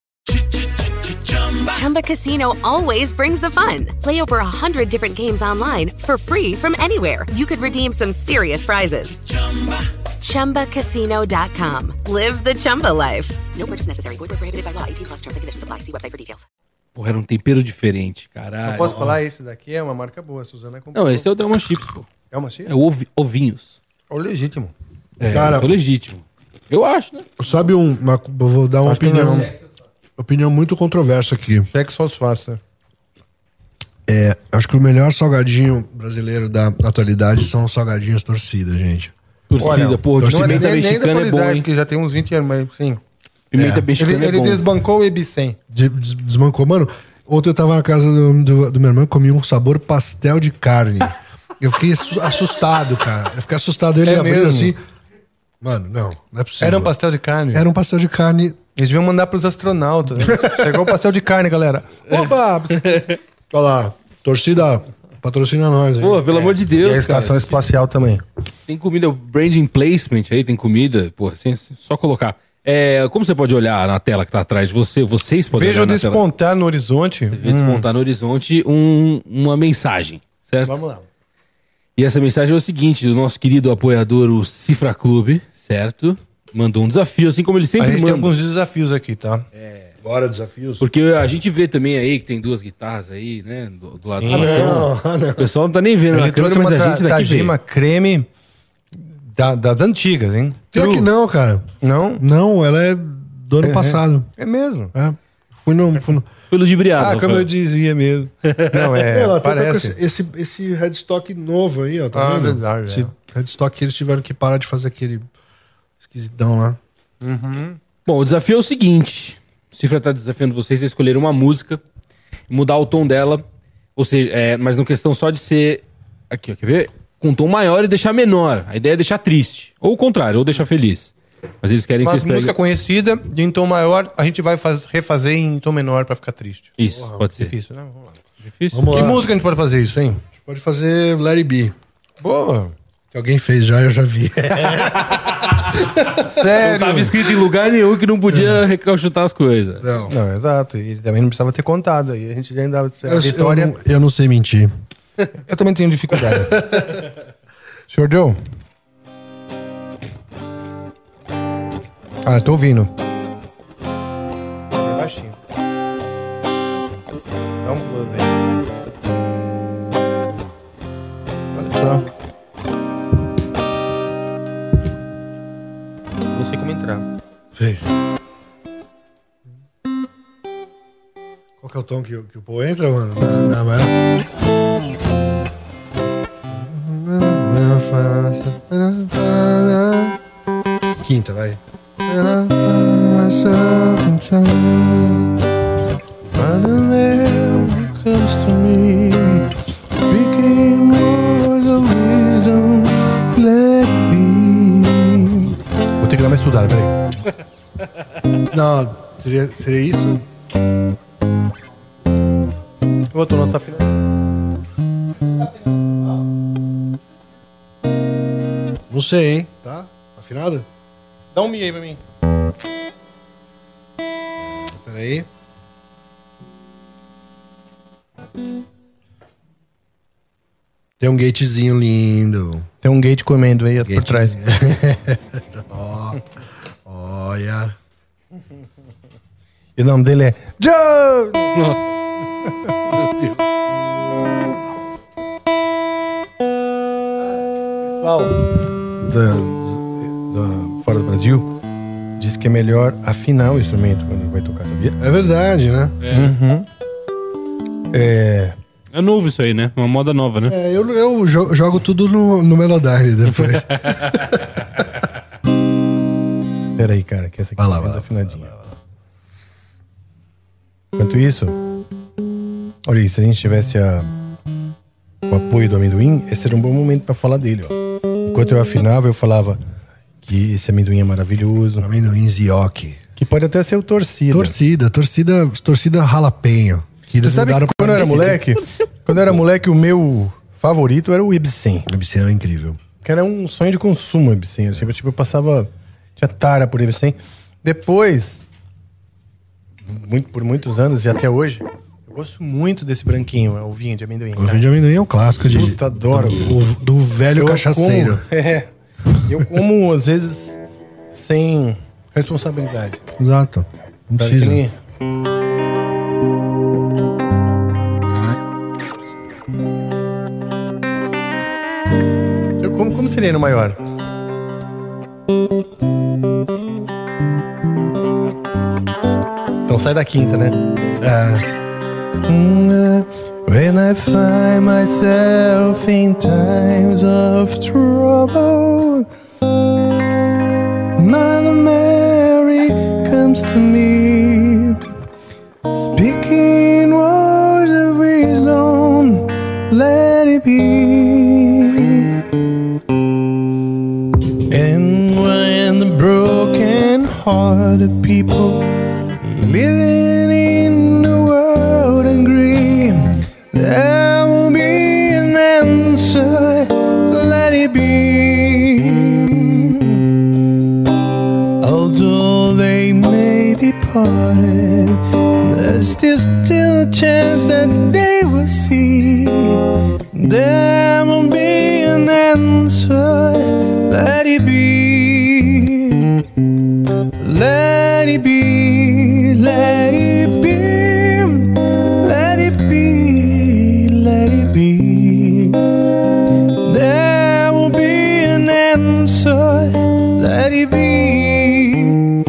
Chumba Casino always brings the fun. Play over a hundred different games online for free from anywhere. You could redeem some serious prizes. Chumba Casino dot com. Live the Chumba life. No purchase necessary. Void where prohibited by law. eighteen plus terms and conditions apply. See website for details. Porra, era um tempero diferente, caralho. Eu posso falar isso daqui? É uma marca boa. Suzana comprou. Não, esse é o Delma Chips, pô. É uma chips? É o ovi- ovinhos. É o legítimo. É, Cara- esse é o legítimo. Eu acho, né? Sabe um. Uma, eu vou dar uma Acho que opinião. não. Opinião muito controversa aqui. Cheque só os fatos, né? É, acho que o melhor salgadinho brasileiro da atualidade são os salgadinhos torcida, gente. Torcida, porra, de não é pimenta nem, nem da mexicana é bom, qualidade, hein? porque já tem uns vinte anos, mas sim. Pimenta É. mexicana Ele, é ele bom. desbancou o Ebicem. De- des- desmancou. Mano, ontem eu tava na casa do, do, do meu irmão e comi um sabor pastel de carne. Eu fiquei assu- assustado, cara. Eu fiquei assustado. Ele É abriu mesmo? assim. Mano, não, não é possível. Era um pastel de carne. Era um pastel de carne. Eles deviam mandar pros astronautas. Né? Chegou o pastel de carne, galera. Opa! Olha lá, torcida, patrocina nós, hein? Pô, pelo amor de Deus, E a estação cara. espacial também. Tem comida, branding placement aí, tem comida. Pô, assim, só colocar. É, como você pode olhar na tela que tá atrás de você? Vocês podem Veja eu olhar na tela. despontar no horizonte. Vê despontar no horizonte um- uma mensagem, certo? Vamos lá. E essa mensagem é o seguinte, do nosso querido apoiador, o Cifra Clube, certo? Mandou um desafio, assim como ele A sempre gente tem manda. alguns desafios aqui, tá? Bora, desafios. Porque a gente vê também aí que tem duas guitarras aí, né? Do, do lado Sim. do Marcelo. Ah, não. O pessoal não tá nem vendo na Ele câmera, trouxe mas uma a gente daqui vê. Tajima creme da- das antigas, hein? Pior True. que não, cara. Não? Não, ela é do ano É, passado. É mesmo. É. Fui no. Fui no... Pelo ludibriado. Ah, como eu dizia mesmo. Não, é, Ela tá com parece. esse, esse, esse headstock novo aí, ó. Tá Ah, vendo? verdade, Esse é. Headstock, eles tiveram que parar de fazer aquele esquisitão lá. Uhum. Bom, o desafio é o seguinte. O Cifra tá desafiando vocês a escolher uma música e mudar o tom dela. Ou seja, é, mas não questão só de ser... Aqui, ó, quer ver? Com um tom maior e deixar menor. A ideia é deixar triste. Ou o contrário, ou deixar feliz. Mas eles querem Uma que vocês peguem... música conhecida, de em tom maior, a gente vai faz, refazer em tom menor pra ficar triste. Isso, Porra, pode ser. Difícil, né? Vamos lá. Difícil? Vamos Que lá. música a gente pode fazer isso, hein? Pode fazer Let It Be. Boa. Que alguém fez já, eu já vi. Não Sério? tava escrito em lugar nenhum que não podia recalchutar as coisas. Não. Não, exato. E também não precisava ter contado. Aí a gente já ainda... A Eu, vitória... eu, não, eu não sei mentir. Eu também tenho dificuldade. Senhor Joe? Ah, tô ouvindo. Bem baixinho. Dá um plus aí. Olha só. Não sei como entrar. Fez. Qual que é o tom que, o- que o Paul entra, mano? Na, na, Quinta, vai. Vou ter que dar uma estudada, peraí. Não, seria, seria isso? Eu vou tomar nota final. Não sei, hein? Tá? Afinado? Dá um mi aí pra mim. Peraí. Tem um gatezinho lindo. Tem um gate comendo aí por trás. Ó, olha. E o nome dele é Joe! Nossa. Meu Deus. Pessoal da, da- fora do Brasil diz que é melhor afinar o instrumento quando vai tocar, sabia? É verdade, né? Uhum. É. É novo isso aí, né? Uma moda nova, né? É, eu, eu jo- jogo tudo no, no Melodyne depois. Pera aí, cara, que essa aqui Vai lá, tá vai mais lá, afinadinha. Enquanto isso, olha aí, se a gente tivesse a, o apoio do amendoim, esse era um bom momento pra falar dele, ó. Enquanto eu afinava, eu falava que esse amendoim é maravilhoso, Amendoim Zioki. que pode até ser o torcida. Torcida, torcida, torcida jalapeño. Que eles Você sabe mudaram que quando eu era pra- moleque, quando eu era moleque, o meu favorito era o Ibsen. O Ibsen era incrível. Que era um sonho de consumo, o Ibsen. Eu sempre, tipo, eu passava... Tinha tara por Ibsen. Depois, muito, por muitos anos e até hoje, eu gosto muito desse branquinho, é o vinho de amendoim. O cara. vinho de amendoim é um clássico de, Puta, adoro. do, do velho Eu cachaceiro. como- é, eu como, às vezes, sem responsabilidade. Exato. Não Sabe precisa. que nem- Eu como, como seria no maior? Então sai da quinta, né? É. When I find myself in times of trouble, Mother Mary comes to me, speaking words of wisdom, let it be. And when the broken hearted people living in the world agree, there will be an answer, let it be. Although they may be parted, there's still, still a chance that they will see. There will be an answer, let it be. Let it be, let it be, let it be, let it be. There will be an answer, let it be.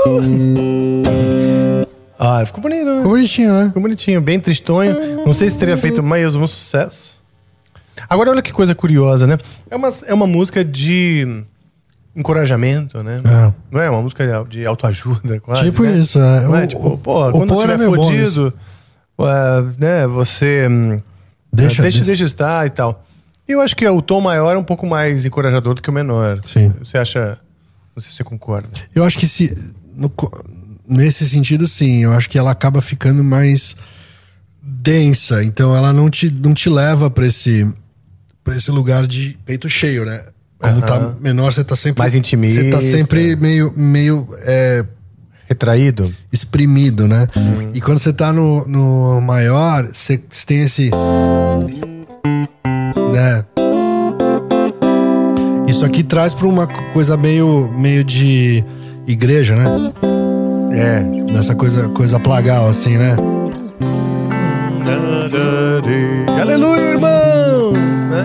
Uh. Ah, ficou bonito, né? Ficou bonitinho, né? Ficou bonitinho, bem tristonho. Não sei se teria feito mais um sucesso. Agora, olha que coisa curiosa, né? É uma, é uma música de encorajamento, né? É. Não é uma música de autoajuda, quase, Tipo né? isso, é. Não é? O- Tipo, pô, o quando Paul tiver era meio bom fodido, uh, né, você hum, Deixa- uh, deixa, deixa. deixa estar e tal. E eu acho que o tom maior é um pouco mais encorajador do que o menor. Sim. Você acha... Não sei se você concorda. Eu acho que se. no co- nesse sentido, sim. Eu acho que ela acaba ficando mais densa. Então ela não te, não te leva pra esse, pra esse lugar de peito cheio, né? Como Aham. tá menor, você tá sempre. Mais intimista. Você tá sempre meio. meio é, Retraído? exprimido, né? E quando você tá no, no maior, você, você tem esse. Né? Isso aqui traz pra uma coisa meio, meio de igreja, né? É. Dessa coisa, coisa plagal, assim, né? Aleluia, irmãos! Né?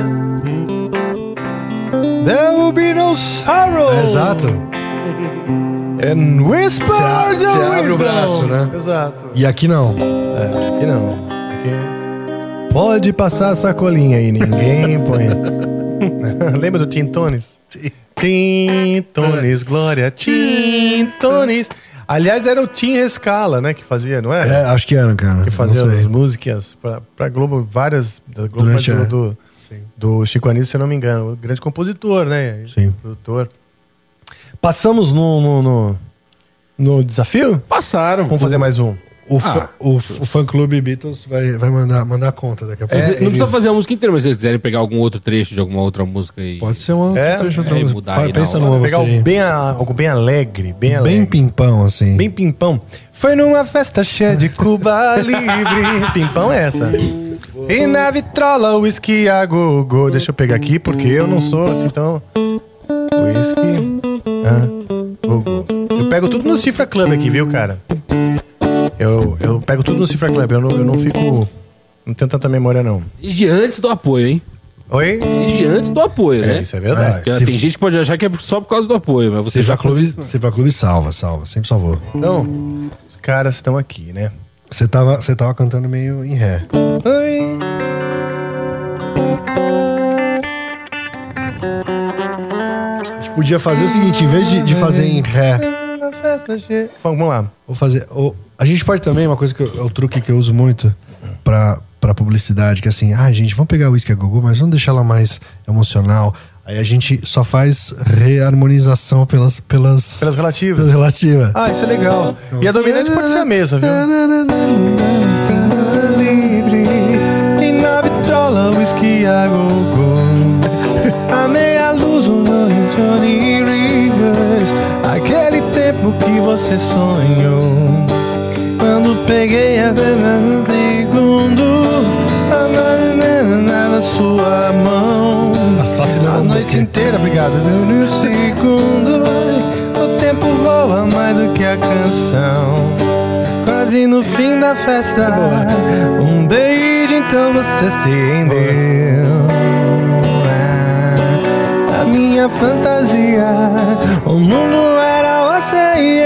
There will be no sorrow. É, exato. And whispers Cê a- of cê abre o wisdom. braço, né? Exato. E aqui não. É, aqui não. Aqui... Pode passar a sacolinha aí, ninguém põe. Lembra do Tim Tones? Tim Tones, Glória, Tim Tones. Aliás, era o Tim Rescala, né, que fazia, não era? É, acho que era, cara. Que fazia Não sei. as músicas pra, pra Globo, várias da Globo, Durante mas a- do, do, do Chico Anísio, se eu não me engano. O grande compositor, né? Sim. Produtor. Passamos no, no, no, no desafio? Passaram. Vamos fazer mais um. O, Ah, fã, o, f- o fã clube Beatles vai, vai mandar, mandar conta daqui a pouco. É, não precisa eles- fazer a música inteira, mas se vocês quiserem pegar algum outro trecho de alguma outra música aí. Pode ser uma É, outra outra é, música. mudar Vai, aí na pensa hora. numa Pegar você algo aí. bem, a- algo bem alegre, bem Bem alegre. pimpão, assim. Bem pimpão. Foi numa festa cheia de Cuba Libre. Pimpão é essa. E na vitrola, whisky a gogo. Deixa eu pegar aqui, porque eu não sou assim, então... Whisky a gogo. Eu pego tudo no Cifra Club aqui, viu, cara? Eu, eu pego tudo no Cifra Club. Eu não, eu não fico... Não tenho tanta memória, não. Desde antes do apoio, hein? Oi? Desde antes do apoio, É, né? isso é verdade. Porque tem gente que pode achar que é só por causa do apoio, mas você Cifra já Clube, Cifra Clube salva, salva. Sempre salvou. Então, os caras estão aqui, né? Você tava, você tava cantando meio em ré. Oi. A gente podia fazer o seguinte, em vez de, de fazer em ré, Na festa cheia... Vamos lá. ou fazer... Ou, a gente pode também, uma coisa que eu, é o truque que eu uso muito pra, pra publicidade, que é assim, ah, gente, vamos pegar o Whisky a Gogô, mas vamos deixar ela mais emocional. Aí a gente só faz reharmonização pelas... Pelas, Pelas relativas. pelas relativas. Ah, isso é legal. E a dominante pode ser a mesma, viu? Livre e na vitrola, whisky a gogo. A meia luz, um Johnny Rivers. Aquele tempo que você sonhou. Quando peguei a vela no segundo, a banana na sua mão. A noite inteira, obrigado. No segundo, o tempo voa mais do que a canção. Quase no fim da festa, um beijo, então você se rendeu. Ah, a minha fantasia, o mundo era você e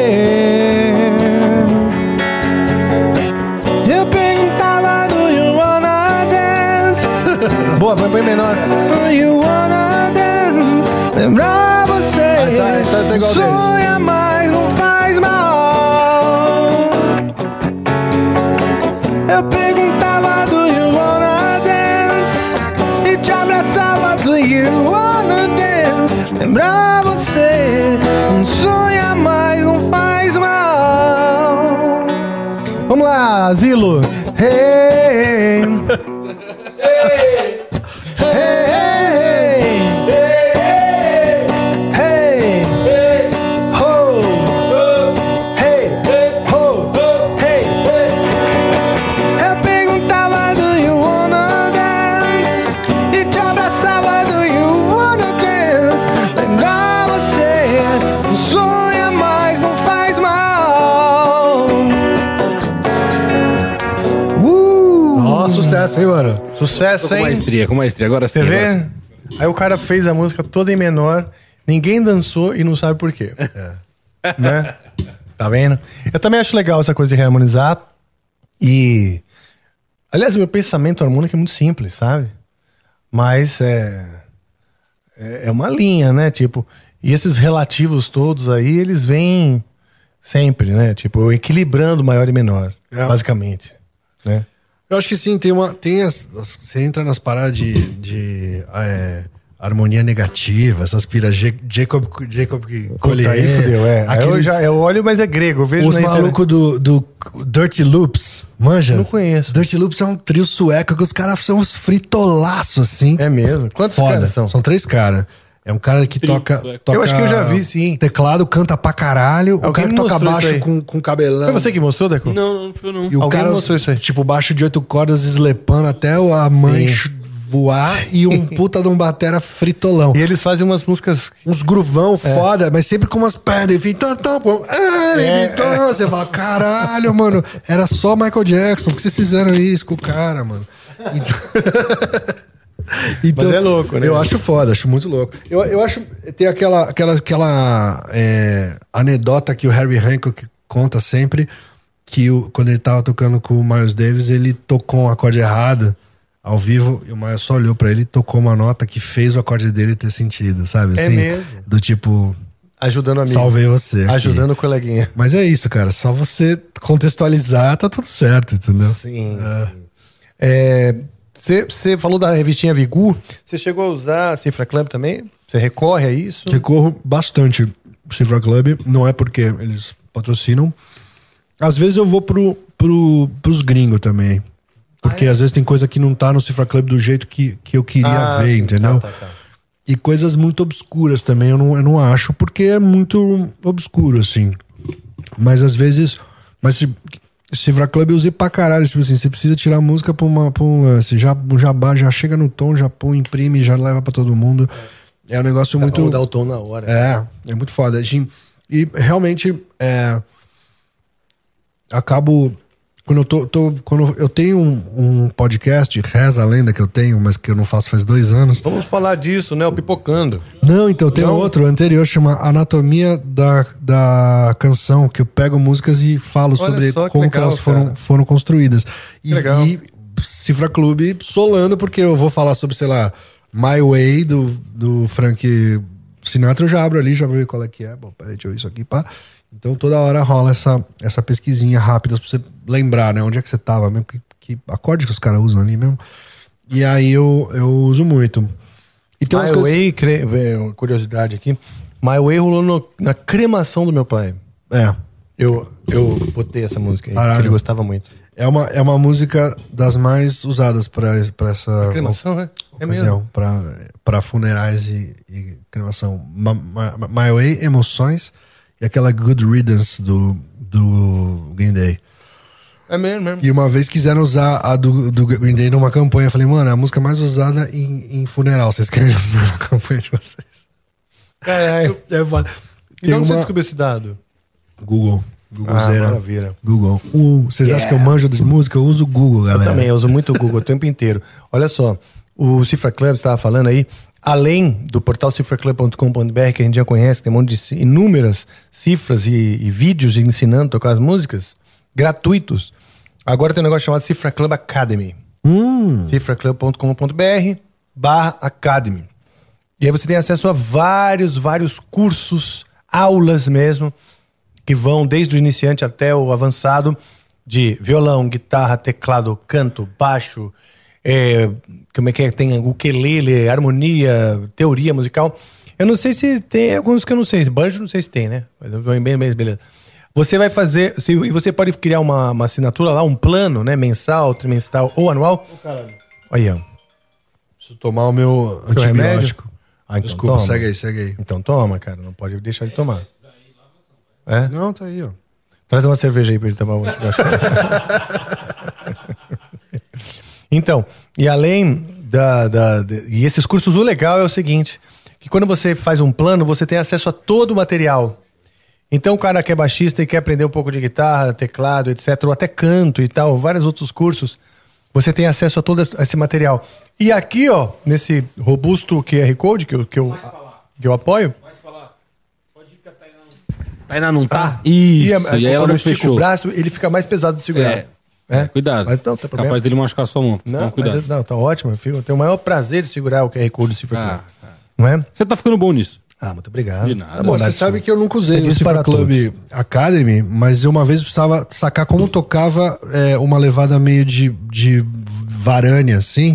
eu. Eu perguntava, do you wanna dance? Boa, vai bem menor. Do you wanna dance? Lembrar você. Ah, tá, tá, tá igual deles. Sonha mais, não faz mal. Eu perguntava, do you wanna dance? E te abraçava, do you wanna dance? Lembrar você. Não sonha mais, não faz mal. Vamos lá, Asilo. Hey. Hey. Hey. Hey. Hey. Ho. Hey. Ho. Hey. Eu perguntava, do you wanna dance? E te abraçava, do you wanna dance? Lembrar você, não sonha mais, não faz mal. Uh! Ó, sucesso, hein, mano? Sucesso, Com hein? maestria, com maestria. Agora sim. Você agora vê? sim. Aí o cara fez a música toda em menor, ninguém dançou e não sabe por quê. Né? Tá vendo? Eu também acho legal essa coisa de reharmonizar. E. Aliás, o meu pensamento harmônico é muito simples, sabe? Mas é, é é uma linha, né? Tipo, e esses relativos todos aí, eles vêm sempre, né? Tipo, equilibrando maior e menor, É. basicamente, né? Eu acho que sim, tem uma. Tem as, as- você entra nas paradas de, de é, harmonia negativa, essas piras J- Jacob, Jacob Collier. Puta, aí fudeu, é. Aí eu, aqueles- já, eu olho, mas é grego, eu vejo Os na internet. malucos do, do Dirty Loops, manja? Não conheço. Dirty Loops é um trio sueco que os caras são uns fritolaços, assim. É mesmo? Quantos Foda. caras são? São três caras. É um cara que Trio toca, sueco. toca. Eu acho que eu já vi, sim. Teclado, canta pra caralho. o Alguém cara que me toca mostrou isso baixo aí. com, com cabelão. Foi você que mostrou, Deco? Não, não foi não. E o Alguém cara, mostrou isso aí. tipo, baixo de oito cordas, eslepando até o- a mãe Sim. ch- voar e um puta de um batera fritolão. E eles fazem umas músicas... Uns gruvão foda, mas sempre com umas pedras. Enfim, tom, tom, pom, é, enfim, tom. Você fala, caralho, mano, era só Michael Jackson. Por que vocês fizeram isso com o cara, mano? Então... Então, Mas é louco, né? Eu acho foda, acho muito louco. Eu, eu acho. Tem aquela, aquela, aquela é, anedota que o Harry Hancock conta sempre: que o, quando ele tava tocando com o Miles Davis, ele tocou um acorde errado ao vivo, e o Miles só olhou pra ele e tocou uma nota que fez o acorde dele ter sentido, sabe? É Assim, mesmo? Do tipo, Ajudando o amigo. salvei você. aqui. Ajudando o coleguinha. Mas é isso, cara. Só você contextualizar, tá tudo certo, entendeu? Sim. Você falou da revistinha Vigu. Você chegou a usar a Cifra Club também? Você recorre a isso? Recorro bastante pro Cifra Club, não é porque eles patrocinam. Às vezes eu vou pro, pro, pros gringos também. Porque às vezes tem coisa que não tá no Cifra Club do jeito que, que eu queria Ah, ver, sim, entendeu? tá, tá, tá. E coisas muito obscuras também, eu não, eu não acho, porque é muito obscuro, assim. Mas às vezes. Mas se, Cifra Club eu usei pra caralho. Tipo assim, você precisa tirar a música pra, uma, pra um lance. Já, o jabá já chega no tom, já põe, imprime, já leva pra todo mundo. É um negócio Dá pra muito. mudar o tom na hora. É, é muito foda. Assim, e realmente é, acabo. Quando eu tô. tô- quando eu tenho um, um podcast, Reza a Lenda, que eu tenho, mas que eu não faço faz dois anos. Vamos falar disso, né? O Pipocando. Não, então tem Não? outro anterior, chama Anatomia da, da Canção, que eu pego músicas e falo Olha sobre só que como que legal, elas foram, cara. foram construídas. E, Que legal. e Cifra Clube solando, porque eu vou falar sobre, sei lá, My Way, do, do Frank Sinatra, eu já abro ali, já vou ver qual é que é. Bom, peraí, deixa eu ver isso aqui, pá. Então toda hora rola essa, essa pesquisinha rápida pra você lembrar, né? Onde é que você tava mesmo, que, que acorde que os caras usam ali mesmo. E aí eu, eu uso muito. E tem umas My coisas- Way, cre- é, curiosidade aqui. My Way rolou no- na cremação do meu pai. É. Eu, eu botei essa música aí, Caralho. que ele gostava muito. É uma, é uma música das mais usadas pra, pra essa Cremação, é? É ocasião, mesmo. pra, pra funerais e, e cremação. Ma, ma, My Way, Emoções e aquela Good Riddance do, do Green Day. É mesmo, mesmo. E uma vez quiseram usar a do, do Green Day numa campanha. Eu falei, mano, é a música mais usada em, em funeral. Vocês querem usar na campanha de vocês? Caralho. É, foda. E Tem de onde você uma- descobriu esse dado? Google. Ah, Googlezeira. maravilha. Google. Uh, vocês acham que eu manjo de música? Eu uso o Google, Eu galera. também, eu uso muito o Google o tempo inteiro. Olha só, o Cifra Club estava falando aí, além do portal cifra club ponto com ponto b r, que a gente já conhece, que tem um monte de ci- inúmeras cifras e, e vídeos ensinando a tocar as músicas, gratuitos. Agora tem um negócio chamado Cifra Club Academy. Hum. cifra club ponto com ponto b r barra Academy. E aí você tem acesso a vários, vários cursos, aulas mesmo, que vão desde o iniciante até o avançado, de violão, guitarra, teclado, canto, baixo, é, como é que é? Tem ukulele, harmonia, teoria musical. Eu não sei se tem alguns que eu não sei. Banjo não sei se tem, né? Mas bem, bem, bem, beleza. Você vai fazer, se- e você pode criar uma, uma assinatura lá, um plano, né? Mensal, trimestral ou anual. Olha, Preciso tomar o meu seu remédio. antibiótico. Ah, então Desculpa, toma. segue aí, segue aí. Então toma, cara. Não pode deixar de tomar. É? Não, tá aí, ó. Traz uma cerveja aí pra ele tomar um antibiótico. Então, e além da, da, de- e esses cursos, o legal é o seguinte, que quando você faz um plano, você tem acesso a todo o material. Então o cara que é baixista e quer aprender um pouco de guitarra, teclado, etcétera, ou até canto e tal, vários outros cursos, você tem acesso a todo esse material. E aqui, ó, nesse robusto Q R Code que eu, que eu, que eu apoio, Tainá não tá? e, Isso, a- e aí ela quando não eu estico fechou. o braço, ele fica mais pesado de segurar. É. É? Cuidado. Mas não, tem problema. Capaz dele machucar a sua mão. Não, Então, cuidado. mas, não, tá ótimo. Eu, fico, eu tenho o maior prazer de segurar o Q R Code do Cifra Club. Ah, ah. Não é? Você tá ficando bom nisso. Ah, muito obrigado. De nada. Tá Bom, bom, você Nath, sabe que eu nunca usei Você o disse Cifra para Club Academy, mas eu uma vez precisava sacar como tocava é, uma levada meio de, de varane, assim.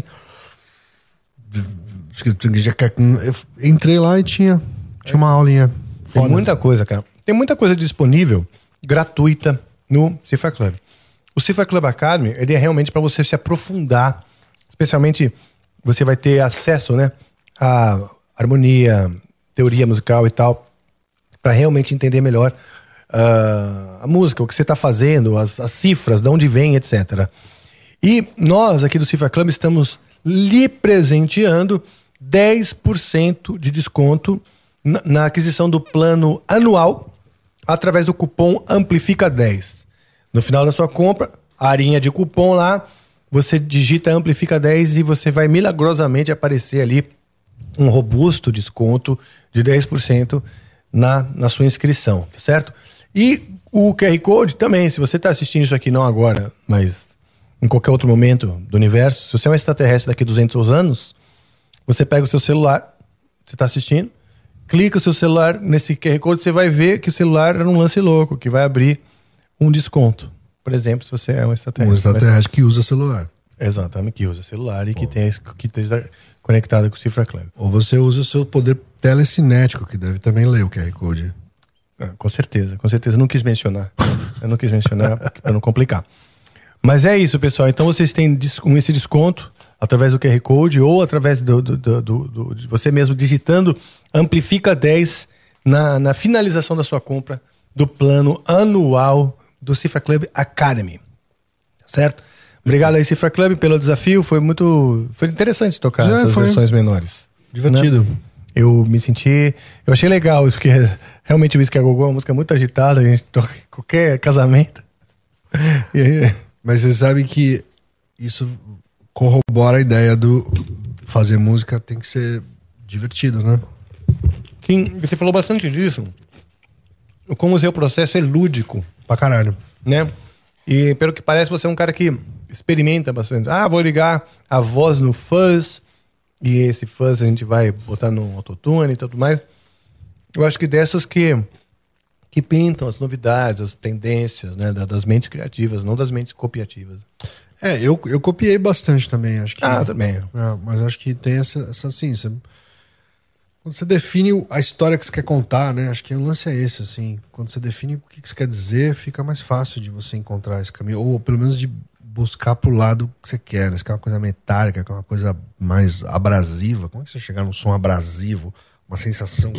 Eu entrei lá e tinha, tinha uma aulinha Tem foda. muita coisa, cara. Tem muita coisa disponível, gratuita, no Cifra Club. O Cifra Club Academy, ele é realmente para você se aprofundar. Especialmente, você vai ter acesso, né, a harmonia, teoria musical e tal, para realmente entender melhor uh, a música, o que você está fazendo, as, as cifras, de onde vem, etcétera. E nós aqui do Cifra Club estamos lhe presenteando dez por cento de desconto na, na aquisição do plano anual através do cupom Amplifica dez. No final da sua compra, a arinha de cupom lá, você digita Amplifica dez e você vai milagrosamente aparecer ali um robusto desconto de dez por cento na, na sua inscrição, tá certo? E o Q R Code também, se você está assistindo isso aqui não agora, mas em qualquer outro momento do universo, se você é um extraterrestre daqui a duzentos anos, você pega o seu celular, você está assistindo, clica o seu celular nesse Q R Code, você vai ver que o celular era um lance louco, que vai abrir um desconto. Por exemplo, se você é um extraterrestre. Um extraterrestre que usa celular. Exatamente, que usa celular e que tem que esteja conectado com o Cifra Club. Ou você usa o seu poder telecinético, que deve também ler o Q R Code. Ah, com certeza, com certeza. Eu não quis mencionar. Eu não quis mencionar para não complicar. Mas é isso, pessoal. Então vocês têm esse desconto através do Q R Code ou através do, do, do, do, do de você mesmo digitando Amplifica dez na, na finalização da sua compra do plano anual do Cifra Club Academy. Certo? Obrigado aí, Cifra Club, pelo desafio. Foi muito... Foi interessante tocar Já essas foi. versões menores. Divertido. Né? Eu me senti... Eu achei legal isso, porque realmente o Whisky a Gogô é uma música muito agitada. A gente toca em qualquer casamento. E aí... Mas você sabe que isso corrobora a ideia do fazer música tem que ser divertido, né? Sim, você falou bastante disso. Como o seu processo é lúdico. Pra caralho. Né? E pelo que parece, você é um cara que experimenta bastante. Ah, vou ligar a voz no fuzz, e esse fuzz a gente vai botar no autotune e tudo mais. Eu acho que dessas que, que pintam as novidades, as tendências, né, das mentes criativas, não das mentes copiativas. É, eu, eu copiei bastante também, acho que. Ah, também. É, mas acho que tem essa, essa assim, você, quando você define a história que você quer contar, né? Acho que o lance é esse, assim. Quando você define o que você quer dizer, fica mais fácil de você encontrar esse caminho. Ou pelo menos de buscar pro lado que você quer, né? Se quer uma coisa metálica, que é uma coisa mais abrasiva. Como é que você chegar num som abrasivo? Uma sensação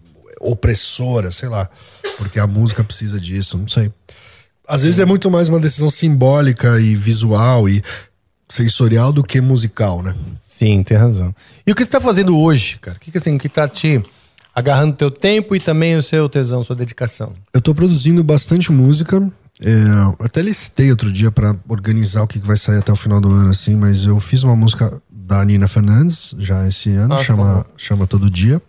opressora, sei lá. Porque a música precisa disso, não sei. Às vezes é muito mais uma decisão simbólica e visual e sensorial do que musical, né? Sim, tem razão. E o que você tá fazendo hoje, cara? O que, que, assim, que tá te agarrando o teu tempo e também o seu tesão, sua dedicação? Eu tô produzindo bastante música. É, eu até listei outro dia pra organizar o que vai sair até o final do ano, assim, mas eu fiz uma música da Nina Fernandes já esse ano, ah, chama, tá chama Todo Dia,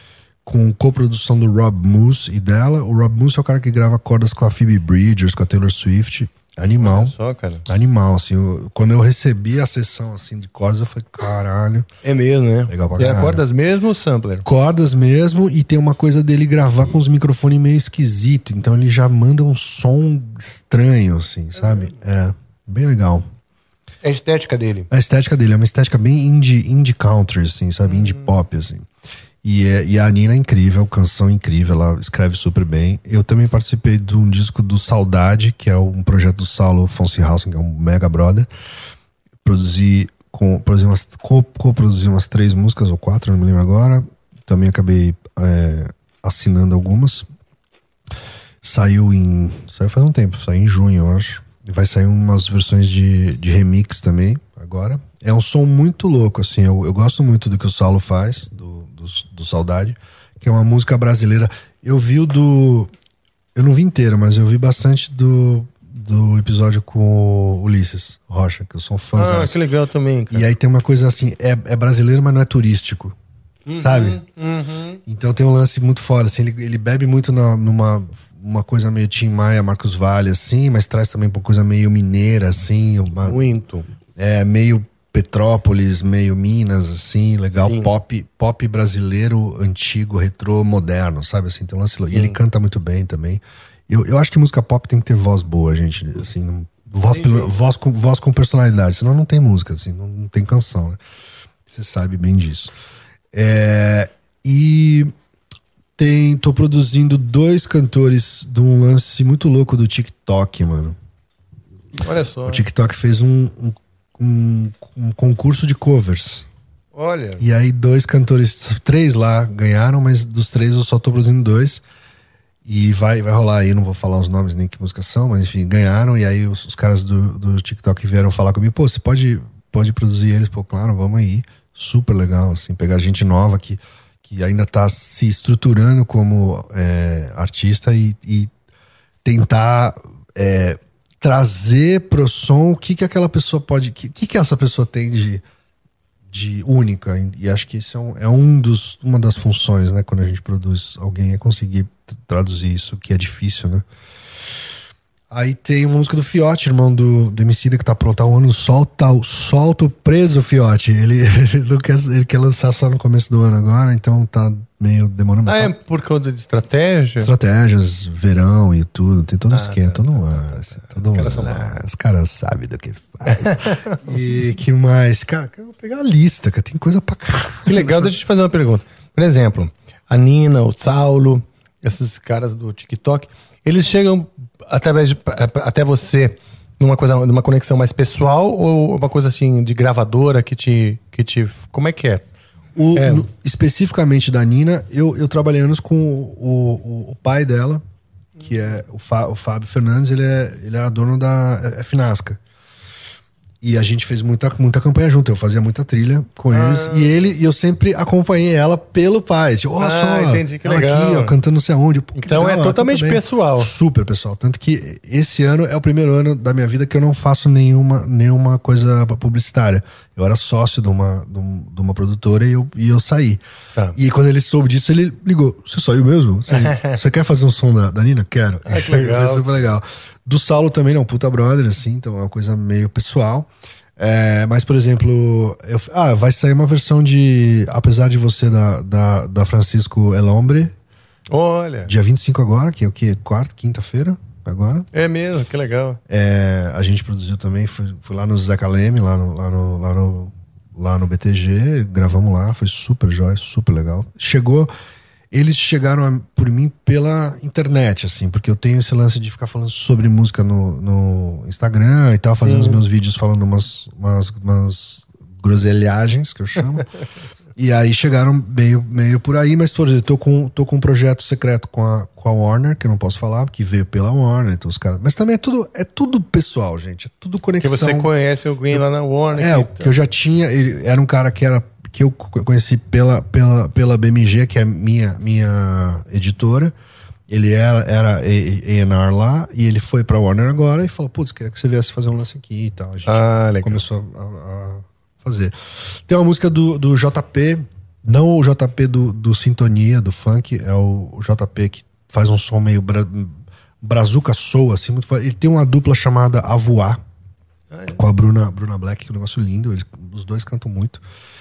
com coprodução do Rob Moose e dela. O Rob Moose é o cara que grava cordas com a Phoebe Bridgers, com a Taylor Swift. Animal. Olha só, cara. Animal, assim. Eu, quando eu recebi a sessão, assim, de cordas, eu falei, caralho. É mesmo, né? Legal pra E era caralho. cordas mesmo ou sampler? Cordas mesmo, e tem uma coisa dele gravar com os microfones meio esquisito. Então ele já manda um som estranho, assim, sabe? É, bem legal. É a estética dele. A estética dele é uma estética bem indie, indie country, assim, sabe? Indie pop, assim. E, é, e a Nina é incrível, canção incrível, ela escreve super bem. Eu também participei de um disco do Saudade, que é um projeto do Saulo Fonseehausen, que é um mega brother. Produzi, com, produzi umas, co, co-produzi umas três músicas, ou quatro, não me lembro agora. Também acabei é, assinando algumas. Saiu em... Saiu faz um tempo, saiu em junho, eu acho. Vai sair umas versões de, de remix também, agora. É um som muito louco, assim. Eu, eu gosto muito do que o Saulo faz, do Do, do Saudade, que é uma música brasileira. Eu vi o do... Eu não vi inteiro, mas eu vi bastante do, do episódio com o Ulisses Rocha, que eu sou um fãzão. Ah, que legal também, cara. E aí tem uma coisa assim, é, é brasileiro, mas não é turístico. uhum, sabe? Uhum. Então tem um lance muito foda, assim, ele, ele bebe muito na, numa uma coisa meio Tim Maia, Marcos Valle, assim, mas traz também uma coisa meio mineira, assim. Uma, muito. É, meio Petrópolis, meio Minas, assim, legal. Pop, pop brasileiro, antigo, retrô, moderno, sabe? Assim, tem um lance. E ele canta muito bem também. Eu, eu acho que música pop tem que ter voz boa, gente. Assim, não, voz, pelo, voz, com, voz com personalidade, senão não tem música, assim, não, não tem canção, né? Você sabe bem disso. É, e tem, tô produzindo dois cantores de um lance muito louco do TikTok, mano. Olha só. O TikTok fez um, um, um, um concurso de covers. Olha. E aí dois cantores, três lá ganharam, mas dos três eu só tô produzindo dois. E vai, vai rolar aí, não vou falar os nomes nem que músicas são, mas enfim, ganharam. E aí os, os caras do, do TikTok vieram falar comigo, pô, você pode, pode produzir eles? Pô, claro, vamos aí. Super legal, assim, pegar gente nova que, que ainda tá se estruturando como é, artista e, e tentar é, trazer pro som o que que aquela pessoa pode, o que, que que essa pessoa tem de, de única. E acho que isso é, um, é um dos, uma das funções, né, quando a gente produz alguém, é conseguir traduzir isso, que é difícil, né. Aí tem uma música do Fiote, irmão do, do Emicida, que tá pronto há um ano. Solta, solta o preso, Fiote. Ele, ele, não quer, ele quer lançar só no começo do ano agora, então tá meio demorando. Ah, tá... é por causa de estratégia? Estratégias, verão e tudo. Tem todo um ah, esquema, tá, todo um tá, lance. tá, tá. Todo um lance. Ah, os caras sabem do que faz. E que mais? Cara, eu vou pegar a lista, cara. Tem coisa pra cá. Que legal, deixa eu te fazer uma pergunta. Por exemplo, a Nina, o Saulo, esses caras do TikTok, eles chegam através de, até você numa coisa, numa conexão mais pessoal ou uma coisa assim de gravadora que te, que te como é que é? O, é. No, especificamente da Nina, eu, eu trabalhei anos com o, o, o pai dela, que é o, Fá, o Fábio Fernandes. Ele, é, ele era dono da Finasca. E a gente fez muita, muita campanha junto. Eu fazia muita trilha com ah. eles. E ele, e eu sempre acompanhei ela pelo pai. Tipo, ó, ah, só, entendi, que ela legal. aqui, ó, cantando não sei aonde. Pô, então legal, é totalmente pessoal. Super pessoal. Tanto que esse ano é o primeiro ano da minha vida que eu não faço nenhuma, nenhuma coisa publicitária. Eu era sócio de uma, de, um, de uma produtora e eu, e eu saí. Tá. E quando ele soube disso, ele ligou. Você saiu mesmo? Você, você quer fazer um som da, da Nina? Quero. Ah, que legal. Foi super legal. Do Saulo também, não, puta brother, assim. Então é uma coisa meio pessoal. É, mas, por exemplo, eu, ah, vai sair uma versão de Apesar de Você da, da, da Francisco El Hombre. Olha. Dia vinte e cinco agora, que é o que? Quarta, quinta-feira? Agora. É mesmo, que legal. É, a gente produziu também, fui, fui lá no Zeca Leme, lá no, lá, no, lá, no, lá no B T G, gravamos lá, foi super jóia, super legal. Chegou. Eles chegaram a, por mim pela internet, assim, porque eu tenho esse lance de ficar falando sobre música no, no Instagram e tal, fazendo Sim. os meus vídeos falando umas, umas, umas groselhagens, que eu chamo. E aí chegaram meio, meio por aí, mas por exemplo, tô com, tô com um projeto secreto com a, com a Warner, que eu não posso falar, que veio pela Warner, então os caras. Mas também é tudo, é tudo pessoal, gente, é tudo conexão. Que você conhece o Green lá na Warner. É, o que eu já tinha, ele era um cara que era. Que eu conheci pela, pela, pela B M G, que é minha, minha editora. Ele era, era A and R lá, e ele foi pra Warner agora e falou, putz, queria que você viesse fazer um lance aqui e tal. A gente ah, começou a, a fazer. Tem uma música do, do J P, não o J P do, do Sintonia, do funk, é o, o J P que faz um som meio bra, brazuca soul, assim, muito. Ele tem uma dupla chamada A Voar, ah, é. com a Bruna, Bruna Black, que é um negócio lindo, eles, os dois cantam muito.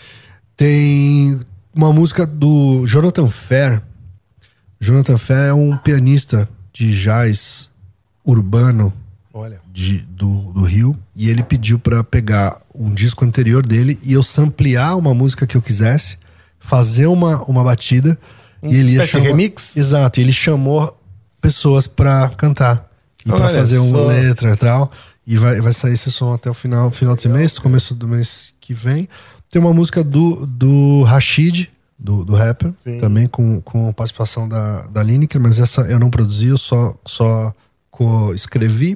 Tem uma música do Jonathan Fair. Jonathan Fair é um pianista de jazz urbano. Olha. De, do, do Rio. E ele pediu pra pegar um disco anterior dele e eu samplear uma música que eu quisesse, fazer uma, uma batida. Um e ele ia chamar... remix? Exato. E ele chamou pessoas pra cantar. E Olha pra fazer só. uma letra e tal. E vai, vai sair esse som até o final, final desse mês, começo do mês que vem. Tem uma música do, do Rashid, do, do rapper, Sim. também com, com participação da, da Lineker, mas essa eu não produzi, eu só, só co-escrevi.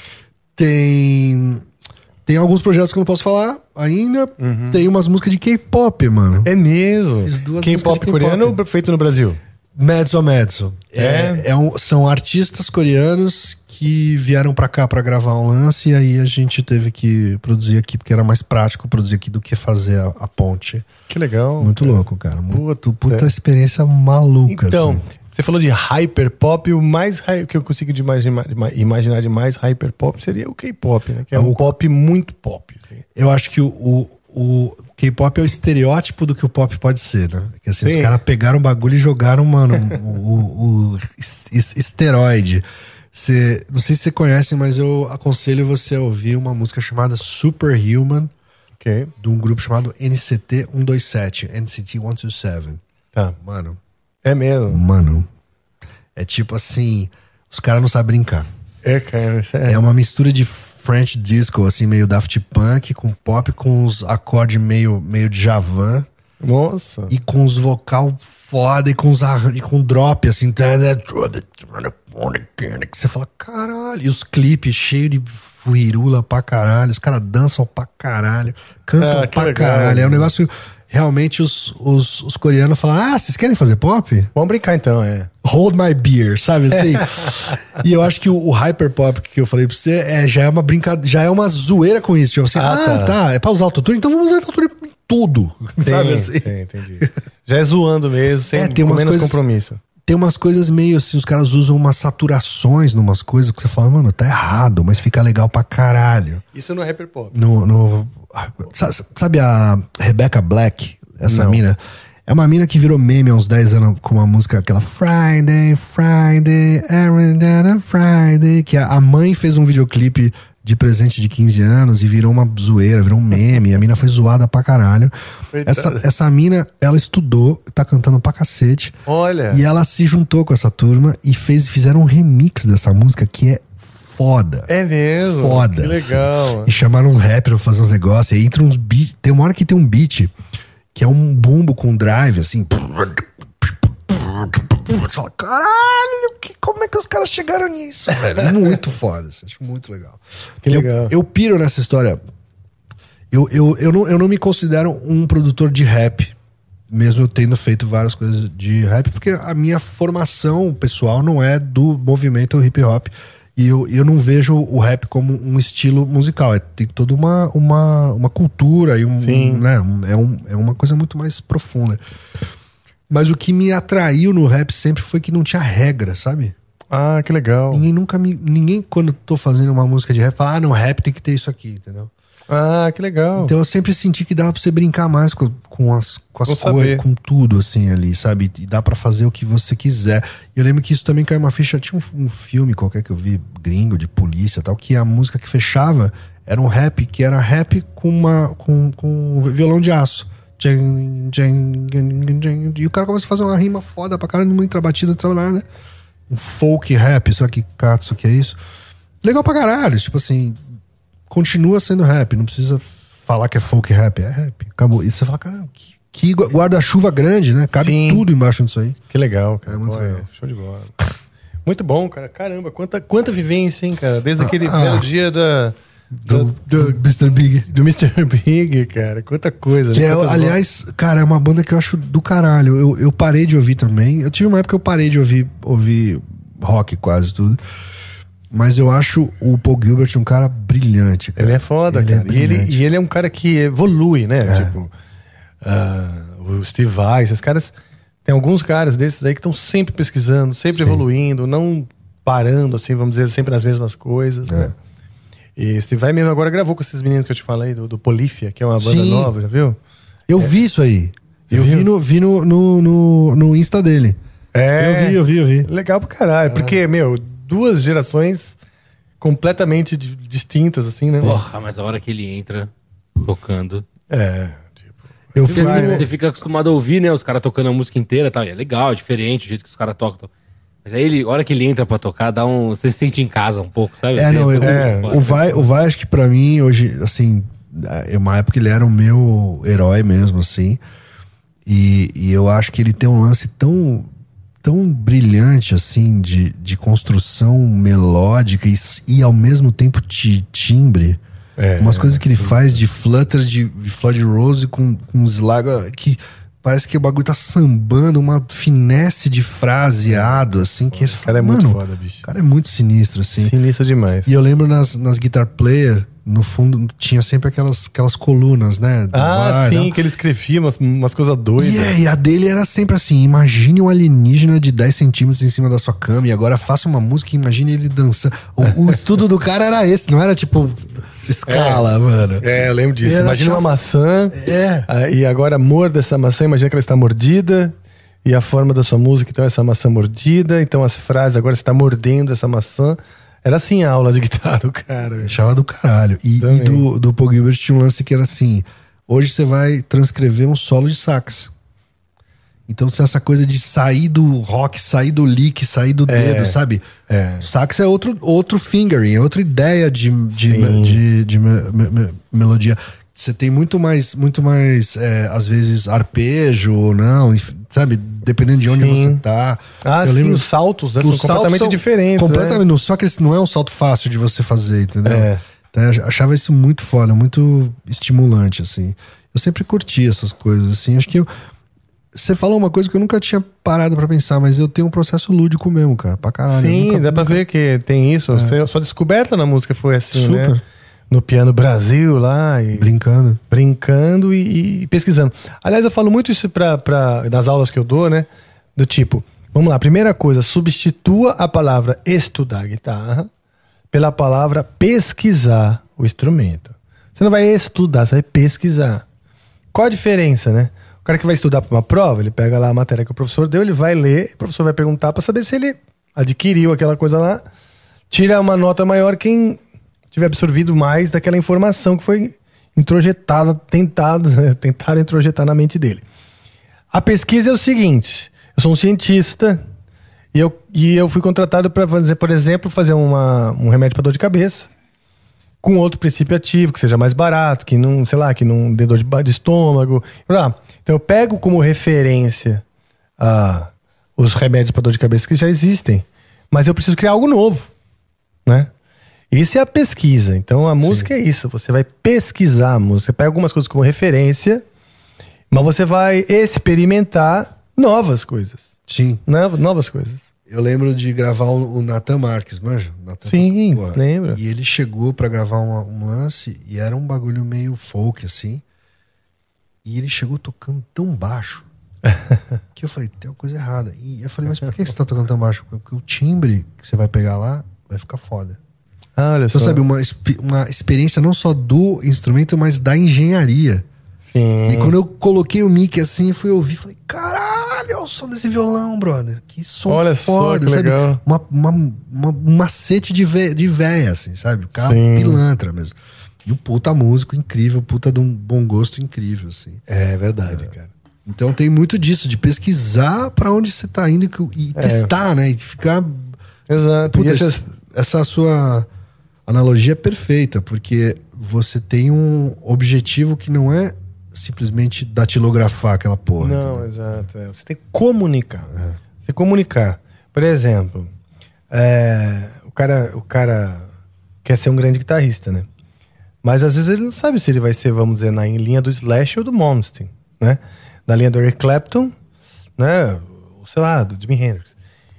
Tem, tem alguns projetos que eu não posso falar ainda. Uhum. Tem umas músicas de K-pop, mano. É mesmo? K-pop coreano ou feito no Brasil? Mezzo Mezzo. É, é um, são artistas coreanos que vieram pra cá pra gravar um lance e aí a gente teve que produzir aqui, porque era mais prático produzir aqui do que fazer a, a ponte. Que legal. Muito cara. louco, cara. Muito, Puta. puta experiência maluca, Então, assim. você falou de hyperpop, o mais hy- que eu consigo de imaginar, imaginar de mais hyperpop seria o K-pop, né? Que é É um o- pop muito pop. Assim. Eu acho que o, o, o K-pop é o estereótipo do que o pop pode ser, né? Que assim, Sim. os caras pegaram o bagulho e jogaram, mano, o, o, o es- es- esteroide. Cê, não sei se você conhece, mas eu aconselho você a ouvir uma música chamada Superhuman, Ok. de um grupo chamado N C T cento e vinte e sete. N C T cento e vinte e sete. Tá. Mano, É mesmo. mano, é tipo assim, os caras não sabem brincar. É, cara. É. É uma mistura de French disco, assim, meio Daft Punk, com pop, com os acordes meio, meio de Javan. Nossa. E com os vocal foda e com os arran- e com drop, assim. Que você fala, caralho. E os clipes cheios de fuirula pra caralho. Os caras dançam pra caralho. Cantam Ah, que pra legal, caralho. É um né? negócio. Realmente os, os, os coreanos falam: ah, vocês querem fazer pop? Vamos brincar então, é. Hold my beer, sabe assim? E eu acho que o, o hyperpop que eu falei pra você é, já é uma brincadeira, já é uma zoeira com isso. Tipo assim, Ah, ah, tá. tá. é pra usar autotune, então vamos usar autotune em tudo. sabe assim? Sim, entendi. Já é zoando mesmo, sem É, tem com umas menos coisas- compromisso. Tem umas coisas meio assim, os caras usam umas saturações numas coisas que você fala, mano, tá errado, mas fica legal pra caralho. Isso não é hyperpop. No, no, sa- sabe a Rebecca Black? Essa Não. mina? É uma mina que virou meme há uns dez anos com uma música, aquela Friday, Friday, every day on Friday, que a, a mãe fez um videoclipe de presente de quinze anos e virou uma zoeira, virou um meme, e a mina foi zoada pra caralho. Essa, essa mina, ela estudou, tá cantando pra cacete. Olha. E ela se juntou com essa turma e fez, fizeram um remix dessa música que é foda. É mesmo. Foda. Que legal. assim. E chamaram um rapper pra fazer uns negócios. E aí entra uns beats. Tem uma hora que tem um beat que é um bumbo com drive, assim. Você fala, caralho, que, como é que os caras chegaram nisso, velho? Muito foda, assim, acho muito legal. Que legal. Eu, eu piro nessa história. Eu, eu, eu, não, eu não me considero um produtor de rap, mesmo eu tendo feito várias coisas de rap, porque a minha formação pessoal não é do movimento hip hop. E eu, eu não vejo o rap como um estilo musical. É, tem toda uma, uma, uma cultura e um, Sim. né, um- é, um, é uma coisa muito mais profunda. Mas o que me atraiu no rap sempre foi que não tinha regra, sabe? Ah, que legal. Ninguém nunca me. Ninguém, quando eu tô fazendo uma música de rap, fala, ah, não, rap tem que ter isso aqui, entendeu? Ah, que legal. Então eu sempre senti que dava pra você brincar mais com, com as, com as Vou saber. coisas, com tudo, assim, ali, sabe? E dá pra fazer o que você quiser. E eu lembro que isso também caiu uma ficha. Tinha um, um filme qualquer que eu vi, gringo, de polícia e tal, que a música que fechava era um rap, que era rap com, uma, com, com violão de aço. Tchan, tchan, tchan, tchan. E o cara começa a fazer uma rima foda pra caralho, não entra batida, não entra nada, né? Um folk rap, só que katsu, que é isso. Legal pra caralho, tipo assim, continua sendo rap, não precisa falar que é folk rap, é rap, acabou. E você fala, caramba, que, que guarda-chuva grande, né? Cabe Sim. tudo embaixo disso aí. Que legal, cara. É muito Pô, legal. Show de bola. Muito bom, cara. Caramba, quanta, quanta vivência, hein, cara? Desde aquele Ah, belo ah. dia da, Do, do mister Big. do mister Big, cara. Quanta coisa. Que né? é, Quantas aliás, cara, é uma banda que eu acho do caralho. Eu, eu parei de ouvir também. Eu tive uma época que eu parei de ouvir, ouvir rock quase tudo. Mas eu acho o Paul Gilbert um cara brilhante, cara. Ele é foda, Ele é cara. e, ele, brilhante. e ele é um cara que evolui, né? É. Tipo, ah, o Steve Vai, esses caras. Tem alguns caras desses aí que estão sempre pesquisando, sempre Sim. evoluindo, não parando, assim, vamos dizer, sempre nas mesmas coisas, É. né? E Steve Vai mesmo agora gravou com esses meninos que eu te falei, do, do Polífia, que é uma banda Sim. nova, já viu? Eu vi isso aí. Você Eu viu? vi, no, vi no, no, no, no Insta dele. É. Eu vi, eu vi, eu vi. Legal pra caralho, porque, meu, duas gerações completamente di- distintas, assim, né? Porra, mas a hora que ele entra tocando. É, tipo. Eu Porque fui, assim, no- você fica acostumado a ouvir, né? Os caras tocando a música inteira e tal. E é legal, é diferente o jeito que os caras tocam. tal. Mas aí, ele, a hora que ele entra pra tocar, dá um. Você se sente em casa um pouco, sabe? É, não, eu- É, o, vai, o Vai, acho que pra mim, hoje, assim, é uma época ele era o meu herói mesmo, assim. E, e eu acho que ele tem um lance tão, tão brilhante, assim, de, de construção melódica e, e ao mesmo tempo de timbre. É, Umas coisas que ele faz de flutter de, de Floyd Rose com, com Slaga que parece que o bagulho tá sambando, uma finesse de fraseado, assim, que... O cara é muito foda, bicho. O cara é muito sinistro, assim. Sinistro demais. E eu lembro nas, nas Guitar Player, no fundo, tinha sempre aquelas, aquelas colunas, né? Do Ah, vai, sim, não. que ele escrevia umas, umas coisas doidas. E, é, e a dele era sempre assim, imagine um alienígena de dez centímetros em cima da sua cama e agora faça uma música e imagine ele dançando. O, o estudo do cara era esse, não era tipo escala, É. mano. É, eu lembro disso. Era Imagina chato. uma maçã, É. ah, e agora morda essa maçã, imagina que ela está mordida, e a forma da sua música, então, é essa maçã mordida, então as frases, agora você está mordendo essa maçã. Era assim a aula de guitarra do cara. Achava do caralho. E, e Também. do, do Paul Gilbert tinha um lance que era assim, hoje você vai transcrever um solo de sax. Então essa coisa de sair do rock, sair do lick, sair do É. dedo, sabe? É. Sax é outro, outro fingering, é outra ideia de, de, Sim. de, de me- me- me- melodia. Você tem muito mais, muito mais é, às vezes, arpejo ou não, enfim, sabe? Dependendo de onde Sim. você tá. Ah, Eu sim, lembro- os saltos, né, os são completamente saltos são diferentes, Completamente, né? não- só que esse não é um salto fácil de você fazer, entendeu? É. Então, eu achava isso muito foda, muito estimulante, assim. Eu sempre curti essas coisas, assim. Acho que eu... Você falou uma coisa que eu nunca tinha parado pra pensar, mas eu tenho um processo lúdico mesmo, cara, pra caralho. Eu Sim, nunca- dá pra nunca- ver que tem isso. É. Sua descoberta na música foi assim, Super. né? No Piano Brasil lá. E... Brincando. brincando e, e pesquisando. Aliás, eu falo muito isso pra, pra, nas aulas que eu dou, né? Do tipo, vamos lá, primeira coisa, substitua a palavra estudar guitarra pela palavra pesquisar o instrumento. Você não vai estudar, você vai pesquisar. Qual a diferença, né? O cara que vai estudar para uma prova, ele pega lá a matéria que o professor deu, ele vai ler, o professor vai perguntar para saber se ele adquiriu aquela coisa lá, tira uma nota maior quem tiver absorvido mais daquela informação que foi introjetada, tentado, né? Tentaram introjetar na mente dele. A pesquisa é o seguinte, eu sou um cientista e eu, e eu fui contratado para fazer, por exemplo, fazer uma, um remédio para dor de cabeça com outro princípio ativo, que seja mais barato, que não, sei lá, que não dê dor de, ba- de estômago. Ah, então eu pego como referência ah, os remédios para dor de cabeça que já existem, mas eu preciso criar algo novo, né? Isso é a pesquisa. Então a música é isso, você vai pesquisar a música, você pega algumas coisas como referência, mas você vai experimentar novas coisas. Sim. Né? Novas coisas. Eu lembro de gravar o, o Nathan Marques, manja? Nathan, Sim, porra. lembro. E ele chegou pra gravar uma- um lance e era um bagulho meio folk, assim. E ele chegou tocando tão baixo que eu falei, tem uma coisa errada. E eu falei, mas por que você tá tocando tão baixo? Porque o timbre que você vai pegar lá vai ficar foda. Ah, olha Então, só. sabe, uma, exp- uma experiência não só do instrumento, mas da engenharia. Sim. E quando eu coloquei o mic assim, fui ouvir, falei, caralho, olha o som desse violão, brother. Que som Olha só, foda, que sabe? legal. Uma, uma, uma- um macete de, vé, de véia, assim, sabe? O cara Sim. pilantra mesmo. E um puta músico incrível, puta de um bom gosto incrível, assim. É verdade, cara. Então tem muito disso, de pesquisar pra onde você tá indo e, que- e É. testar, né? E ficar... Exato. Puta, E essas- essa sua analogia é perfeita, porque você tem um objetivo que não é simplesmente datilografar aquela porra. Não, entendeu? exato. é. Você tem que comunicar. Você tem que comunicar. Por exemplo, é, o, cara, o cara quer ser um grande guitarrista, né? Mas às vezes ele não sabe se ele vai ser, vamos dizer, na em linha do Slash ou do Malmsteen, né? Na linha do Eric Clapton, né? Ou, sei lá, do Jimi Hendrix.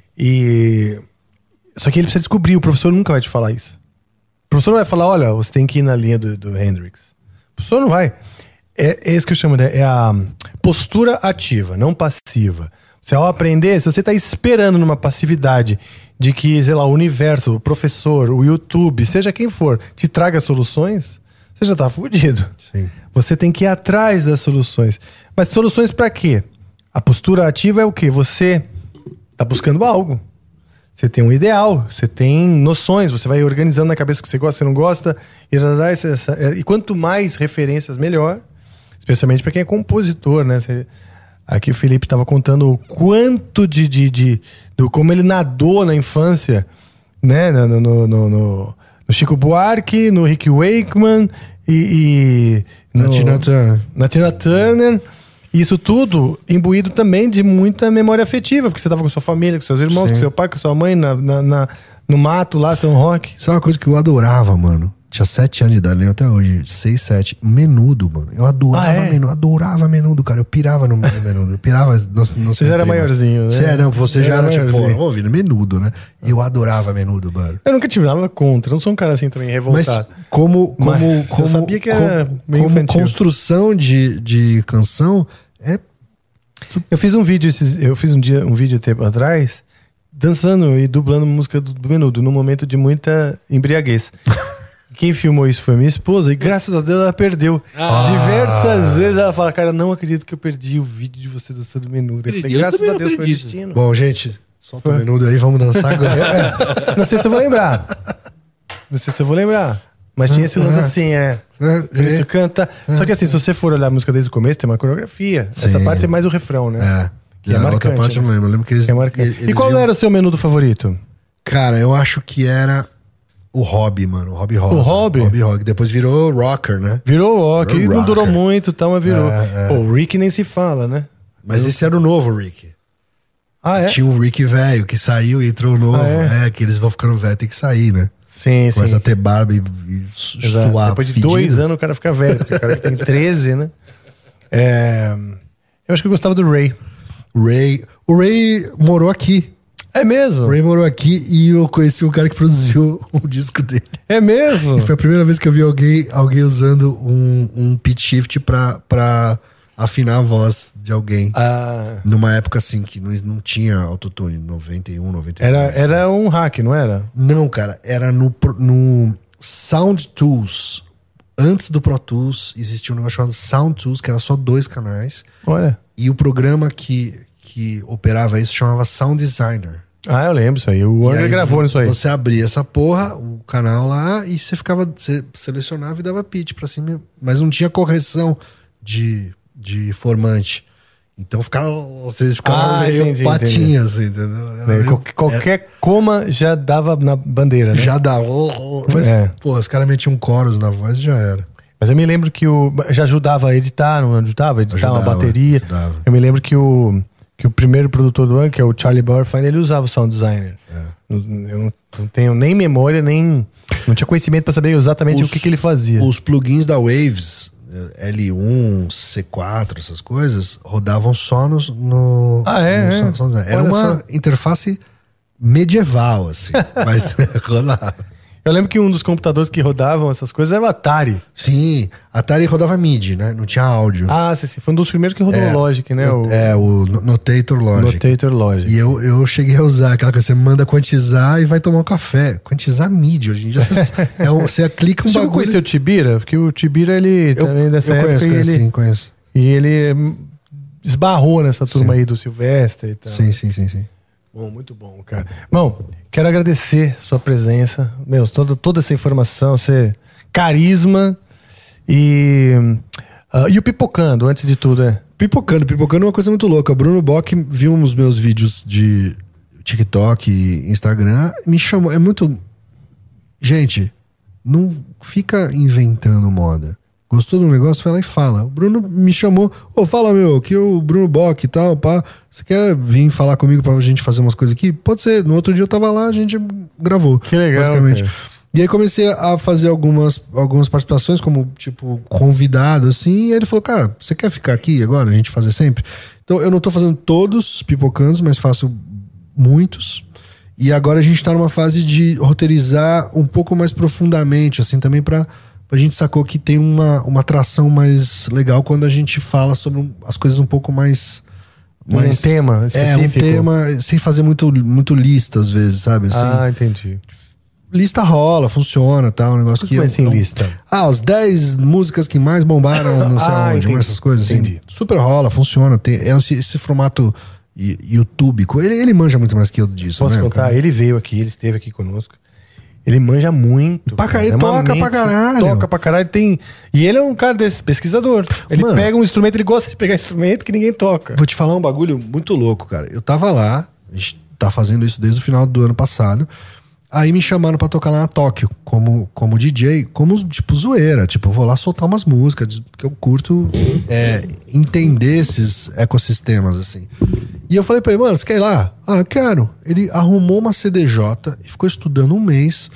E... Só que ele precisa descobrir, o professor nunca vai te falar isso. O professor não vai falar, olha, você tem que ir na linha do, do Hendrix. O professor não vai. É, é isso que eu chamo de é a postura ativa, não passiva. Você ao aprender, se você está esperando numa passividade de que, sei lá, o universo, o professor, o YouTube, seja quem for, te traga soluções, você já tá fudido. Sim. Você tem que ir atrás das soluções. Mas soluções para quê? A postura ativa é o quê? Você tá buscando algo. Você tem um ideal, você tem noções, você vai organizando na cabeça o que você gosta, você não gosta, e, essa, essa, e quanto mais referências, melhor. Especialmente para quem é compositor, né? Você, aqui o Felipe estava contando o quanto de, de, de do como ele nadou na infância, né? No, no, no, no, no Chico Buarque, no Rick Wakeman e, e Na no- Tina Turner. na Tina Turner. Isso tudo imbuído também de muita memória afetiva, porque você estava com sua família, com seus irmãos, Sim. com seu pai, com sua mãe, na, na, na- no mato lá, São Roque. Isso é uma coisa que eu adorava, mano. tinha sete anos de idade, nem até hoje, seis, sete, Menudo, mano. Eu adorava Ah, é? Menudo, adorava Menudo, cara. Eu pirava no, no Menudo, eu pirava... No, no Você já era maiorzinho, né? Você era, não, você Eu já era era, tipo, maiorzinho. pô, ouvindo Menudo, né? Eu adorava Menudo, mano. Eu nunca tive nada contra, não sou um cara assim também Mas revoltado. como, como, Mas como, eu sabia que era como, meio como infantil. construção de, de canção, é... Eu fiz um vídeo, esses, eu fiz um dia um vídeo tempo atrás, dançando e dublando música do, do Menudo, num momento de muita embriaguez. Quem filmou isso foi minha esposa, e graças a Deus ela perdeu. Ah. Diversas vezes ela fala, cara, não acredito que eu perdi o vídeo de você dançando Menudo. Eu falei, Eu graças também a não Deus foi o acredito. destino. Bom, gente, solta Foi. o Menudo aí, vamos dançar agora. É, não sei se eu vou lembrar. Não sei se eu vou lembrar. Mas tinha esse lance assim, é. É, Isso é. canta. Só que assim, se você for olhar a música desde o começo, tem uma coreografia. Essa Sim. parte é mais o refrão, né? É. Que é a outra marcante, parte eu não né? lembro. Eu lembro que eles. Que é marcante. eles E qual iam- era o seu Menudo favorito? Cara, eu acho que era o Hobby, mano. O Hobby Rosa. O Hobby? O Hobby Rock. Depois virou Rocker, né? Virou rock, Virou não rocker. durou muito, tá, mas virou. É, é. Pô, o Rick nem se fala, né? Mas esse era o novo Rick. Ah, é? Tinha o Rick velho que saiu e entrou o novo. Ah, é? é? que eles vão ficando velho, tem que sair, né? Sim, sim. Começa a ter barba e, e su- Exato. suar. Depois de fedido. dois anos o cara fica velho. O cara que tem treze, né? É... Eu acho que eu gostava do Ray. O Ray. O Ray morou aqui. É mesmo? O Ray morou aqui e eu conheci o cara que produziu o disco dele. É mesmo? E foi a primeira vez que eu vi alguém, alguém usando um, um pitch shift pra, pra afinar a voz de alguém. Ah, Numa época assim, que não, não tinha autotune, noventa e um, noventa e dois. era, era um hack, não era? Não, cara, era no, pro- no Sound Tools. Antes do Pro Tools, existia um negócio chamado Sound Tools, que era só dois canais. Olha. E o programa que, que operava isso chamava Sound Designer. Ah, eu lembro isso aí. O E Warner aí gravou nisso aí. Você abria essa porra, o canal lá, e você ficava. Você selecionava e dava pitch pra cima. Mas não tinha correção de, de formante. Então ficava. Vocês ficavam Ah, meio entendi, patinhas, assim, entendeu? Era É, meio- qual- qualquer coma já dava na bandeira, né? Já dá. oh, oh, Mas, É. pô, os caras metiam coros na voz e já era. Mas eu me lembro que o. Já ajudava a editar, não ajudava? Editar Ajudava, uma bateria. ajudava. Eu me lembro que o, que o primeiro produtor do ano, que é o Charlie Bauerfeind, ele usava o Sound Designer. É. Eu não, não tenho nem memória, nem. Não tinha conhecimento pra saber exatamente Os- o que, que ele fazia. Os plugins da Waves, L um, C quatro, essas coisas, rodavam só no. no Ah, é, no é. Sound Designer. Era Olha uma só. interface medieval, assim. Mas rodava. Eu lembro que um dos computadores que rodavam essas coisas era o Atari. Sim, Atari rodava M I D I, né? Não tinha áudio. Ah, sim, sim. Foi um dos primeiros que rodou É, o Logic, né? O É, o No- Notator Logic. Notator Logic. E eu, eu cheguei a usar aquela coisa, você manda quantizar e vai tomar um café. Quantizar M I D I, hoje em dia você, é um, você clica um Você chegou a bagulho... conhecer o Tibira? Porque o Tibira, ele Eu, também dessa eu época, conheço, e conheço, ele, sim, conheço. e ele hum, esbarrou nessa turma Sim. aí do Silvestre e tal. Sim, sim, sim, sim. Bom, muito bom, cara. Bom, quero agradecer sua presença. Meu, toda, toda essa informação, você carisma e. ah, e o Pipocando, antes de tudo, é. Pipocando, pipocando é uma coisa muito louca. O Bruno Bock viu os meus vídeos de TikTok e Instagram, me chamou. É muito. Gente, não fica inventando moda. Gostou do negócio? Vai lá e fala. O Bruno me chamou. Ô, fala, meu, que o Bruno Bock e tal, pá. Você quer vir falar comigo pra gente fazer umas coisas aqui? Pode ser. No outro dia eu tava lá, a gente gravou. Que legal, basicamente. cara. E aí comecei a fazer algumas, algumas participações como, tipo, convidado, assim. E aí ele falou, cara, você quer ficar aqui agora? A gente fazer sempre? Então eu não tô fazendo todos pipocandos, mas faço muitos. E agora a gente tá numa fase de roteirizar um pouco mais profundamente, assim, também pra... A gente sacou que tem uma, uma atração mais legal quando a gente fala sobre um- as coisas um pouco mais... Um tema É, um específico. tema sem fazer muito, muito lista às vezes, sabe? Assim, Ah, entendi. lista rola, funciona, tá? Um negócio que... Como assim, é um- lista? Ah, os dez músicas que mais bombaram, não sei Ah, onde, entendi. essas coisas assim. Entendi. Super rola, funciona. Tem, é esse, esse formato y- YouTube. Ele, ele manja muito mais que eu disso, Posso né? contar? cara? Ele veio aqui, ele esteve aqui conosco. Ele manja muito. Pra cara. cá, ele É uma toca mente- pra caralho. Toca pra caralho. Tem... E ele é um cara desse, pesquisador. Ele Mano. pega um instrumento, ele gosta de pegar instrumento que ninguém toca. Vou te falar um bagulho muito louco, cara. Eu tava lá, a gente tá fazendo isso desde o final do ano passado. Aí me chamaram pra tocar lá na Tóquio, como, como D J, como tipo zoeira. Tipo, eu vou lá soltar umas músicas, porque eu curto é, entender esses ecossistemas, assim. E eu falei pra ele, mano, você quer ir lá? Ah, eu quero. Ele arrumou uma C D J e ficou estudando um mês.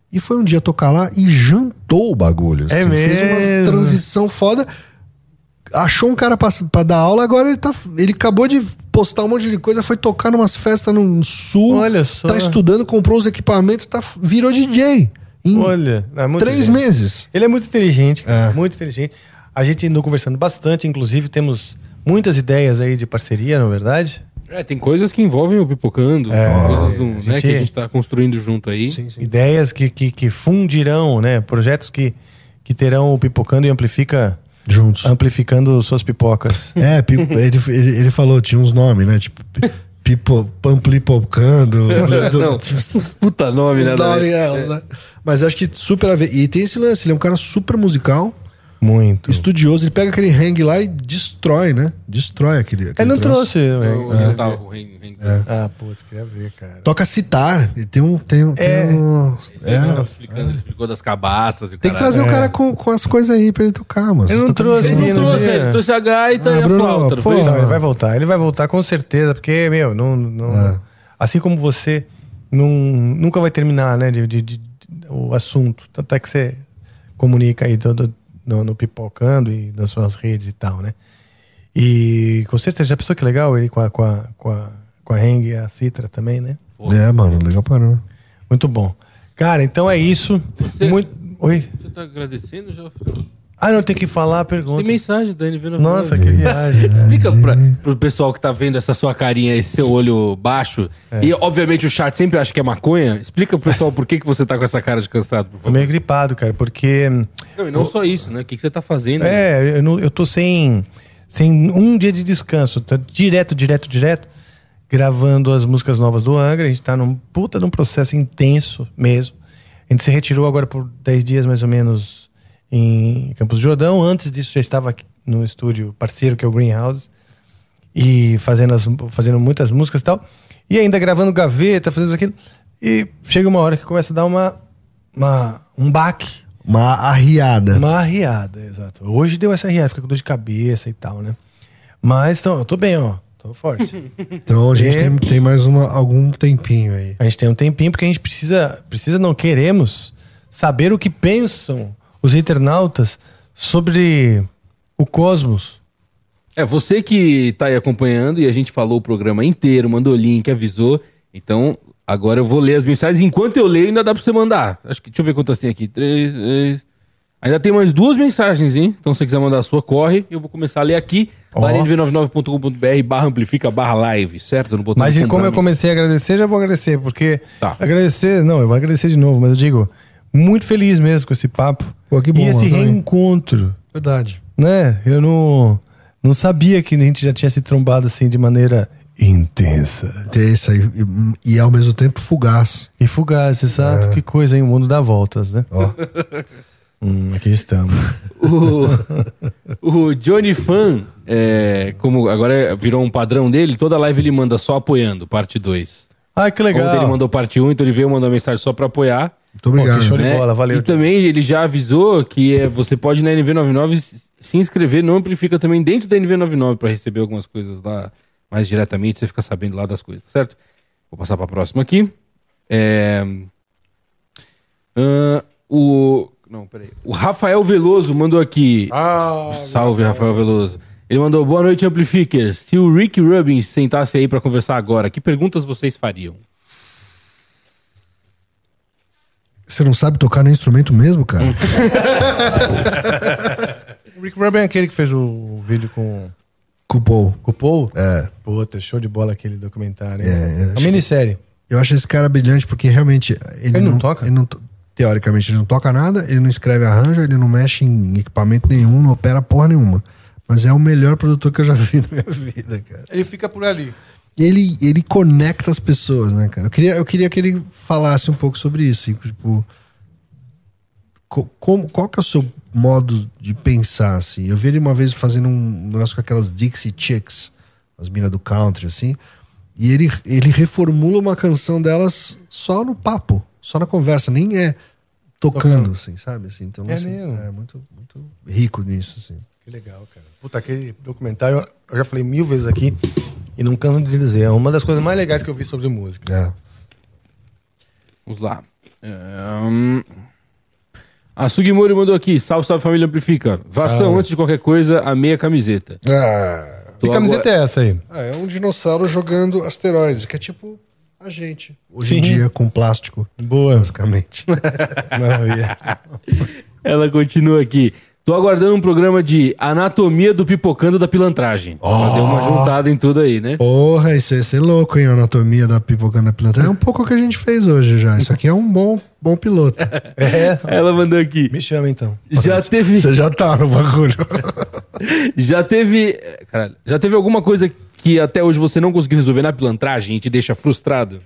E foi um dia tocar lá e jantou o bagulho. É assim. Fez mesmo? uma transição foda. Achou um cara pra, pra dar aula, agora ele tá. Ele acabou de postar um monte de coisa, foi tocar numas festas no sul. Olha só. Tá estudando, comprou os equipamentos, tá, virou D J. Em Olha, é muito três gente. meses. Ele é muito inteligente, cara, É. muito inteligente. A gente andou conversando bastante, inclusive temos muitas ideias aí de parceria, não é verdade? É, tem coisas que envolvem o Pipocando, coisas do- né, gente- que a gente tá construindo junto aí. Sim, sim. Ideias que, que, que fundirão, né? Projetos que, que terão o Pipocando e Amplifica Juntos. amplificando suas pipocas. É, pi- ele, ele, ele falou, tinha uns nomes, né? Tipo, pi- pipo, amplipocando. Não, puta nome, né? Os nomes, é, os, né? Mas acho que super a ver. E tem esse lance, ele é um cara super musical, Muito. estudioso. Ele pega aquele hang lá e destrói, né? Destrói aquele. Ele aquele não troço. trouxe. Eu, né? eu tava com o Ren- Ren- Ah, putz, queria ver, cara. Toca citar. Ele tem um. Tem, um- É. tem um Esse aí é. tava explicando, ele explicou das cabaças. E o Tem que caralho. trazer o cara com, com as coisas aí pra ele tocar, mano. Ele Vocês não tocam trouxe, junto. Ele não Menino, trouxe, dia. ele trouxe a gaita Ah, e a Bruno, flauta, não pô. foi isso? Não, ele vai voltar, ele vai voltar com certeza, porque, meu, não, não, É. assim como você, não, nunca vai terminar, né, de, de- de- o assunto. Tanto é que você comunica aí todo, no, no Pipocando e nas suas redes e tal, né? E com certeza, já pensou que legal ele com a, com a, com a, com a Hang e a Citra também, né? É, mano, legal pra caramba. Muito bom. Cara, então é isso. Você- Muito... Oi? Você tá agradecendo já? Ah, não, tem que falar a pergunta. Tem mensagem da N V noventa e nove. Nossa, que viagem. Explica pra, pro pessoal que tá vendo essa sua carinha, esse seu olho baixo. É. E, obviamente, o chat sempre acha que é maconha. Explica pro pessoal por que, que você tá com essa cara de cansado, por Tô favor. meio gripado, cara, porque... Não, e não só isso, né? O que, que você tá fazendo? É, eu, não- eu tô sem, sem um dia de descanso. Tô direto, direto, direto, gravando as músicas novas do Angra. A gente tá num puta de um processo intenso mesmo. A gente se retirou agora por dez dias, mais ou menos, em Campos do Jordão. Antes disso, já estava aqui no estúdio parceiro, que é o Greenhouse. E fazendo, as, fazendo muitas músicas e tal. E ainda gravando gaveta, fazendo aquilo. E chega uma hora que começa a dar uma, uma, um baque. Uma arriada. Uma arriada, exato. Hoje deu essa arriada, fica com dor de cabeça e tal, né? Mas então, eu tô bem, ó. Tô forte. Então a gente É. tem, tem mais uma, algum tempinho aí. A gente tem um tempinho porque a gente precisa, precisa não queremos saber o que pensam os internautas sobre o cosmos. É, você que tá aí acompanhando e a gente falou o programa inteiro, mandou link, avisou. Então, agora eu vou ler as mensagens. Enquanto eu leio, ainda dá pra você mandar. Acho que, deixa eu ver quantas tem aqui. Três, três. Ainda tem mais duas mensagens, hein? Então, se você quiser mandar a sua, corre. Eu vou começar a ler aqui. Ó. Lá em n v noventa e nove ponto com ponto b r barra amplifica barra live, certo? No botão Mas de e como comprar eu comecei a agradecer, já vou agradecer, porque Tá. agradecer, não, eu vou agradecer de novo, mas eu digo, muito feliz mesmo com esse papo. Pô, que bom, e esse eu também. reencontro, Verdade. né? Eu não, não sabia que a gente já tinha se trombado assim de maneira intensa. Ter isso aí. E, e ao mesmo tempo fugaz. E fugaz, exato. É. Que coisa, hein? O mundo dá voltas, né? Ó. Hum, aqui estamos. O, o Johnny Fan, é, como agora virou um padrão dele, toda live ele manda só apoiando, parte dois. Ai, que legal. Ontem ele mandou parte um, então ele veio mandar uma mensagem só pra apoiar. Muito obrigado. Pô, que show de né? bola, valeu. E também ele já avisou que é, você pode na N V noventa e nove se se inscrever no Amplifica também dentro da N V noventa e nove pra receber algumas coisas lá mais diretamente, você fica sabendo lá das coisas, tá certo? Vou passar pra próxima aqui. É... ah, o... Não, peraí. O Rafael Veloso mandou aqui. Ah, Salve, Rafael Veloso. Ele mandou, boa noite, Amplificers. Se o Rick Rubin sentasse aí pra conversar agora, que perguntas vocês fariam? Você não sabe tocar no instrumento mesmo, cara? O Rick Rubin é aquele que fez o vídeo com, Cupou. com o Paul? É. Puta, show de bola aquele documentário. hein? É, é, Uma minissérie. Eu acho esse cara brilhante porque realmente. Ele, Ele não toca? Ele não to- Teoricamente, ele não toca nada, ele não escreve arranjo, ele não mexe em equipamento nenhum, não opera porra nenhuma. Mas é o melhor produtor que eu já vi na minha vida, cara. Ele fica por ali. Ele, ele conecta as pessoas, né, cara? Eu queria, eu queria que ele falasse um pouco sobre isso. Tipo, co- como, qual que é o seu modo de pensar, assim? Eu vi ele uma vez fazendo um negócio com aquelas Dixie Chicks, as minas do country, assim. E ele, ele reformula uma canção delas só no papo, só na conversa, nem é tocando, assim, sabe? Assim, então, É assim, mesmo? é muito, muito rico nisso, assim. Que legal, cara. Puta, aquele documentário, eu já falei mil vezes aqui e não canso de dizer, é uma das coisas mais legais que eu vi sobre música. É. Vamos lá. É, hum... A Sugimori mandou aqui, salve, salve família Amplifica. Vação, Ah. antes de qualquer coisa, amei a camiseta. Ah, Que Tô camiseta agora- é essa aí? ah, é um dinossauro jogando asteroides, que é tipo a gente. Hoje em Sim. dia, com plástico, Boa. basicamente. Maravilha. Ela continua aqui. Tô aguardando um programa de anatomia do pipocando da pilantragem. Ela deu uma juntada em tudo aí, né? Porra, isso ia ser louco, hein? A anatomia da pipocando na pilantra. É um pouco o que a gente fez hoje já. Isso aqui é um bom, bom piloto. É. Ela mandou aqui. Me chama então. Já teve, Você já tá no bagulho. já teve, caralho, já teve alguma coisa que até hoje você não conseguiu resolver na pilantragem e te deixa frustrado?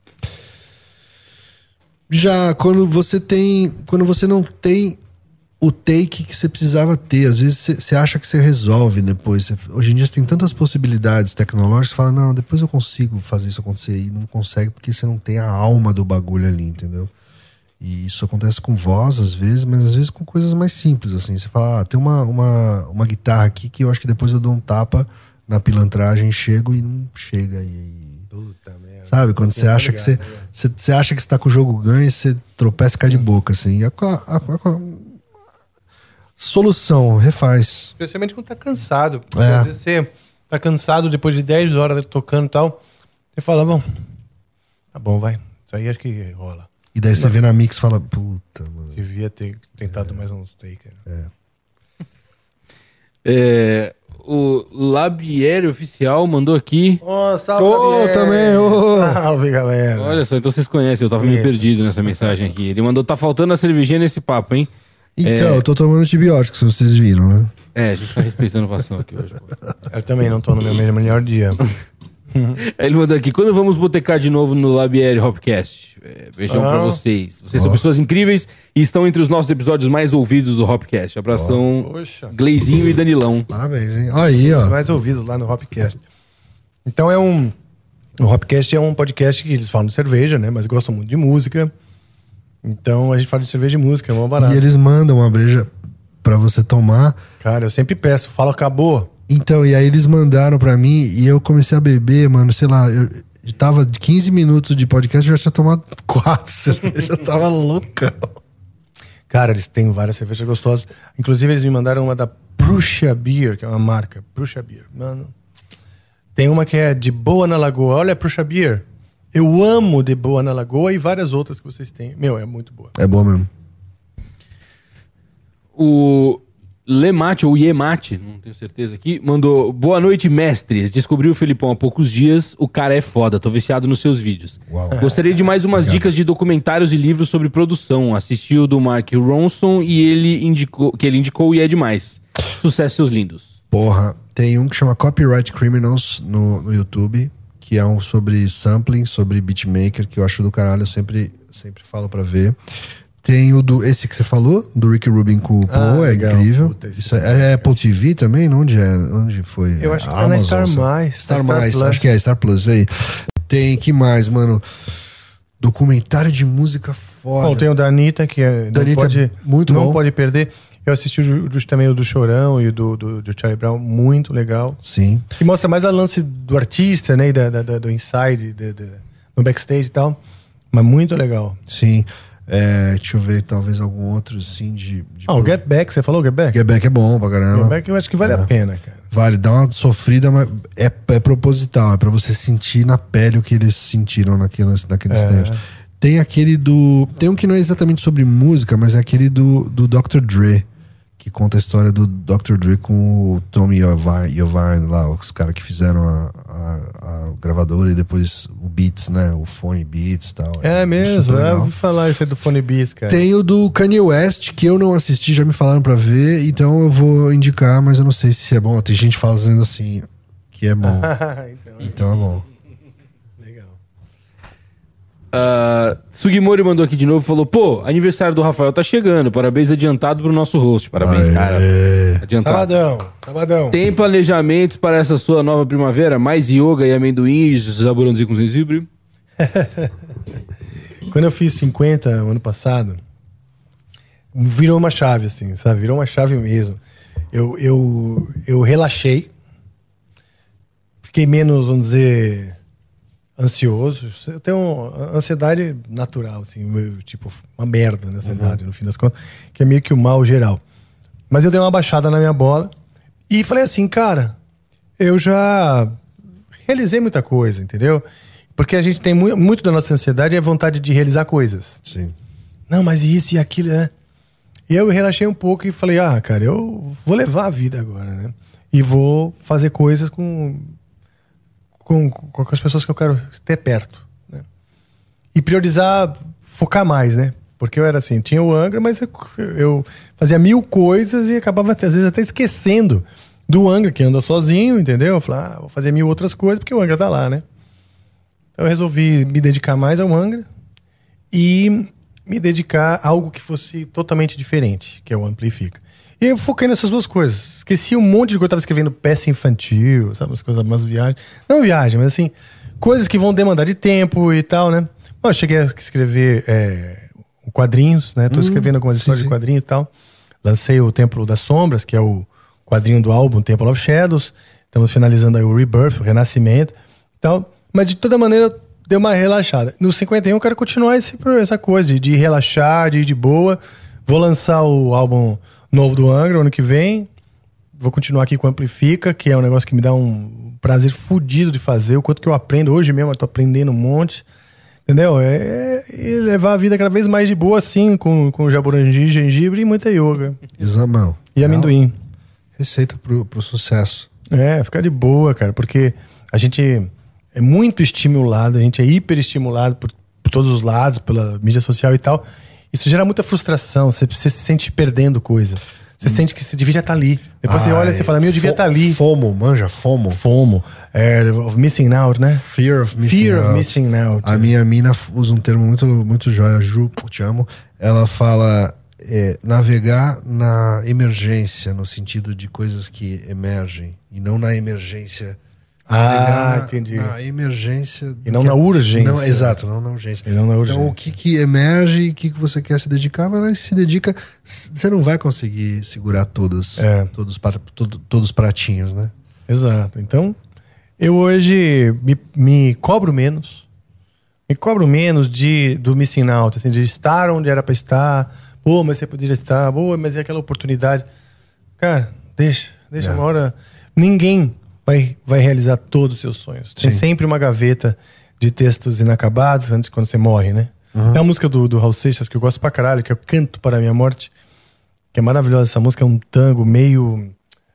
Já quando você tem. Quando você não tem o take que você precisava ter. Às vezes você- você acha que você resolve depois. Você- hoje em dia você tem tantas possibilidades tecnológicas, você fala, não, depois eu consigo fazer isso acontecer. E não consegue porque você não tem a alma do bagulho ali, entendeu? E isso acontece com voz, às vezes, mas às vezes com coisas mais simples, assim. Você fala, ah, tem uma, uma, uma guitarra aqui que eu acho que depois eu dou um tapa na pilantragem, chego e não chega. E, Puta merda. sabe? Quando você Tá acha que você, ligado, né? você, você acha que você tá com o jogo ganho e você tropeça e cai de boca, assim. E a, a, a, a- solução, refaz. Especialmente quando tá cansado. Porque É. às vezes você tá cansado depois de dez horas tocando e tal. Você fala, bom, tá bom, vai. Isso aí acho que rola. E daí você vê na mix e fala, puta, mano. Devia ter tentado mais uns take. Né? É, o Labieri Oficial mandou aqui. Oh, salve, Ô, Gabriel. também, ô. Salve, galera. Olha só, então vocês conhecem, eu tava meio Conheço. perdido nessa mensagem aqui. Ele mandou, tá faltando a cervejinha nesse papo, hein? Então, É. eu tô tomando antibióticos, se vocês viram, né? É, a gente tá respeitando o Vação aqui hoje. Pô. Eu também não tô no meu melhor dia. Aí ele mandou aqui, quando vamos botecar de novo no Labieri Hopcast? É, beijão Ah. pra vocês. Vocês são pessoas incríveis e estão entre os nossos episódios mais ouvidos do Hopcast. Abração, Poxa. Gleizinho e Danilão. Parabéns, hein? Aí, ó. Mais ouvidos lá no Hopcast. Então é um... O Hopcast é um podcast que eles falam de cerveja, né? Mas gostam muito de música. Então a gente fala de cerveja e música, é uma barata. E eles mandam uma breja pra você tomar. Cara, eu sempre peço, falo, acabou. Então, e aí eles mandaram pra mim e eu comecei a beber, mano, sei lá, eu tava de quinze minutos de podcast, eu já tinha tomado quatro cervejas, eu tava louca. Cara, eles têm várias cervejas gostosas. Inclusive, eles me mandaram uma da Prussia Beer, que é uma marca. Prussia Beer. Mano. Tem uma que é de Boa na Lagoa. Olha a Prussia Beer. Eu amo de Boa na Lagoa e várias outras que vocês têm. Meu, é muito boa. É bom mesmo. O Lemate, ou Iemate, não tenho certeza aqui, mandou, boa noite, mestres. Descobri o Felipão há poucos dias. O cara é foda, tô viciado nos seus vídeos. Uau. Gostaria de mais umas dicas de documentários e livros sobre produção. Assisti o do Mark Ronson e ele indicou, que ele indicou e é demais. Sucesso, seus lindos. Porra, tem um que chama Copyright Criminals no, no YouTube, que é um sobre sampling, sobre beatmaker, que eu acho do caralho, eu sempre, sempre falo pra ver. Tem o do, esse que você falou, do Rick Rubin com o Ah, Paul, é legal. incrível. Puta, esse Isso é, é Apple T V também? Onde é? Onde foi? Eu acho que tá na Amazon, Star sabe? Mais, Star, Star Mais, Plus. acho que é Star Plus, aí. Tem, que mais, mano? Documentário de música foda. Bom, tem o da Anitta, que é, Da não, Anitta pode, é muito não bom. pode perder. Eu assisti o, do- também o do Chorão e o do, do, do Charlie Brown, muito legal. Sim. Que mostra mais a lance do artista, né? E da, da- da- do inside, da- da- no backstage e tal. Mas muito legal. Sim. É, deixa eu ver, talvez algum outro, assim, de... de Ah, o Get Back, você falou o Get Back? Get Back é bom pra caramba. Get Back eu acho que vale É. a pena, cara. Vale, dá uma sofrida, mas é, é proposital. É pra você sentir na pele o que eles sentiram naqueles, naqueles É. tempos. Tem aquele do... Tem um que não é exatamente sobre música, mas é aquele do, do doutor Dre, que conta a história do doutor Dre com o Tommy Iovine, Iovine lá, os caras que fizeram a, a, a gravadora e depois o Beats, né? O Phone Beats e tal. É mesmo, super eu legal. ouvi falar isso aí do Phone Beats, cara. Tem o do Kanye West, que eu não assisti, já me falaram pra ver, então eu vou indicar, mas eu não sei se é bom. Tem gente fazendo assim, que é bom. então, Então é bom. legal. Uh, Sugimori mandou aqui de novo e falou, pô, aniversário do Rafael tá chegando. Parabéns adiantado pro nosso host. Parabéns, Aê. cara. Adiantado. Sabadão, sabadão. Tem planejamentos para essa sua nova primavera? Mais yoga e amendoim, zaburanzinho com gengibre? Quando eu fiz cinquenta ano passado, virou uma chave, assim, sabe? Virou uma chave mesmo. Eu, eu, eu relaxei. Fiquei menos, vamos dizer, ansioso. Eu tenho uma ansiedade natural, assim, meio, tipo, uma merda, né? Ansiedade, uhum. no fim das contas, que é meio que o mal geral. Mas eu dei uma baixada na minha bola e falei assim, cara, eu já realizei muita coisa, entendeu? Porque a gente tem muito, muito da nossa ansiedade é a vontade de realizar coisas. Sim. Não, mas isso e aquilo, né? E eu relaxei um pouco e falei, ah, cara, eu vou levar a vida agora, né? E vou fazer coisas com, com, com as pessoas que eu quero ter perto, né? E priorizar, focar mais, né? Porque eu era assim, tinha o Angra, mas eu, eu fazia mil coisas e acabava, às vezes, até esquecendo do Angra, que anda sozinho, entendeu? Eu falei, ah, vou fazer mil outras coisas porque o Angra tá lá, né? Então eu resolvi me dedicar mais ao Angra e me dedicar a algo que fosse totalmente diferente, que é o Amplifica. E eu foquei nessas duas coisas. Esqueci um monte de coisa, eu tava escrevendo peça infantil, sabe, umas coisas, umas viagens. Não viagem, mas assim, coisas que vão demandar de tempo e tal, né? Bom, eu cheguei a escrever é, quadrinhos, né? Tô hum, escrevendo algumas histórias sim, sim. de quadrinhos e tal. Lancei o Templo das Sombras, que é o quadrinho do álbum Temple of Shadows. Estamos finalizando aí o Rebirth, o Renascimento e tal. Mas de toda maneira, deu uma relaxada. No cinquenta e um eu quero continuar esse, essa coisa de relaxar, de ir de boa. Vou lançar o álbum novo do Angra ano que vem. Vou continuar aqui com o Amplifica, que é um negócio que me dá um prazer fodido de fazer. O quanto que eu aprendo. Hoje mesmo eu tô aprendendo um monte. Entendeu? É, é levar a vida cada vez mais de boa, assim, com, com jaburangi, gengibre e muita yoga. Isabel. E amendoim. Receita pro, pro sucesso. É, ficar de boa, cara. Porque a gente é muito estimulado, a gente é hiperestimulado por, por todos os lados, pela mídia social e tal. Isso gera muita frustração, você, você se sente perdendo coisa. Você hum. sente que você devia estar ali. Depois Ai, você olha e você fala, meu, eu devia estar ali. FOMO, manja, FOMO. FOMO. É, of missing out, né? Fear of missing Fear out. of missing out. A é. minha mina usa um termo muito, muito jóia, Ju, te amo. Ela fala é, navegar na emergência, no sentido de coisas que emergem, e não na emergência. Ah, na, entendi. Na emergência. E não na urgência. Não, exato, não na urgência. E não na urgência. Então, o que, que emerge e o que, que você quer se dedicar, vai lá e se dedica. Você não vai conseguir segurar todos, é. todos, todos, todos os pratinhos, né? Exato. Então, eu hoje me, me cobro menos. Me cobro menos de, do missing out, assim, de estar onde era pra estar. Pô, mas você poderia estar. Pô, mas é aquela oportunidade. Cara, deixa. Deixa é. uma hora. Ninguém Vai, vai realizar todos os seus sonhos. Tem Sim. sempre uma gaveta de textos inacabados antes quando você morre, né? Uhum. Tem a música do, do Raul Seixas que eu gosto pra caralho, que é o Canto para a Minha Morte, que é maravilhosa. Essa música é um tango meio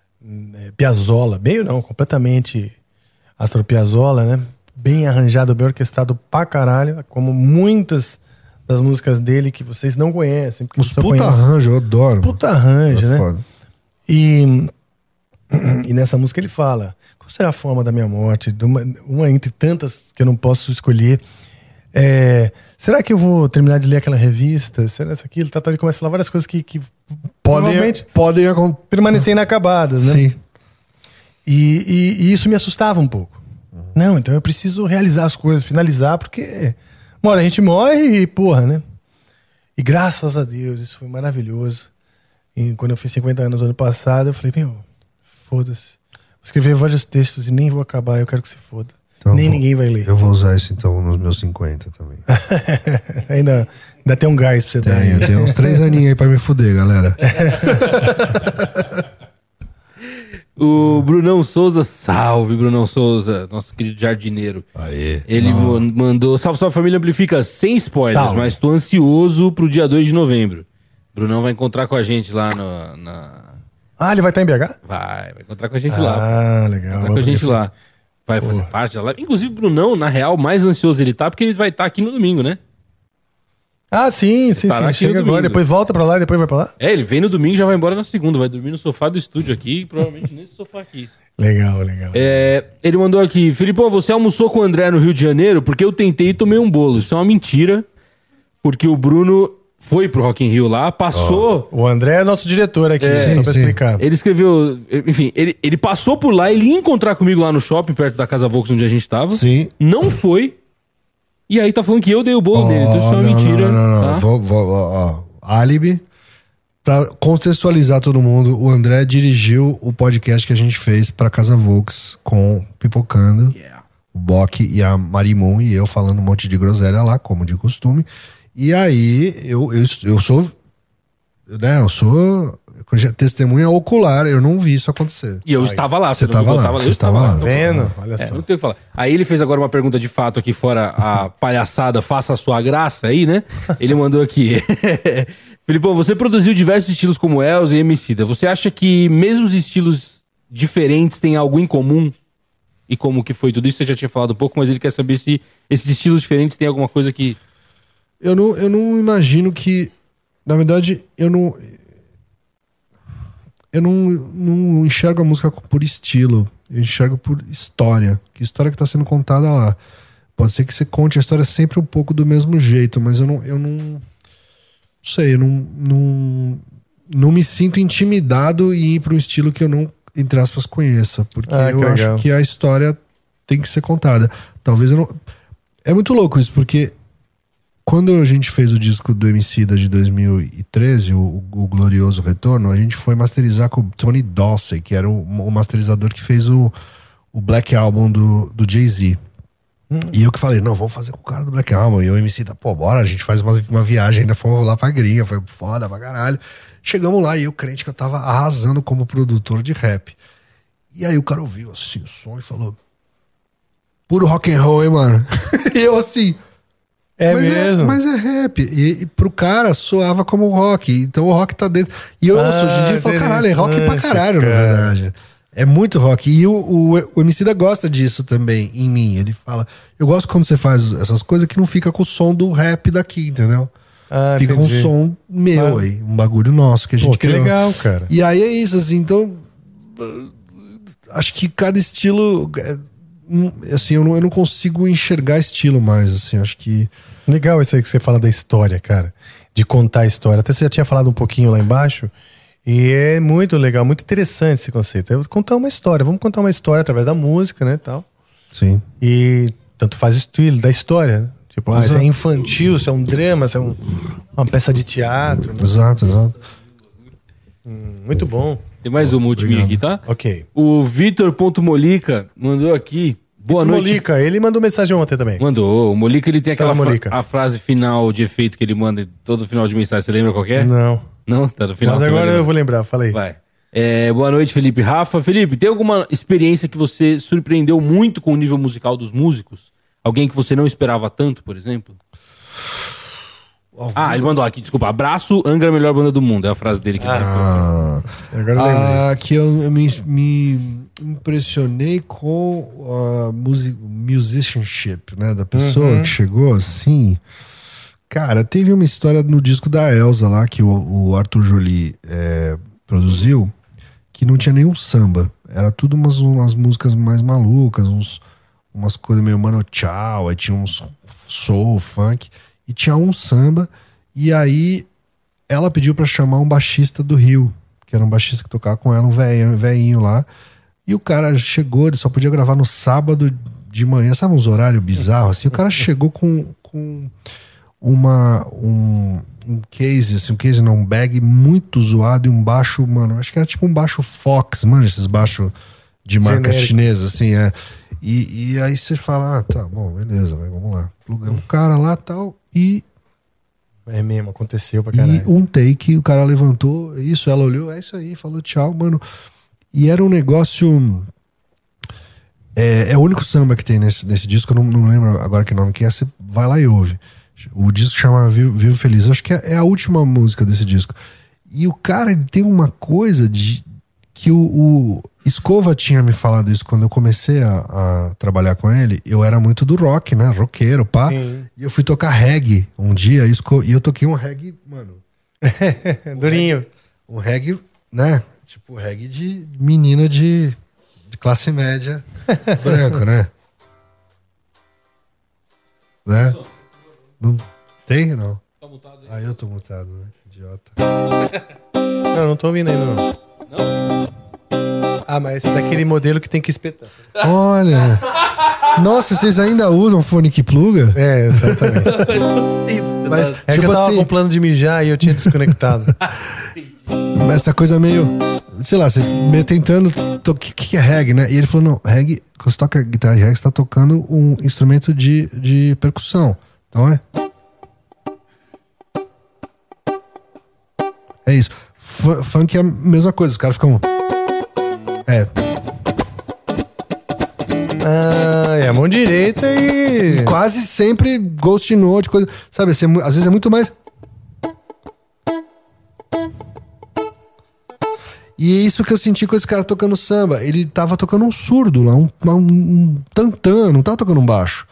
é, Piazzolla, meio não, completamente Astor Piazzolla, né? Bem arranjado, bem orquestrado pra caralho, como muitas das músicas dele que vocês não conhecem. Os puta arranjo, eu adoro. Puta arranjo, é né? Foda. E... E nessa música ele fala: qual será a forma da minha morte? Uma, uma entre tantas que eu não posso escolher. É, será que eu vou terminar de ler aquela revista? Será isso aquilo? Tá, tá, ele começa a falar várias coisas que, que podem, podem permanecer inacabadas, né? Sim. E, e, e isso me assustava um pouco. Uhum. Não, então eu preciso realizar as coisas, finalizar, porque uma hora a gente morre e porra, né? E graças a Deus, isso foi maravilhoso. E quando eu fiz cinquenta anos no ano passado, eu falei, meu, foda-se. Vou escrever vários textos e nem vou acabar, eu quero que se foda. Então nem vou, ninguém vai ler. Eu vou usar isso então nos meus cinquenta também. ainda, ainda tem um gás pra você tem, dar. Eu tenho uns três aninhos aí pra me fuder, galera. O Brunão Souza, salve Brunão Souza, nosso querido jardineiro. Aê. Ele oh. mandou, salve, salve família, amplifica sem spoilers, salve. Mas tô ansioso pro dia dois de novembro. Brunão vai encontrar com a gente lá no, na... Ah, ele vai estar em B H? Vai, vai encontrar com a gente ah, lá. Ah, legal. Vai encontrar com a gente lá. Vai fazer Pô. parte da live. Inclusive, o Brunão, na real, mais ansioso ele tá, porque ele vai estar aqui no domingo, né? Ah, sim, sim, sim. Chega agora, depois volta pra lá e depois vai pra lá? É, ele vem no domingo e já vai embora na segunda. Vai dormir no sofá do estúdio aqui, provavelmente nesse sofá aqui. Legal, legal. É, ele mandou aqui, Filipão, você almoçou com o André no Rio de Janeiro? Porque eu tentei e tomei um bolo. Isso é uma mentira, porque o Bruno... foi pro Rock in Rio lá, passou... Oh, o André é nosso diretor aqui, é, só pra sim. explicar. Ele escreveu... Enfim, ele, ele passou por lá, ele ia encontrar comigo lá no shopping, perto da Casa Volks, onde a gente tava. Sim. Não foi. E aí tá falando que eu dei o bolo oh, dele. Então isso é uma não, mentira. Não, não, não. Tá? Vou, vou, ó, álibi. Pra contextualizar todo mundo, o André dirigiu o podcast que a gente fez pra Casa Volks com Pipocando. Yeah. o Bock e a Marimun e eu falando um monte de groselha lá, como de costume. E aí, eu, eu, eu sou, né, eu sou testemunha ocular, eu não vi isso acontecer. E eu aí, estava lá. Você estava lá, você estava lá. Vendo? Olha É, só. não tem o que falar. Aí ele fez agora uma pergunta de fato aqui, fora a palhaçada, faça a sua graça aí, né? Ele mandou aqui. Filipão, você produziu diversos estilos como Elza e Emicida. Você acha que mesmo os estilos diferentes têm algo em comum? E como que foi tudo isso? Você já tinha falado um pouco, mas ele quer saber se esses estilos diferentes têm alguma coisa que... Eu não, eu não imagino que... Na verdade, eu não... Eu não, não enxergo a música por estilo. Eu enxergo por história. Que história que tá sendo contada lá. Pode ser que você conte a história sempre um pouco do mesmo jeito, mas eu não... Eu não, não sei, eu não, não... Não me sinto intimidado em ir para um estilo que eu não, entre aspas, conheça. Porque Ah, eu que acho legal. que a história tem que ser contada. Talvez eu não... É muito louco isso, porque quando a gente fez o disco do Emicida de dois mil e treze, o, o Glorioso Retorno, a gente foi masterizar com o Tony Dorsey, que era o, o masterizador que fez o, o Black Album do, do Jay-Z. Hum. E eu que falei, não, vamos fazer com o cara do Black Album. E o Emicida, pô, bora, a gente faz uma, uma viagem, ainda fomos lá pra gringa, foi foda pra caralho. Chegamos lá e eu crente que eu tava arrasando como produtor de rap. E aí o cara ouviu assim o som e falou, puro rock and roll, hein, mano? E eu assim... É mas mesmo? É, mas é rap. E, e pro cara soava como rock. Então o rock tá dentro. E eu Ah, ouço hoje em dia e falo, caralho, é rock pra interessante, caralho, na cara. verdade. É muito rock. E o, o, o Emicida gosta disso também em mim. Ele fala, eu gosto quando você faz essas coisas que não fica com o som do rap daqui, entendeu? Ah, Fica com entendi. um som meu Ah. aí, um bagulho nosso que a gente Pô, que criou. legal, cara. E aí é isso, assim, então uh, acho que cada estilo é, hum, assim, eu não, eu não consigo enxergar estilo mais, assim, acho que Legal isso aí que você fala da história, cara. De contar a história. Até você já tinha falado um pouquinho lá embaixo. E é muito legal, muito interessante esse conceito. É contar uma história. Vamos contar uma história através da música, né, tal. sim. E tanto faz o estilo da história, né? Tipo, ah, se é infantil, se é um drama, se é um, uma peça de teatro. Né? Exato, exato. Hum, muito bom. Tem mais uma última aqui, tá? Ok. O Vitor.molica mandou aqui. Boa Vitor noite. Molica, ele mandou mensagem ontem também. Mandou. O Molica, ele tem Salve, aquela fra- Molica. a frase final de efeito que ele manda em todo final de mensagem. Você lembra qual que é? Não. Não? Tá no final. Mas você vai agora lembrar. eu vou lembrar, falei. Vai. É, boa noite, Felipe. Rafa. Felipe, tem alguma experiência que você surpreendeu muito com o nível musical dos músicos? Alguém que você não esperava tanto, por exemplo? Ah, ele mandou aqui, desculpa. Abraço, Angra, a melhor banda do mundo. É a frase dele que ele Ah, Agora eu lembrei. ah, que eu, eu me, me impressionei com a music, musicianship, né, da pessoa Uhum. que chegou assim. Cara, teve uma história no disco da Elza lá, que o, o Arthur Joly é, produziu, que não tinha nenhum samba. Era tudo umas, umas músicas mais malucas, uns, umas coisas meio Mano Tchau, aí tinha uns soul, funk, e tinha um samba, e aí ela pediu pra chamar um baixista do Rio, que era um baixista que tocava com ela, um velhinho, velhinho lá, e o cara chegou, ele só podia gravar no sábado de manhã, sabe uns horários bizarros, assim, o cara chegou com, com uma, um, um case, assim, um case não, um bag muito zoado e um baixo, mano, acho que era tipo um baixo Fox, manja esses baixos de marca Genérico. chinesa, assim, é. E, e aí você fala, ah, tá, bom, beleza, vai, vamos lá. Plugamos o cara lá e tal, e, É mesmo, aconteceu pra e caralho. um take, o cara levantou, isso, ela olhou, é isso aí, falou tchau, mano. E era um negócio... É, é o único samba que tem nesse, nesse disco, eu não, não lembro agora que nome que é, você vai lá e ouve. O disco chama Vivo, Vivo Feliz, eu acho que é, é a última música desse disco. E o cara, ele tem uma coisa de que o, o Escova tinha me falado isso quando eu comecei a, a trabalhar com ele. Eu era muito do rock, né? Roqueiro, pá. Sim. E eu fui tocar reggae um dia e Esco- e eu toquei um reggae, mano. Durinho. Um reggae, né? Tipo, reggae de menina de, de classe média branco, né? Né? Não tem, não? Ah, eu tô mutado, né? Idiota. Não, não tô ouvindo ainda, não. Não? Ah, mas esse é daquele modelo que tem que espetar. Olha! Nossa, vocês ainda usam fone que pluga? É, exatamente. Mas, É que tipo eu tava assim, com plano de mijar e eu tinha desconectado. essa coisa meio... Sei lá, você meio tentando o que, que é reggae, né? E ele falou, não, reggae, quando você toca guitarra de reggae, você tá tocando um instrumento de, de percussão. Então é... É isso. F- funk é a mesma coisa, os caras ficam... É... Ah, é a mão direita e... E quase sempre ghost note, coisa... Sabe, assim, às vezes é muito mais... E é isso que eu senti com esse cara tocando samba. Ele tava tocando um surdo lá, um, um, um tantã, não tava tocando um baixo.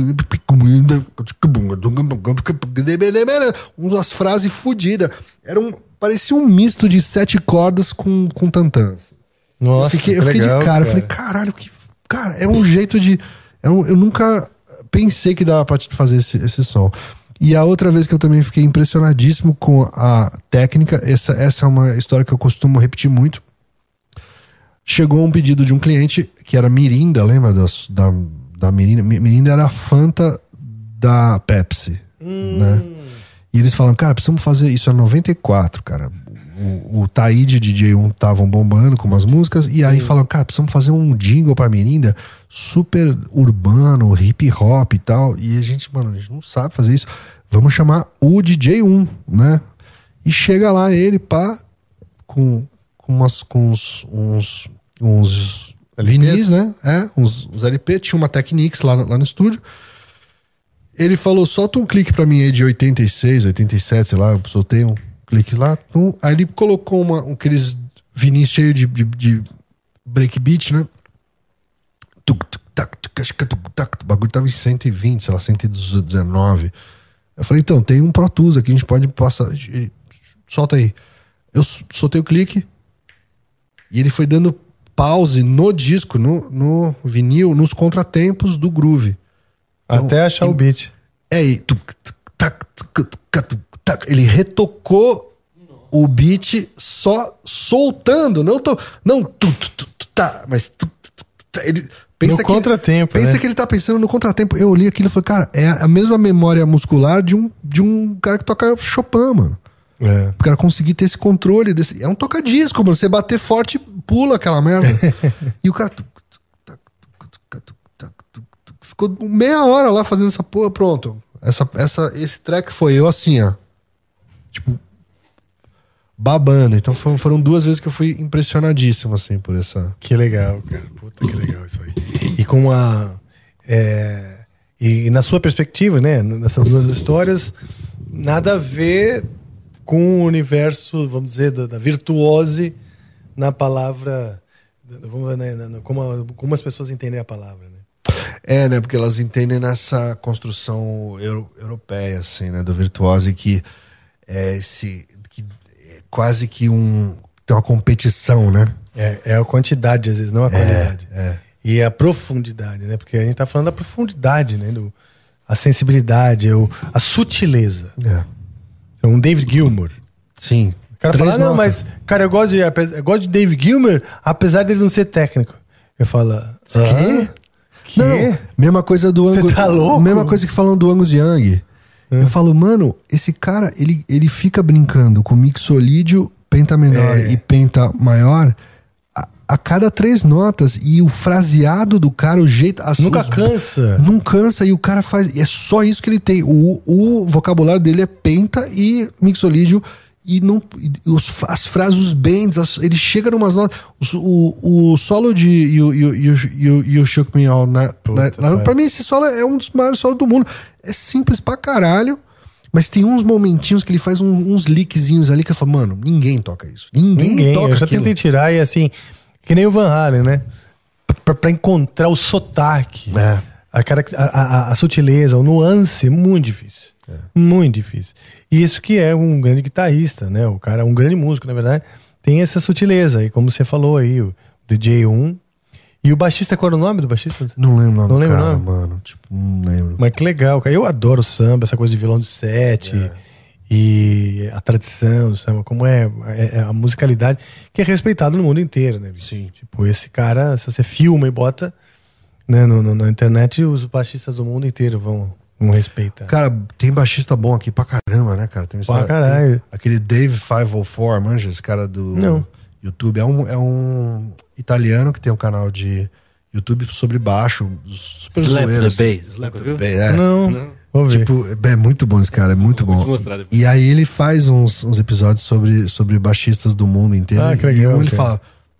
Umas frases fodidas. Era um, parecia um misto de sete cordas com, com tantã. Nossa, eu fiquei, que eu fiquei legal, de cara, cara. eu falei, caralho, que. Cara, é um jeito de. É um, eu nunca pensei que dava pra fazer esse, esse som. E a outra vez que eu também fiquei impressionadíssimo com a técnica, essa, essa é uma história que eu costumo repetir muito. Chegou um pedido de um cliente que era Mirinda, lembra da, da, da Mirinda? Mirinda era a Fanta da Pepsi, hum. né? E eles falam, cara, precisamos fazer isso, é noventa e quatro, cara. O, o Taíde e D J um estavam bombando com umas músicas, e aí hum. falam, cara, precisamos fazer um jingle pra Mirinda super urbano, hip hop e tal. E a gente, mano, a gente não sabe fazer isso. Vamos chamar o D J um, né? E chega lá ele, pá, com, com, umas, com uns, uns, uns vinis, né? É, uns, uns L P, tinha uma Technics lá, lá no estúdio. Ele falou, solta um clique pra mim aí de oitenta e seis, oitenta e sete, sei lá, eu soltei um clique lá. Então, aí ele colocou uma, um, aqueles vinis cheios de, de, de breakbeat, né? O bagulho tava em cento e vinte, sei lá, cento e dezenove. Eu falei, então, tem um Pro Tools aqui, a gente pode passar. Solta aí. Eu soltei o clique e ele foi dando pause no disco, no, no vinil, nos contratempos do groove. Até então, achar ele, o beat. É aí. Ele retocou o beat só soltando, não tô, não tu, tu, tu, tu, tá, mas tu, tu, tu, ele pensa no que contratempo, pensa né? que ele tá pensando no contratempo. Eu olhei aquilo e falei, cara, é a mesma memória muscular de um, de um cara que toca Chopin, mano. É. O cara conseguir ter esse controle desse, é um toca-disco, mano. Você bater forte, pula aquela merda. E o cara ficou meia hora lá fazendo essa porra, pronto. Essa, essa, esse track foi eu assim, ó. Tipo, babando. Então foram, foram duas vezes que eu fui impressionadíssimo, assim, por essa... Que legal, cara. Puta, que legal isso aí. E com a... É, e, e na sua perspectiva, né? Nessas duas histórias, nada a ver com o universo, vamos dizer, da, da virtuose na palavra... Vamos ver, né, como, como as pessoas entendem a palavra, né? É, né? Porque elas entendem nessa construção euro, europeia, assim, né? Do virtuose que é esse... Que é quase que um... Tem uma competição, né? É, é a quantidade, às vezes, não a qualidade. É, é. E a profundidade, né? Porque a gente tá falando da profundidade, né? Do, a sensibilidade, o, a sutileza. É. Então, um David Gilmour. Sim. O cara fala, ah, não, mas, cara, eu gosto, de, eu gosto de David Gilmour, apesar dele não ser técnico. Eu falo, ah, que? Que? Não, mesma coisa do Angus. Você tá louco? Mesma coisa que falam do Angus Young. Hum. Eu falo, mano, esse cara, ele, ele fica brincando com mixolídio, penta menor é. e penta maior a, a cada três notas. E o fraseado do cara, o jeito... As, Nunca os, cansa. Não cansa, e o cara faz... É só isso que ele tem. O, o vocabulário dele é penta e mixolídio. E não, os, as frases, os bends, as, ele chega numas notas. O, o, o solo de You, you, you, you, you Shook Me All, né? Puta, né? Pra mim, esse solo é um dos maiores solos do mundo. É simples pra caralho, mas tem uns momentinhos que ele faz um, uns lickzinhos ali que eu falo, mano, ninguém toca isso. Ninguém, ninguém toca eu já aquilo. tentei tirar e assim, que nem o Van Halen, né? Pra, pra encontrar o sotaque, é. a, cara, a, a, a sutileza, o nuance, muito difícil. É. Muito difícil. E isso que é um grande guitarrista, né? O cara, um grande músico, na verdade, tem essa sutileza. E como você falou aí, o D J um. E o baixista, qual era o nome do baixista? Não lembro o nome não do lembro cara, nome. mano. Tipo, não lembro. Mas que legal, cara. Eu adoro samba, essa coisa de violão de sete. É. E a tradição do samba, como é, é a musicalidade, que é respeitada no mundo inteiro, né? Sim. Tipo, esse cara, se você filma e bota, né, no, no, na internet, os baixistas do mundo inteiro vão... Não respeita. Cara, tem baixista bom aqui pra caramba, né, cara? Tem pra caralho. Tem aquele Dave quinhentos e quatro, manja, esse cara do Não. YouTube. É um, é um italiano que tem um canal de YouTube sobre baixo, super Slap zoeiro, the assim. Bass. Slap Nunca the viu? Bass, é. Não, Não. vou ver. Tipo, é muito bom esse cara, é muito Vou bom. te mostrar depois. E aí ele faz uns, uns episódios sobre, sobre baixistas do mundo inteiro. Ah, que e legal, um ele cara. fala,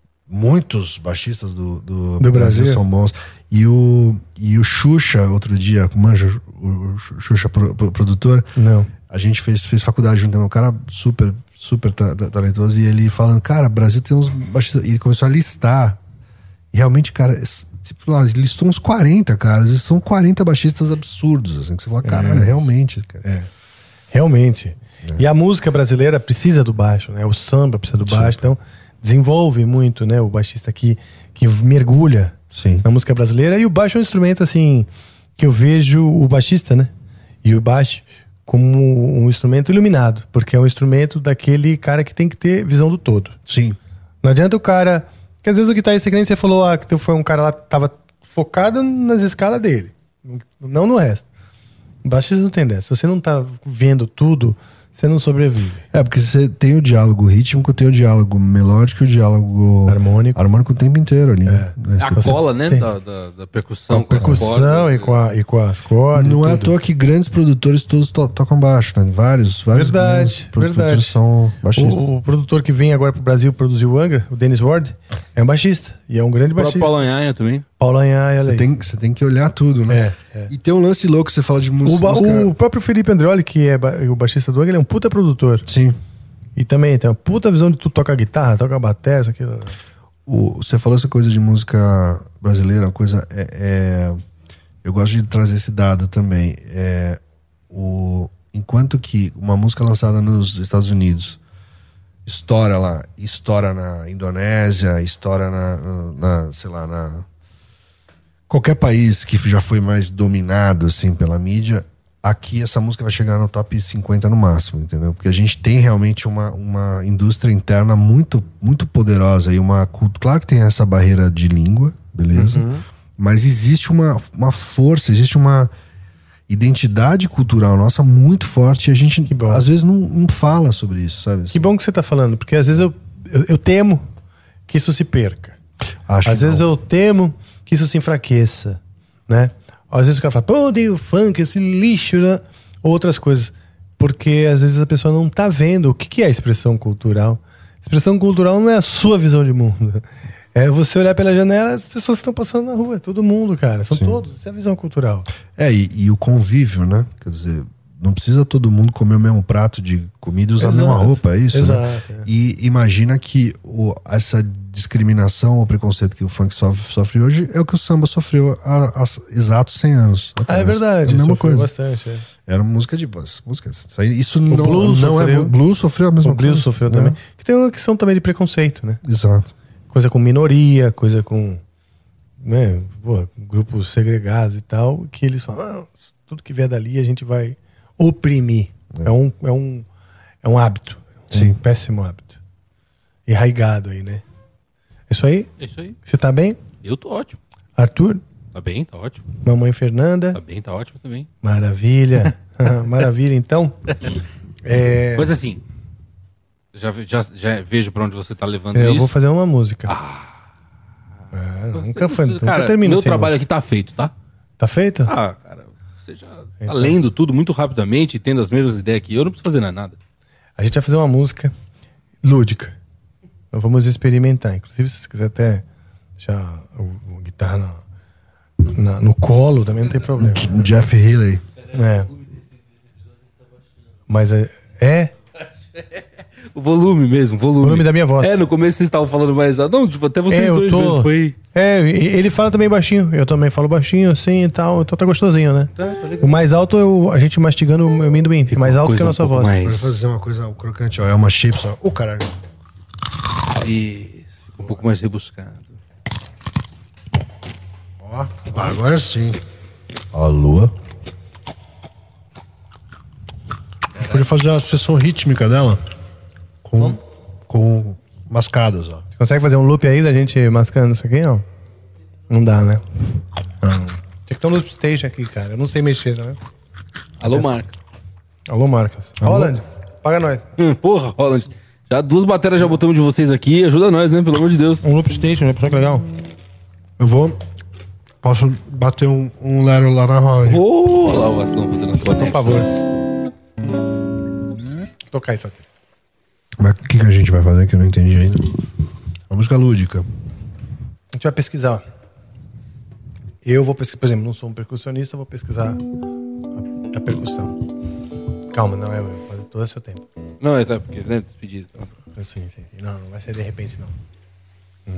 muitos baixistas do, do, Do Brasil. são bons. E o, e o Xuxa, outro dia, manja, o, o Xuxa pro, pro, produtor, Não. a gente fez, fez faculdade junto, é um cara super, super ta- ta- talentoso, e ele falando, cara, Brasil tem uns baixistas, e ele começou a listar, e realmente, cara, es- tipo, lá, ele listou uns quarenta, caras, e são quarenta baixistas absurdos, assim, que você fala, caralho, realmente, cara. É. Realmente. E a música brasileira precisa do baixo, né? O samba precisa do baixo, então desenvolve muito, né? O baixista que, que mergulha Sim. na música brasileira. E o baixo é um instrumento, assim, que eu vejo o baixista, né? E o baixo como um instrumento iluminado, porque é um instrumento daquele cara que tem que ter visão do todo. Sim. Não adianta o cara... Porque às vezes o guitarrista, que nem você falou, ah, que foi um cara lá que tava focado nas escalas dele, não no resto. O baixista não tem dessa. Se você não tá vendo tudo, você não sobrevive. É, porque você tem o diálogo rítmico, tem o diálogo melódico e o diálogo Harmônico. harmônico o tempo inteiro ali. né? A Você- cola, né? tem- Da, da, da percussão. Com a percussão e, com a, e com as cordas. Não e é à tudo. toa que grandes produtores todos to- tocam baixo, né? Vários, vários Verdade, grandes produtores verdade. são baixistas. O, o produtor que vem agora pro Brasil produzir o Angra, o Dennis Ward, é um baixista. E é um grande O próprio baixista. Paulo Anhanha também. Paulo Anhanha, Você aí. tem, você tem que olhar tudo, né? É, é. E tem um lance louco, você fala de O, música. ba- música- o próprio Felipe Andreoli, que é ba- o baixista do Angra, ele é um puta produtor. Sim. E também tem uma puta visão de tu toca guitarra, toca bateria, isso aquilo. O, você falou essa coisa de música brasileira, uma coisa. É, é- eu gosto de trazer esse dado também. É, o, enquanto que uma música lançada nos Estados Unidos estoura lá, estoura na Indonésia, estoura na, na, na, sei lá, na qualquer país que já foi mais dominado assim pela mídia, aqui essa música vai chegar no top cinquenta no máximo, entendeu? Porque a gente tem realmente uma, uma indústria interna muito, muito poderosa e uma cultura. Claro que tem essa barreira de língua, beleza? Uhum. Mas existe uma, uma força, existe uma identidade cultural nossa muito forte e a gente bom. às vezes não, não fala sobre isso, sabe? Que bom que você tá falando, porque às vezes eu, eu, eu temo que isso se perca. Acho Às que vezes não. eu temo que isso se enfraqueça, né? Às vezes o cara fala, pô, odeio funk, esse lixo, né? Outras coisas. Porque às vezes a pessoa não tá vendo o que, que é expressão cultural. Expressão cultural não é a sua visão de mundo. É você olhar pela janela, as pessoas que estão passando na rua, é todo mundo, cara. São Sim. todos, isso é a visão cultural. É, e, e o convívio, né? Quer dizer, não precisa todo mundo comer o mesmo prato de comida e usar a Exato. mesma roupa, é isso? Exato, Né? é. E imagina que o, essa discriminação ou preconceito que o funk sofre, sofre hoje é o que o samba sofreu há, há exatos cem anos. Ah, é atrás. verdade, É a mesma sofreu coisa. bastante. É. Era música de boas. Música, isso aí- isso não, blues não sofreu. é. O blues sofreu a mesma O blues coisa. sofreu né? também. Que tem uma questão também de preconceito, né? Exato. Coisa com minoria, coisa com né, pô, grupos segregados e tal, que eles falam, ah, tudo que vier dali a gente vai oprimir. É, um, é, um, é um hábito. Sim. Um péssimo hábito. Enraigado aí, né? É isso aí? É isso aí. Você tá bem? Eu tô ótimo. Arthur? Tá bem, tá ótimo. Mamãe Fernanda? Tá bem, tá ótimo também. Maravilha. Maravilha, então. É, Mas assim, já, ve- já, já vejo pra onde você tá levando eu isso. vou fazer uma música. É, nunca foi, nunca Cara, termino meu sem trabalho música. aqui tá feito, tá? Tá feito? Ah, cara, você já tá Então. lendo tudo muito rapidamente, tendo as mesmas ideias que eu, não preciso fazer mais nada. A gente vai fazer uma música lúdica. Nós vamos experimentar. Inclusive, se você quiser até deixar o, o guitarra na- na- no colo, também não tem problema. Jeff Healey. É. Mas é. é O volume mesmo, o volume. O volume da minha voz. É, no começo vocês estavam falando mais alto. Não, tipo, até vocês É, eu dois tô. mesmo, foi... É, e- ele fala também baixinho. Eu também falo baixinho, assim e tal. Então tá gostosinho, né? Tá, tá legal. O mais alto é o, a gente mastigando o amendoim. Fica mais alto coisa que a um nossa pouco voz. mais- Vou fazer uma coisa, o crocante, ó. É uma chips, ó. Ô, caralho. Isso, fica um pouco mais rebuscado. Ó, agora sim. Ó, a lua. Podia fazer a sessão rítmica dela com, com mascadas, ó. Você consegue fazer um loop aí da gente mascando isso aqui, não? Não dá, né? Não. Tinha que ter um loop stage aqui, cara. Eu não sei mexer, né? Alô, Marca. Alô, Marcos. Holland, paga nós. Hum, porra, Roland. Já Já duas baterias já botamos de vocês aqui. Ajuda nós, né? Pelo amor de Deus. Um loop station, né? Pessoal, que legal. Eu vou... Posso bater um, um Lero lá na roda. Ô, lá o Gastão fazendo as Por favor. Tocar aí, toca. Mas o que, que a gente vai fazer que eu não entendi ainda? Uma música lúdica. A gente vai pesquisar. Ó. Eu vou pesquisar, por exemplo, não sou um percussionista, eu vou pesquisar a, a percussão. Calma, não é eu, eu fazer todo o seu tempo. Não, é tá, porque né, despedido. Sim, sim, sim. Não, não vai ser de repente, não. Hum.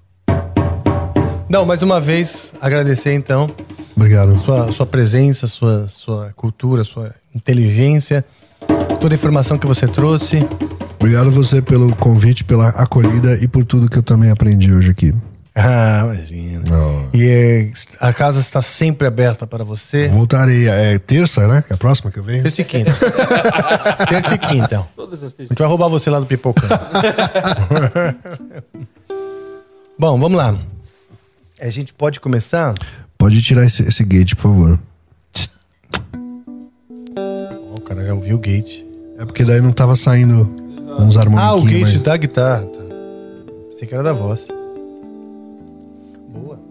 Não, mais uma vez, agradecer então. Obrigado. Sua, sua presença, sua, sua cultura, sua inteligência, toda a informação que você trouxe. Obrigado a você pelo convite, pela acolhida e por tudo que eu também aprendi hoje aqui. Ah, imagina. Oh. E é, a casa está sempre aberta para você. Voltarei. É terça, né? É a próxima que eu venho? Terça e quinta. Terça e quinta. Todas as terças. A gente vai roubar você lá do Pipocão. Bom, vamos lá. A gente pode começar? Pode tirar esse, esse gate, por favor. Oh, o cara já ouviu o gate. É porque daí não tava saindo uns harmoniquinhos. Ah, o gate mas... da guitarra. Pensei que era da voz. Boa.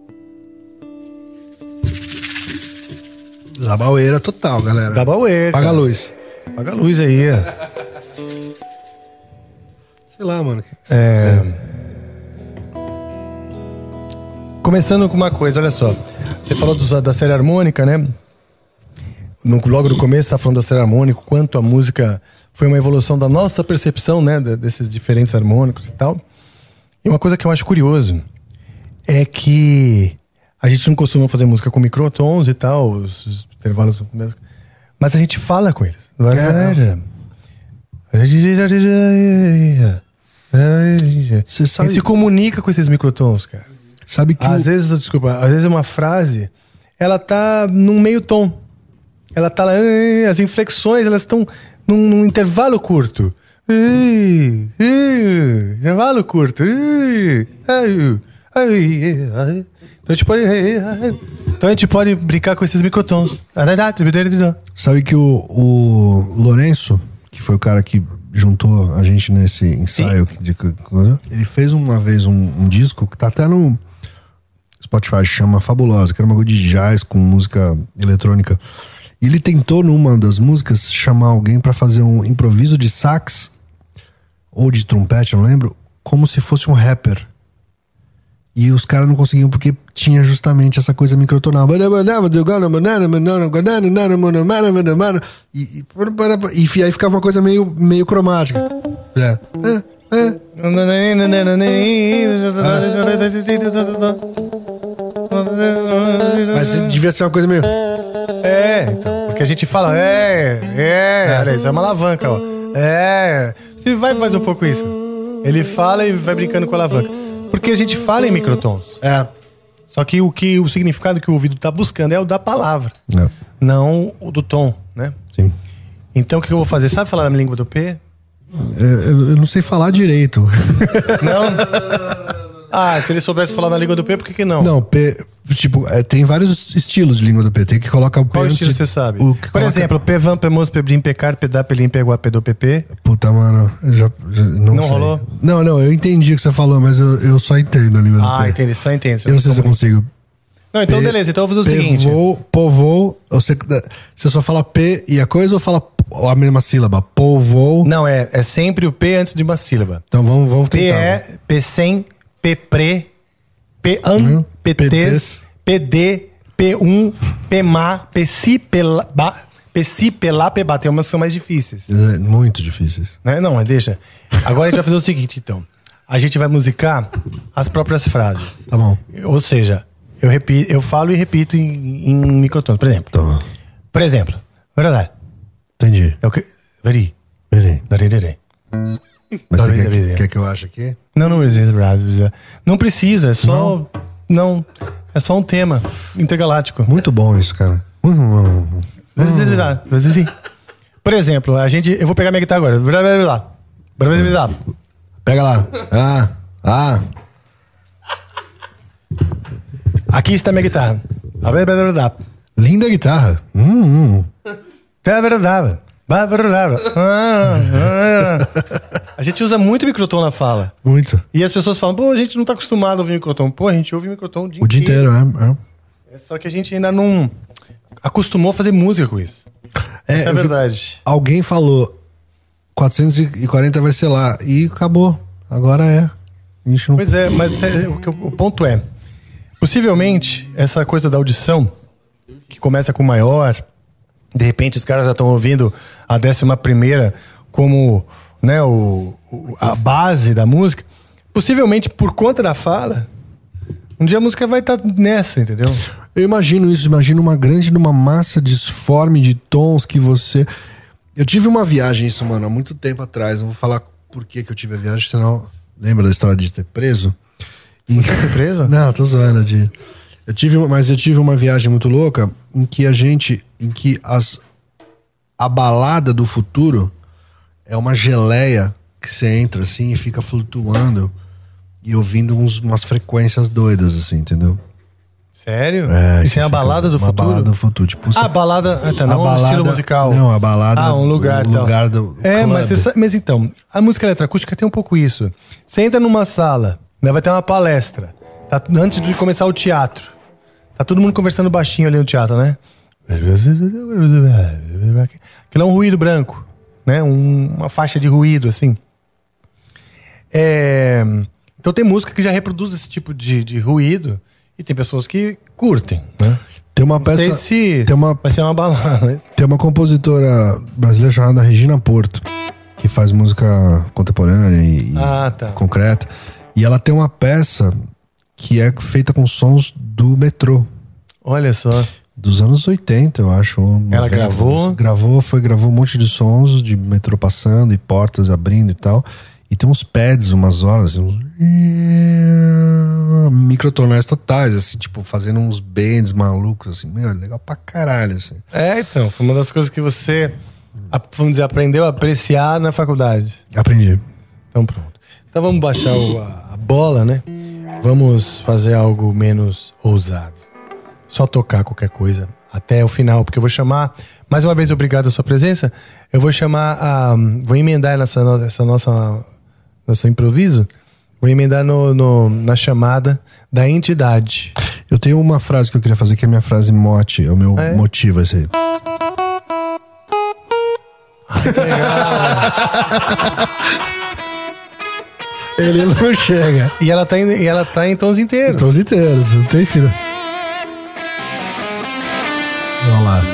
Zabaueira total, galera. Zabaueira. Paga a luz. Paga a luz aí. Sei lá, mano. É... Começando com uma coisa, olha só. Você falou do, da série harmônica, né? No, logo no começo, você tá falando da série harmônica, quanto a música foi uma evolução da nossa percepção, né? Desses diferentes harmônicos e tal. E uma coisa que eu acho curioso é que a gente não costuma fazer música com microtons e tal, os, os intervalos, mas a gente fala com eles. Você sabe... A gente se comunica com esses microtons, cara. Sabe que às o... vezes, desculpa, às vezes uma frase, ela tá num meio tom. Ela tá lá, as inflexões, elas estão num, num intervalo curto. Intervalo curto. Então a gente pode, então a gente pode brincar com esses microtons. Sabe que o, o Lourenço, que foi o cara que juntou a gente nesse ensaio, de, ele fez uma vez um, um disco que tá até no Spotify, chama Fabulosa, que era uma coisa de jazz com música eletrônica. E ele tentou numa das músicas chamar alguém pra fazer um improviso de sax ou de trompete, eu não lembro, como se fosse um rapper. E os caras não conseguiam porque tinha justamente essa coisa microtonal. E, e, e aí ficava uma coisa meio, meio cromática. É. É, é. Mas devia ser uma coisa meio... É, então, porque a gente fala, é, é, é. Olha isso, é uma alavanca, ó. É, você vai fazer um pouco isso. Ele fala e vai brincando com a alavanca. Porque a gente fala em microtons. É. Só que o, que o significado que o ouvido tá buscando é o da palavra. É. Não o do tom, né? Sim. Então o que eu vou fazer? Sabe falar na língua do P? É, eu não sei falar direito. Não? Ah, se ele soubesse falar na língua do P, por que que não? Não, P... Tipo, é, tem vários estilos de língua do P. Tem que colocar o P. Qual antes estilo de- você sabe? o que Por coloca- exemplo, P, Vam, P, Mos, P, Brim, P, Car, P, Dá, P, Lim, P, Guá, P, Do, P, P. Puta, mano, eu já, já não, Não sei. rolou? Não, não, eu entendi o que você falou, mas eu, eu só entendo a língua do Ah, P. entendi, só entende. Eu não sei se eu consigo. Não, então P- beleza, então eu vou fazer o P, seguinte. Vou, povou, você, você só fala P e a coisa ou fala a mesma sílaba? Povou. Não, é, é sempre o P antes de uma sílaba. Então vamos, vamos P tentar. é, P sem, P pre, P an, Hum, P ts, P d, P um, P ma, P si, P lá, ba, P si, P lá, P ba. Tem umas que são mais difíceis. É, muito difíceis. Né? Não, mas deixa. Agora a gente vai fazer o seguinte, então. A gente vai musicar as próprias frases. Tá bom. Ou seja, eu, repito, eu falo e repito em, em microtone. Por exemplo. Tá. Por exemplo. Verdade. Entendi. É o que. Veri. Peraí. Dari, dari. Mas você Dari, quer, dari, que- dari. quer que eu ache aqui? Não, não precisa. Não precisa, é só. Não. É só um tema intergaláctico. Muito bom isso, cara. Muito bom. Por exemplo, a gente. Eu vou pegar minha guitarra agora. Pega lá. Ah, ah. Aqui está minha guitarra. Linda guitarra. Hum, hum. É verdade. A gente usa muito microtom na fala. Muito. E as pessoas falam, pô, a gente não tá acostumado a ouvir microtom. Pô, a gente ouve microtom o dia O dia inteiro, é. é. Só que a gente ainda não acostumou a fazer música com isso. É, Essa é a verdade. Alguém falou, quatrocentos e quarenta vai ser lá. E acabou. Agora é. A gente não... Pois é, mas é, o, que eu- o ponto é, possivelmente, essa coisa da audição, que começa com maior, de repente os caras já estão ouvindo a décima primeira como, né, o, o- a base da música, possivelmente por conta da fala, um dia a música vai estar nessa, entendeu? Eu imagino isso, imagino uma grande, uma massa disforme de tons que você... Eu tive uma viagem, isso, mano, há muito tempo atrás. Não vou falar por que que eu tive a viagem, senão... Lembra da história de ter preso? E... Você foi preso? Não, tô zoando. De... Eu tive, mas eu tive uma viagem muito louca em que a gente... Em que as... a balada do futuro é uma geleia que você entra assim e fica flutuando e ouvindo uns, umas frequências doidas, assim, entendeu? Sério? É, Isso é que a fica- balada do uma futuro? balada do futuro. Tipo, Ah, a balada. Ah, tá, a não um balada- estilo musical. Não, a balada. Ah, um lugar. o tal. lugar do É, club. mas, você sabe- mas então, a música eletroacústica tem um pouco isso. Você entra numa sala, né, vai ter uma palestra. Tá, antes de começar o teatro. Tá todo mundo conversando baixinho ali no teatro, né? Aquilo é um ruído branco, né? Um- uma faixa de ruído, assim. É, então tem música que já reproduz esse tipo de, de ruído e tem pessoas que curtem, né? Tem uma Não peça. sei se Tem uma, vai ser uma balada, mas... tem uma compositora brasileira chamada Regina Porto, que faz música contemporânea e, e Ah, tá. concreta. E ela tem uma peça que é feita com sons do metrô. Olha só. Dos anos oitenta, eu acho. ou Ela noventa. gravou? Gravou, foi, gravou um monte de sons de metrô passando e portas abrindo e tal. E tem uns pads, umas horas, uns... microtonais totais, assim, tipo, fazendo uns bends malucos, assim, meu, legal pra caralho, assim. É, então, foi uma das coisas que você, a- vamos dizer, aprendeu a apreciar na faculdade. Aprendi. Então pronto. Então vamos baixar o- a, a bola, né? Vamos fazer algo menos ousado. Só tocar qualquer coisa até o final, porque eu vou chamar, mais uma vez, obrigado a sua presença, eu vou chamar a, vou emendar nessa, no- essa nossa, nosso improviso, vou emendar no, no- na chamada da entidade. Eu tenho uma frase que eu queria fazer, que é a minha frase mote, é o meu É? motivo, esse aí. Ele não chega. E ela tá em, e ela tá em tons inteiros. Tons inteiros, não tem filho. Vamos lá.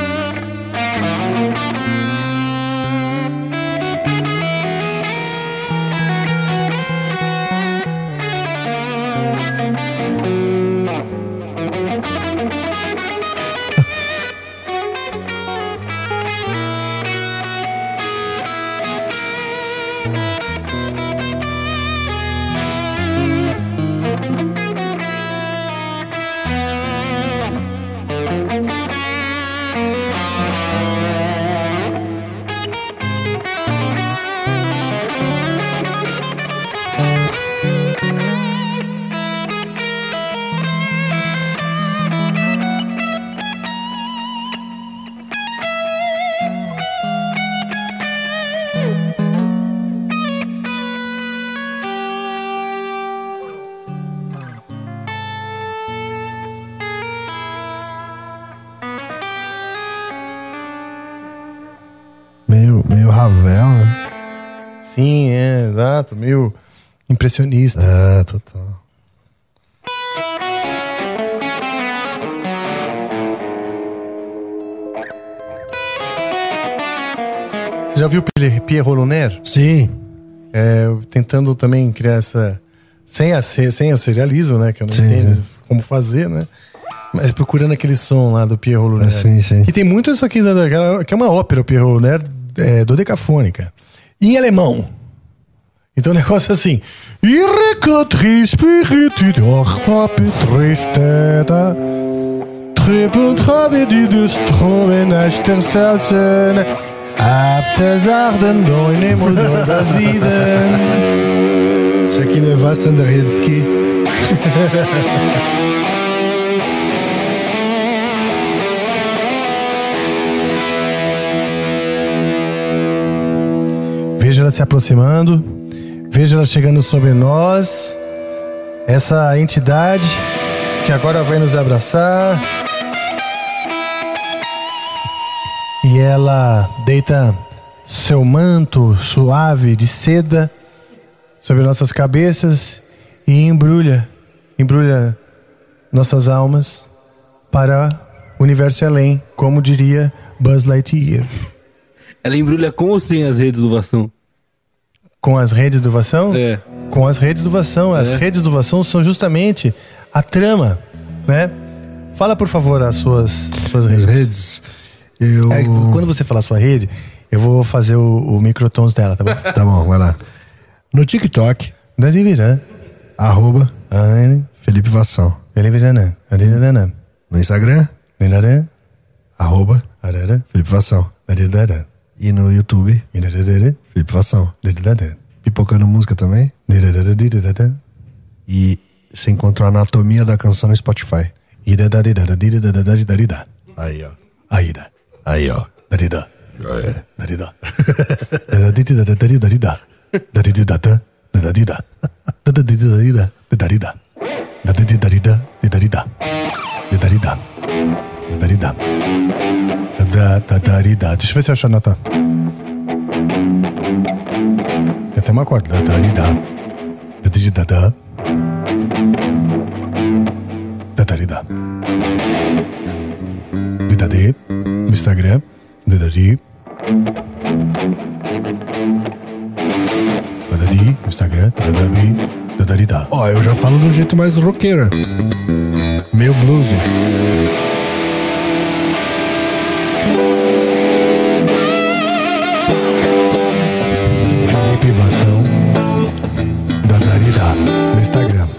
Meio, meio Ravel, né? Sim, é, exato, meio impressionista. É, total. Você já viu Pierre- Pierre Lunaire? Sim. É, tentando também criar essa... Sem a, ser- sem a serialismo, né? Que eu não Sim, entendo é. como fazer, né? Mas procurando aquele som lá do Pierre Lunaire. É, sim, sim. E tem muito isso aqui, da- daquela- que é uma ópera, o Pierre Lunaire, é, dodecafônica. Em alemão. Então o negócio é assim... Irrecontri spiritu dorpapetristeda Trippen travedidos troben achtersassen Aftersarden doinem da Sieden. Isso aqui não é Vassandaretsky. ela se aproximando. Vejo ela chegando sobre nós. Essa entidade que agora vai nos abraçar. E ela deita seu manto suave de seda sobre nossas cabeças e embrulha, embrulha nossas almas para o universo além, como diria Buzz Lightyear. Ela embrulha com ou sem as redes do Vação? Com as redes do Vação? É. Com as redes do Vação. As É. redes do Vação são justamente a trama, né? Fala, por favor, as suas, suas redes. As redes. Eu... É, quando você falar sua rede, eu vou fazer o, o microtons dela, tá bom? Tá bom, vai lá. No TikTok, Da Divirã. arroba Felipe Vação. No Instagram, arroba Felipe Vação. E no YouTube, Felipe Vação. Pipocando música também. E você encontrou a anatomia da canção no Spotify. Aí, ó. Aida. Aí, ó. Darida. É. Darida. Darida. Darida. Darida. Darida. Darida. Darida. Darida. Darida. Darida. Darida. Darida. Deixa eu ver se eu acho a nota. Tem até uma corda. Darida. Darida. Darida. Didade. No Instagram. Didadi. Didadi. No Instagram. Didadi. Didarida. Ó, eu já falo do jeito mais roqueiro. Meio blues. Felipe Vação. Didarida. No Instagram.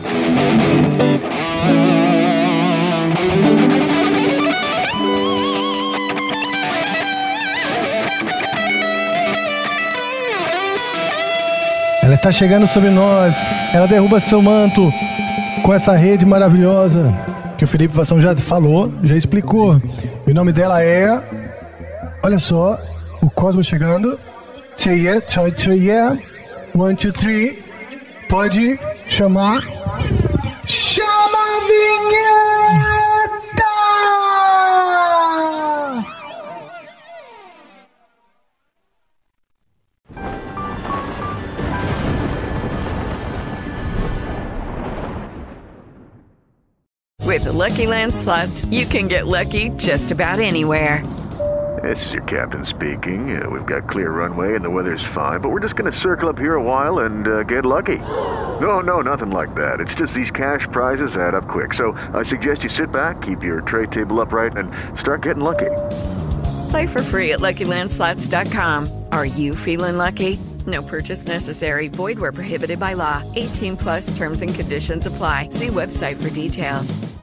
Ela está chegando sobre nós. Ela derruba seu manto com essa rede maravilhosa que o Felipe Vação já falou, já explicou. E o nome dela é... Olha só, o Cosmo chegando. Tchê, tchê, tchê, one, two, three. Pode chamar. Chama a vinheta! With the Lucky Land Slots, you can get lucky just about anywhere. This is your captain speaking. Uh, we've got clear runway and the weather's fine, but we're just going to circle up here a while and uh, get lucky. No, no, nothing like that. It's just these cash prizes add up quick. So I suggest you sit back, keep your tray table upright, and start getting lucky. Play for free at Lucky Land Slots dot com. Are you feeling lucky? No purchase necessary. Void where prohibited by law. eighteen plus terms and conditions apply. See website for details.